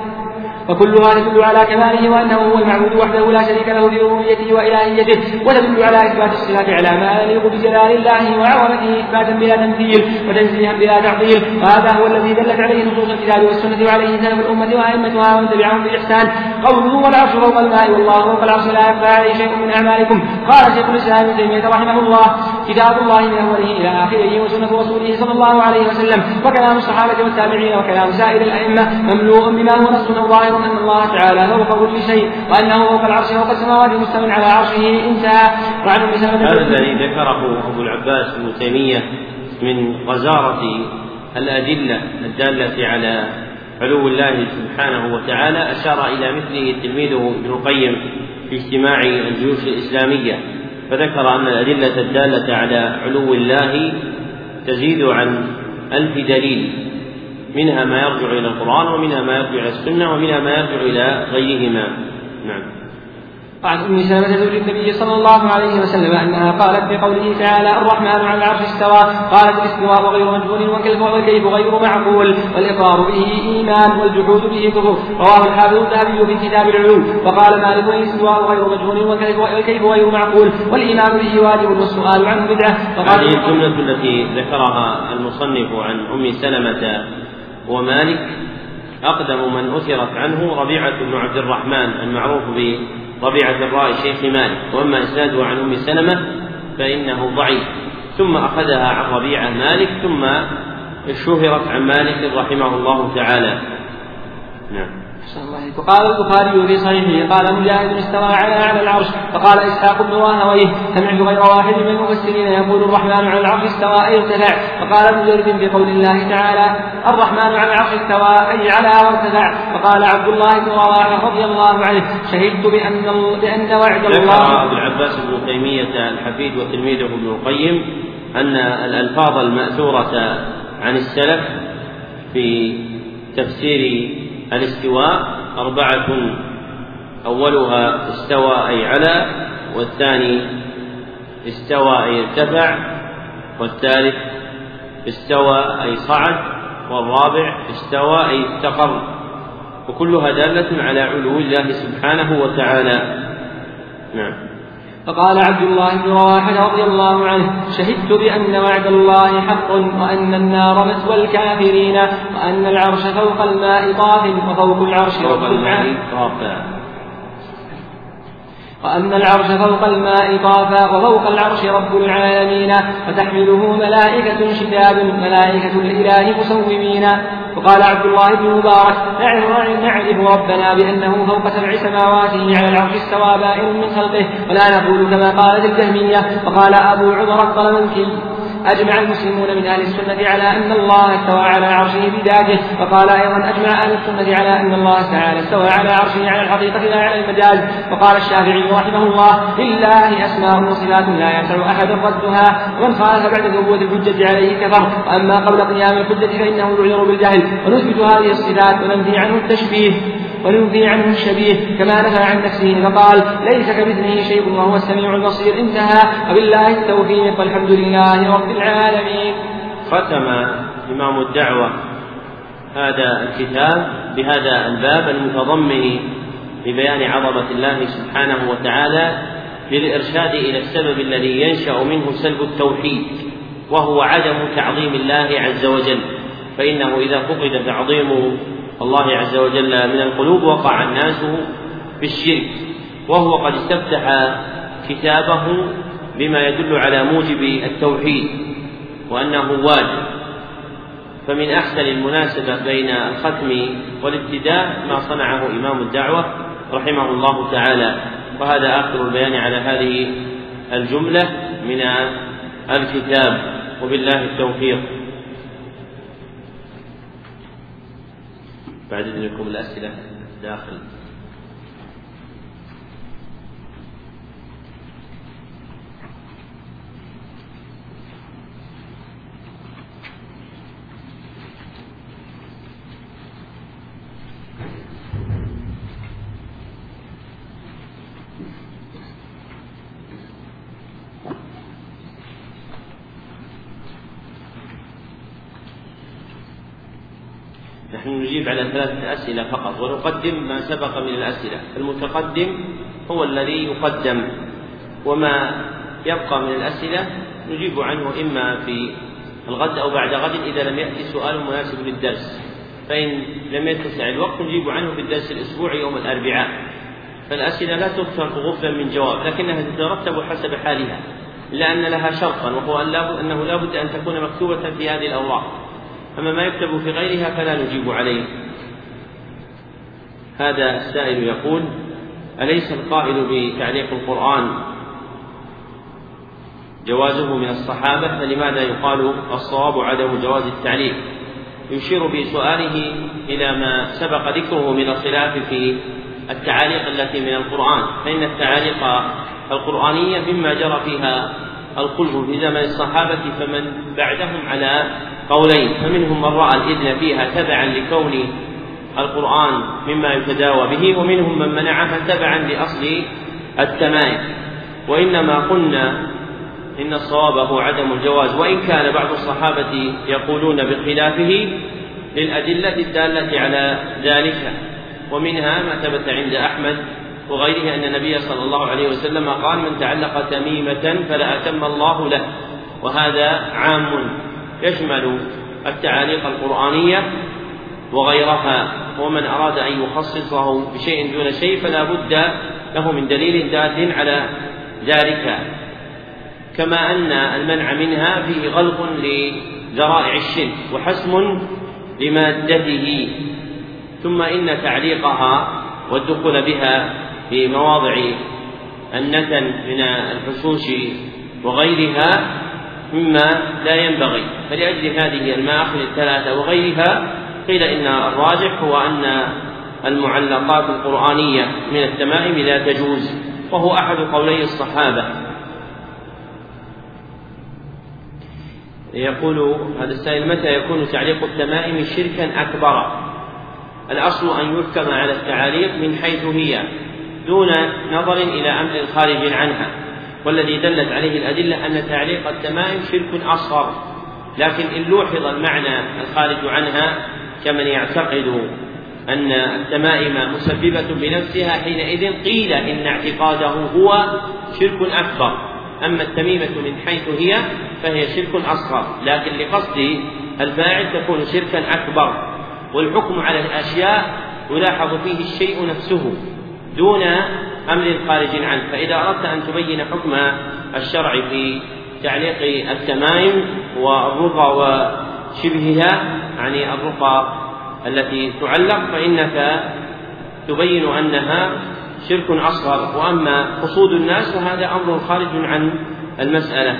وكلها تدل على كماله وأنه هو المعبود وحده لا شريك له في ربوبيته وإلهيته، وتدل على إثبات الصفات على ما يليق بجلال الله وعظمته إثباتا بلا تمثيل وتنزيها بلا تعطيل. وهذا هو الذي دلت عليه نصوص الكتاب والسنة وعليه سلف الأمة وأئمتها ومن تبعهم بإحسان. قوله والعرش فوق الماء والله فوق العرش لا يخفى عليه شيء من أعمالكم. قال شيخ الإسلام ابن تيمية رحمه الله كتاب الله من أوله إلى آخره وسنة رسوله صلى الله عليه وسلم وكلام الصحابة والتابعين وكلام سائر الأئمة مملوء بما هو نص ظاهر أن الله تعالى فوق كل شيء وأنه فوق العرش فوق السماوات مستوٍ على عرشه. انتهى. هذا الذي ذكره أبو العباس ابن تيمية من غزارة الأدلة الدالة على علو الله سبحانه وتعالى أشار إلى مثله تلميذه ابن القيم في اجتماع الجيوش الإسلامية، فذكر أن الأدلة الدالة على علو الله تزيد عن ألف دليل، منها ما يرجع إلى القرآن ومنها ما يرجع إلى السنة ومنها ما يرجع إلى غيرهما. نعم. وعن أم سلمة زوج النبي صلى الله عليه وسلم أنها قالت بقوله تعالى الرحمن على العرش استوى، قالت الاستواء غير مجهول والكيف غير معقول، والإقرار به إيمان والجحود به كفر. رواه الحافظ الذهبي في كتاب العلوم. وقال مالك الاستواء غير مجهول والكيف غير معقول والإيمان به واجب والسؤال عنه بدعة. هذه الجملة التي ذكرها المصنف عن أم سلمة ومالك أقدم من أثرت عنه ربيعة بن عبد الرحمن المعروف بربيعة الرائي شيخ مالك، وأما إسناده عن أم سلمة فإنه ضعيف، ثم أخذها عن ربيعة مالك ثم اشتهرت عن مالك رحمه الله تعالى. نعم. وقال البخاري في صحيحه قال مجاهد استوى على العرش. فقال إسحاق بن راهويه سمعت غير واحد من المفسرين يقول الرحمن على العرش استوى أي ارتفع. فقال ابن جرير في قول الله تعالى الرحمن على العرش استوى أي على وارتفع. فقال عبد الله بن رواحة رضي الله عنه شهدت بأن بأن وعد الله. ذكر أبو العباس بن تيمية الحفيد وتلميذه ابن القيم أن الألفاظ المأثورة عن السلف في تفسير الاستواء أربعة، أولها استوى أي على، والثاني استوى أي ارتفع، والثالث استوى أي صعد، والرابع استوى أي استقر، وكلها دالة على علو الله سبحانه وتعالى. نعم. فقال عبد الله بن رواحة رضي الله عنه شهدت بأن وعد الله حق وأن النار مثوى الكافرين وأن العرش فوق الماء طاف وفوق العرش رب العالمين وأن العرش فوق الماء طافا وفوق العرش رب العالمين فتحمله ملائكة شداد ملائكة الإله مسومين. وقال عبد الله بن مبارك نعرف ربنا بأنه فوق سبع سماواته على العرش استوى بائن من خلقه ولا نقول كما قالت الجهمية. وقال أبو عمر الطلمنكي أجمع المسلمون من أهل السنة على أن الله استوى على عرشه بذاته. وقال أيضا أجمع أهل السنة على أن الله تعالى استوى على عرشه على الحقيقة لا على المجاز. وقال الشافعي رحمه الله لله أسماء وصفات لا يسع أحد ردها ومن خالف بعد ثبوت الحجة عليه كفر، وأما قبل قيام الحجة فإنه يعذر بالجهل. ونثبت هذه الصفات وننفي عنه التشبيه وننفي عنه الشبيه كما نفى عن نفسه فقال ليس كمثله شيء وهو السميع البصير. انتهى. وبالله التوفيق والحمد لله رب العالمين. ختم إمام الدعوة هذا الكتاب بهذا الباب المتضمن لبيان عظمة الله سبحانه وتعالى للإرشاد إلى السبب الذي ينشأ منه سلب التوحيد، وهو عدم تعظيم الله عز وجل، فإنه إذا فقد تعظيم الله عز وجل من القلوب وقع الناس في الشرك. وهو قد استفتح كتابه بما يدل على موجب التوحيد وأنه واجب، فمن أحسن المناسبة بين الختم والابتداء ما صنعه إمام الدعوة رحمه الله تعالى. وهذا آخر البيان على هذه الجملة من الكتاب، وبالله التوفيق. بعد إذنكم الأسئلة داخل. نحن نجيب على ثلاثة أسئلة فقط، ونقدم ما سبق من الأسئلة. المتقدم هو الذي يقدم، وما يبقى من الأسئلة نجيب عنه إما في الغد أو بعد غد إذا لم يأتي سؤال مناسب للدرس، فإن لم يتسع الوقت نجيب عنه في الدرس الأسبوعي يوم الأربعاء. فالأسئلة لا تكثر غفلا من جواب، لكنها تترتب حسب حالها، لأن لها شرطا، وهو أنه لا بد أن تكون مكتوبة في هذه الأوراق، أما ما يكتب في غيرها فلا نجيب عليه. هذا السائل يقول: أليس القائل بتعليق القرآن جوازه من الصحابة، فلماذا يقال الصواب عدم جواز التعليق؟ يشير بسؤاله إلى ما سبق ذكره من الخلاف في التعاليق التي من القرآن، فإن التعاليق القرآنية مما جرى فيها الخلف في زمن الصحابة، فمن بعدهم على قولين، فمنهم من رأى الإذن فيها تبعا لكون القرآن مما يتداوى به، ومنهم من منعها تبعا لأصل التمائم. وإنما قلنا إن الصواب هو عدم الجواز، وإن كان بعض الصحابة يقولون بخلافه للأدلة الدالة على ذلك، ومنها ما ثبت عند أحمد وغيره أن النبي صلى الله عليه وسلم قال: من تعلق تميمة فلا أتم الله له. وهذا عام يشمل التعاليق القرآنية وغيرها، ومن أراد أن يخصصه بشيء دون شيء فلا بد له من دليل دال على ذلك، كما أن المنع منها فيه غلق لذرائع الشرك وحسم لمادته. ثم إن تعليقها والدخول بها في مواضع النتن من الحشوش وغيرها مما لا ينبغي، فلأجل هذه المآخذ الثلاثة وغيرها قيل إن الراجح هو أن المعلقات القرآنية من التمائم لا تجوز، وهو أحد قولي الصحابة. يقول هذا السائل: متى يكون تعليق التمائم شركا أكبر؟ الأصل أن يحكم على التعاليق من حيث هي دون نظر إلى أمر خارج عنها، والذي دلت عليه الأدلة أن تعليق التمائم شرك أصغر، لكن إن لوحظ المعنى الخارج عنها كمن يعتقد أن التمائم مسببة بنفسها، حينئذ قيل إن اعتقاده هو شرك أكبر. أما التميمة من حيث هي فهي شرك أصغر، لكن لقصد الفاعل تكون شركا أكبر. والحكم على الأشياء يلاحظ فيه الشيء نفسه دون أمر خارج عنه، فإذا أردت أن تبين حكم الشرع في تعليق التمائم والرقى وشبهها، يعني الرقى التي تعلق، فإنك تبين أنها شرك أصغر. وأما قصود الناس فهذا أمر خارج عن المسألة.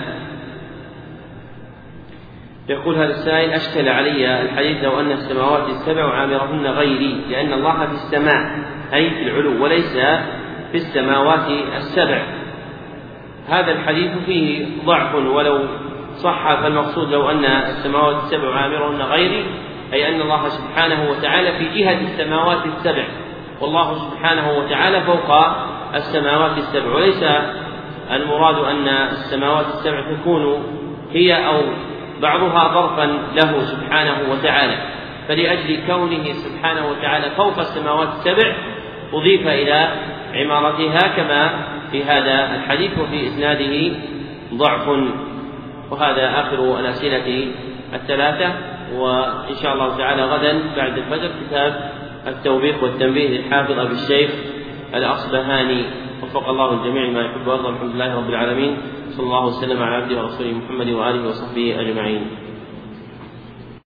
يقول هذا السائل: أشكل علي الحديث لو أن السماوات السبع عامرهن غيري، لأن الله في السماء أي في العلو وليس في السماوات السبع. هذا الحديث فيه ضعف، ولو صح فالمقصود لو أن السماوات السبع عامرهن غيري، أي أن الله سبحانه وتعالى في جهة السماوات السبع، والله سبحانه وتعالى فوق السماوات السبع، وليس المراد أن السماوات السبع تكون هي أو بعضها ظرفا له سبحانه وتعالى، فلأجل كونه سبحانه وتعالى فوق السماوات السبع أضيف إلى عمارتها كما في هذا الحديث، وفي إسناده ضعف. وهذا آخر الأسئلة الثلاثة، وإن شاء الله تعالى غدا بعد الفجر كتاب التوبيخ والتنبيه للحافظ أبي الشيخ الأصبهاني، وفق الله الجميع ما يحب ويرضى. الحمد لله رب العالمين، صلى الله وسلم على عبده ورسوله محمد وآله وصحبه أجمعين.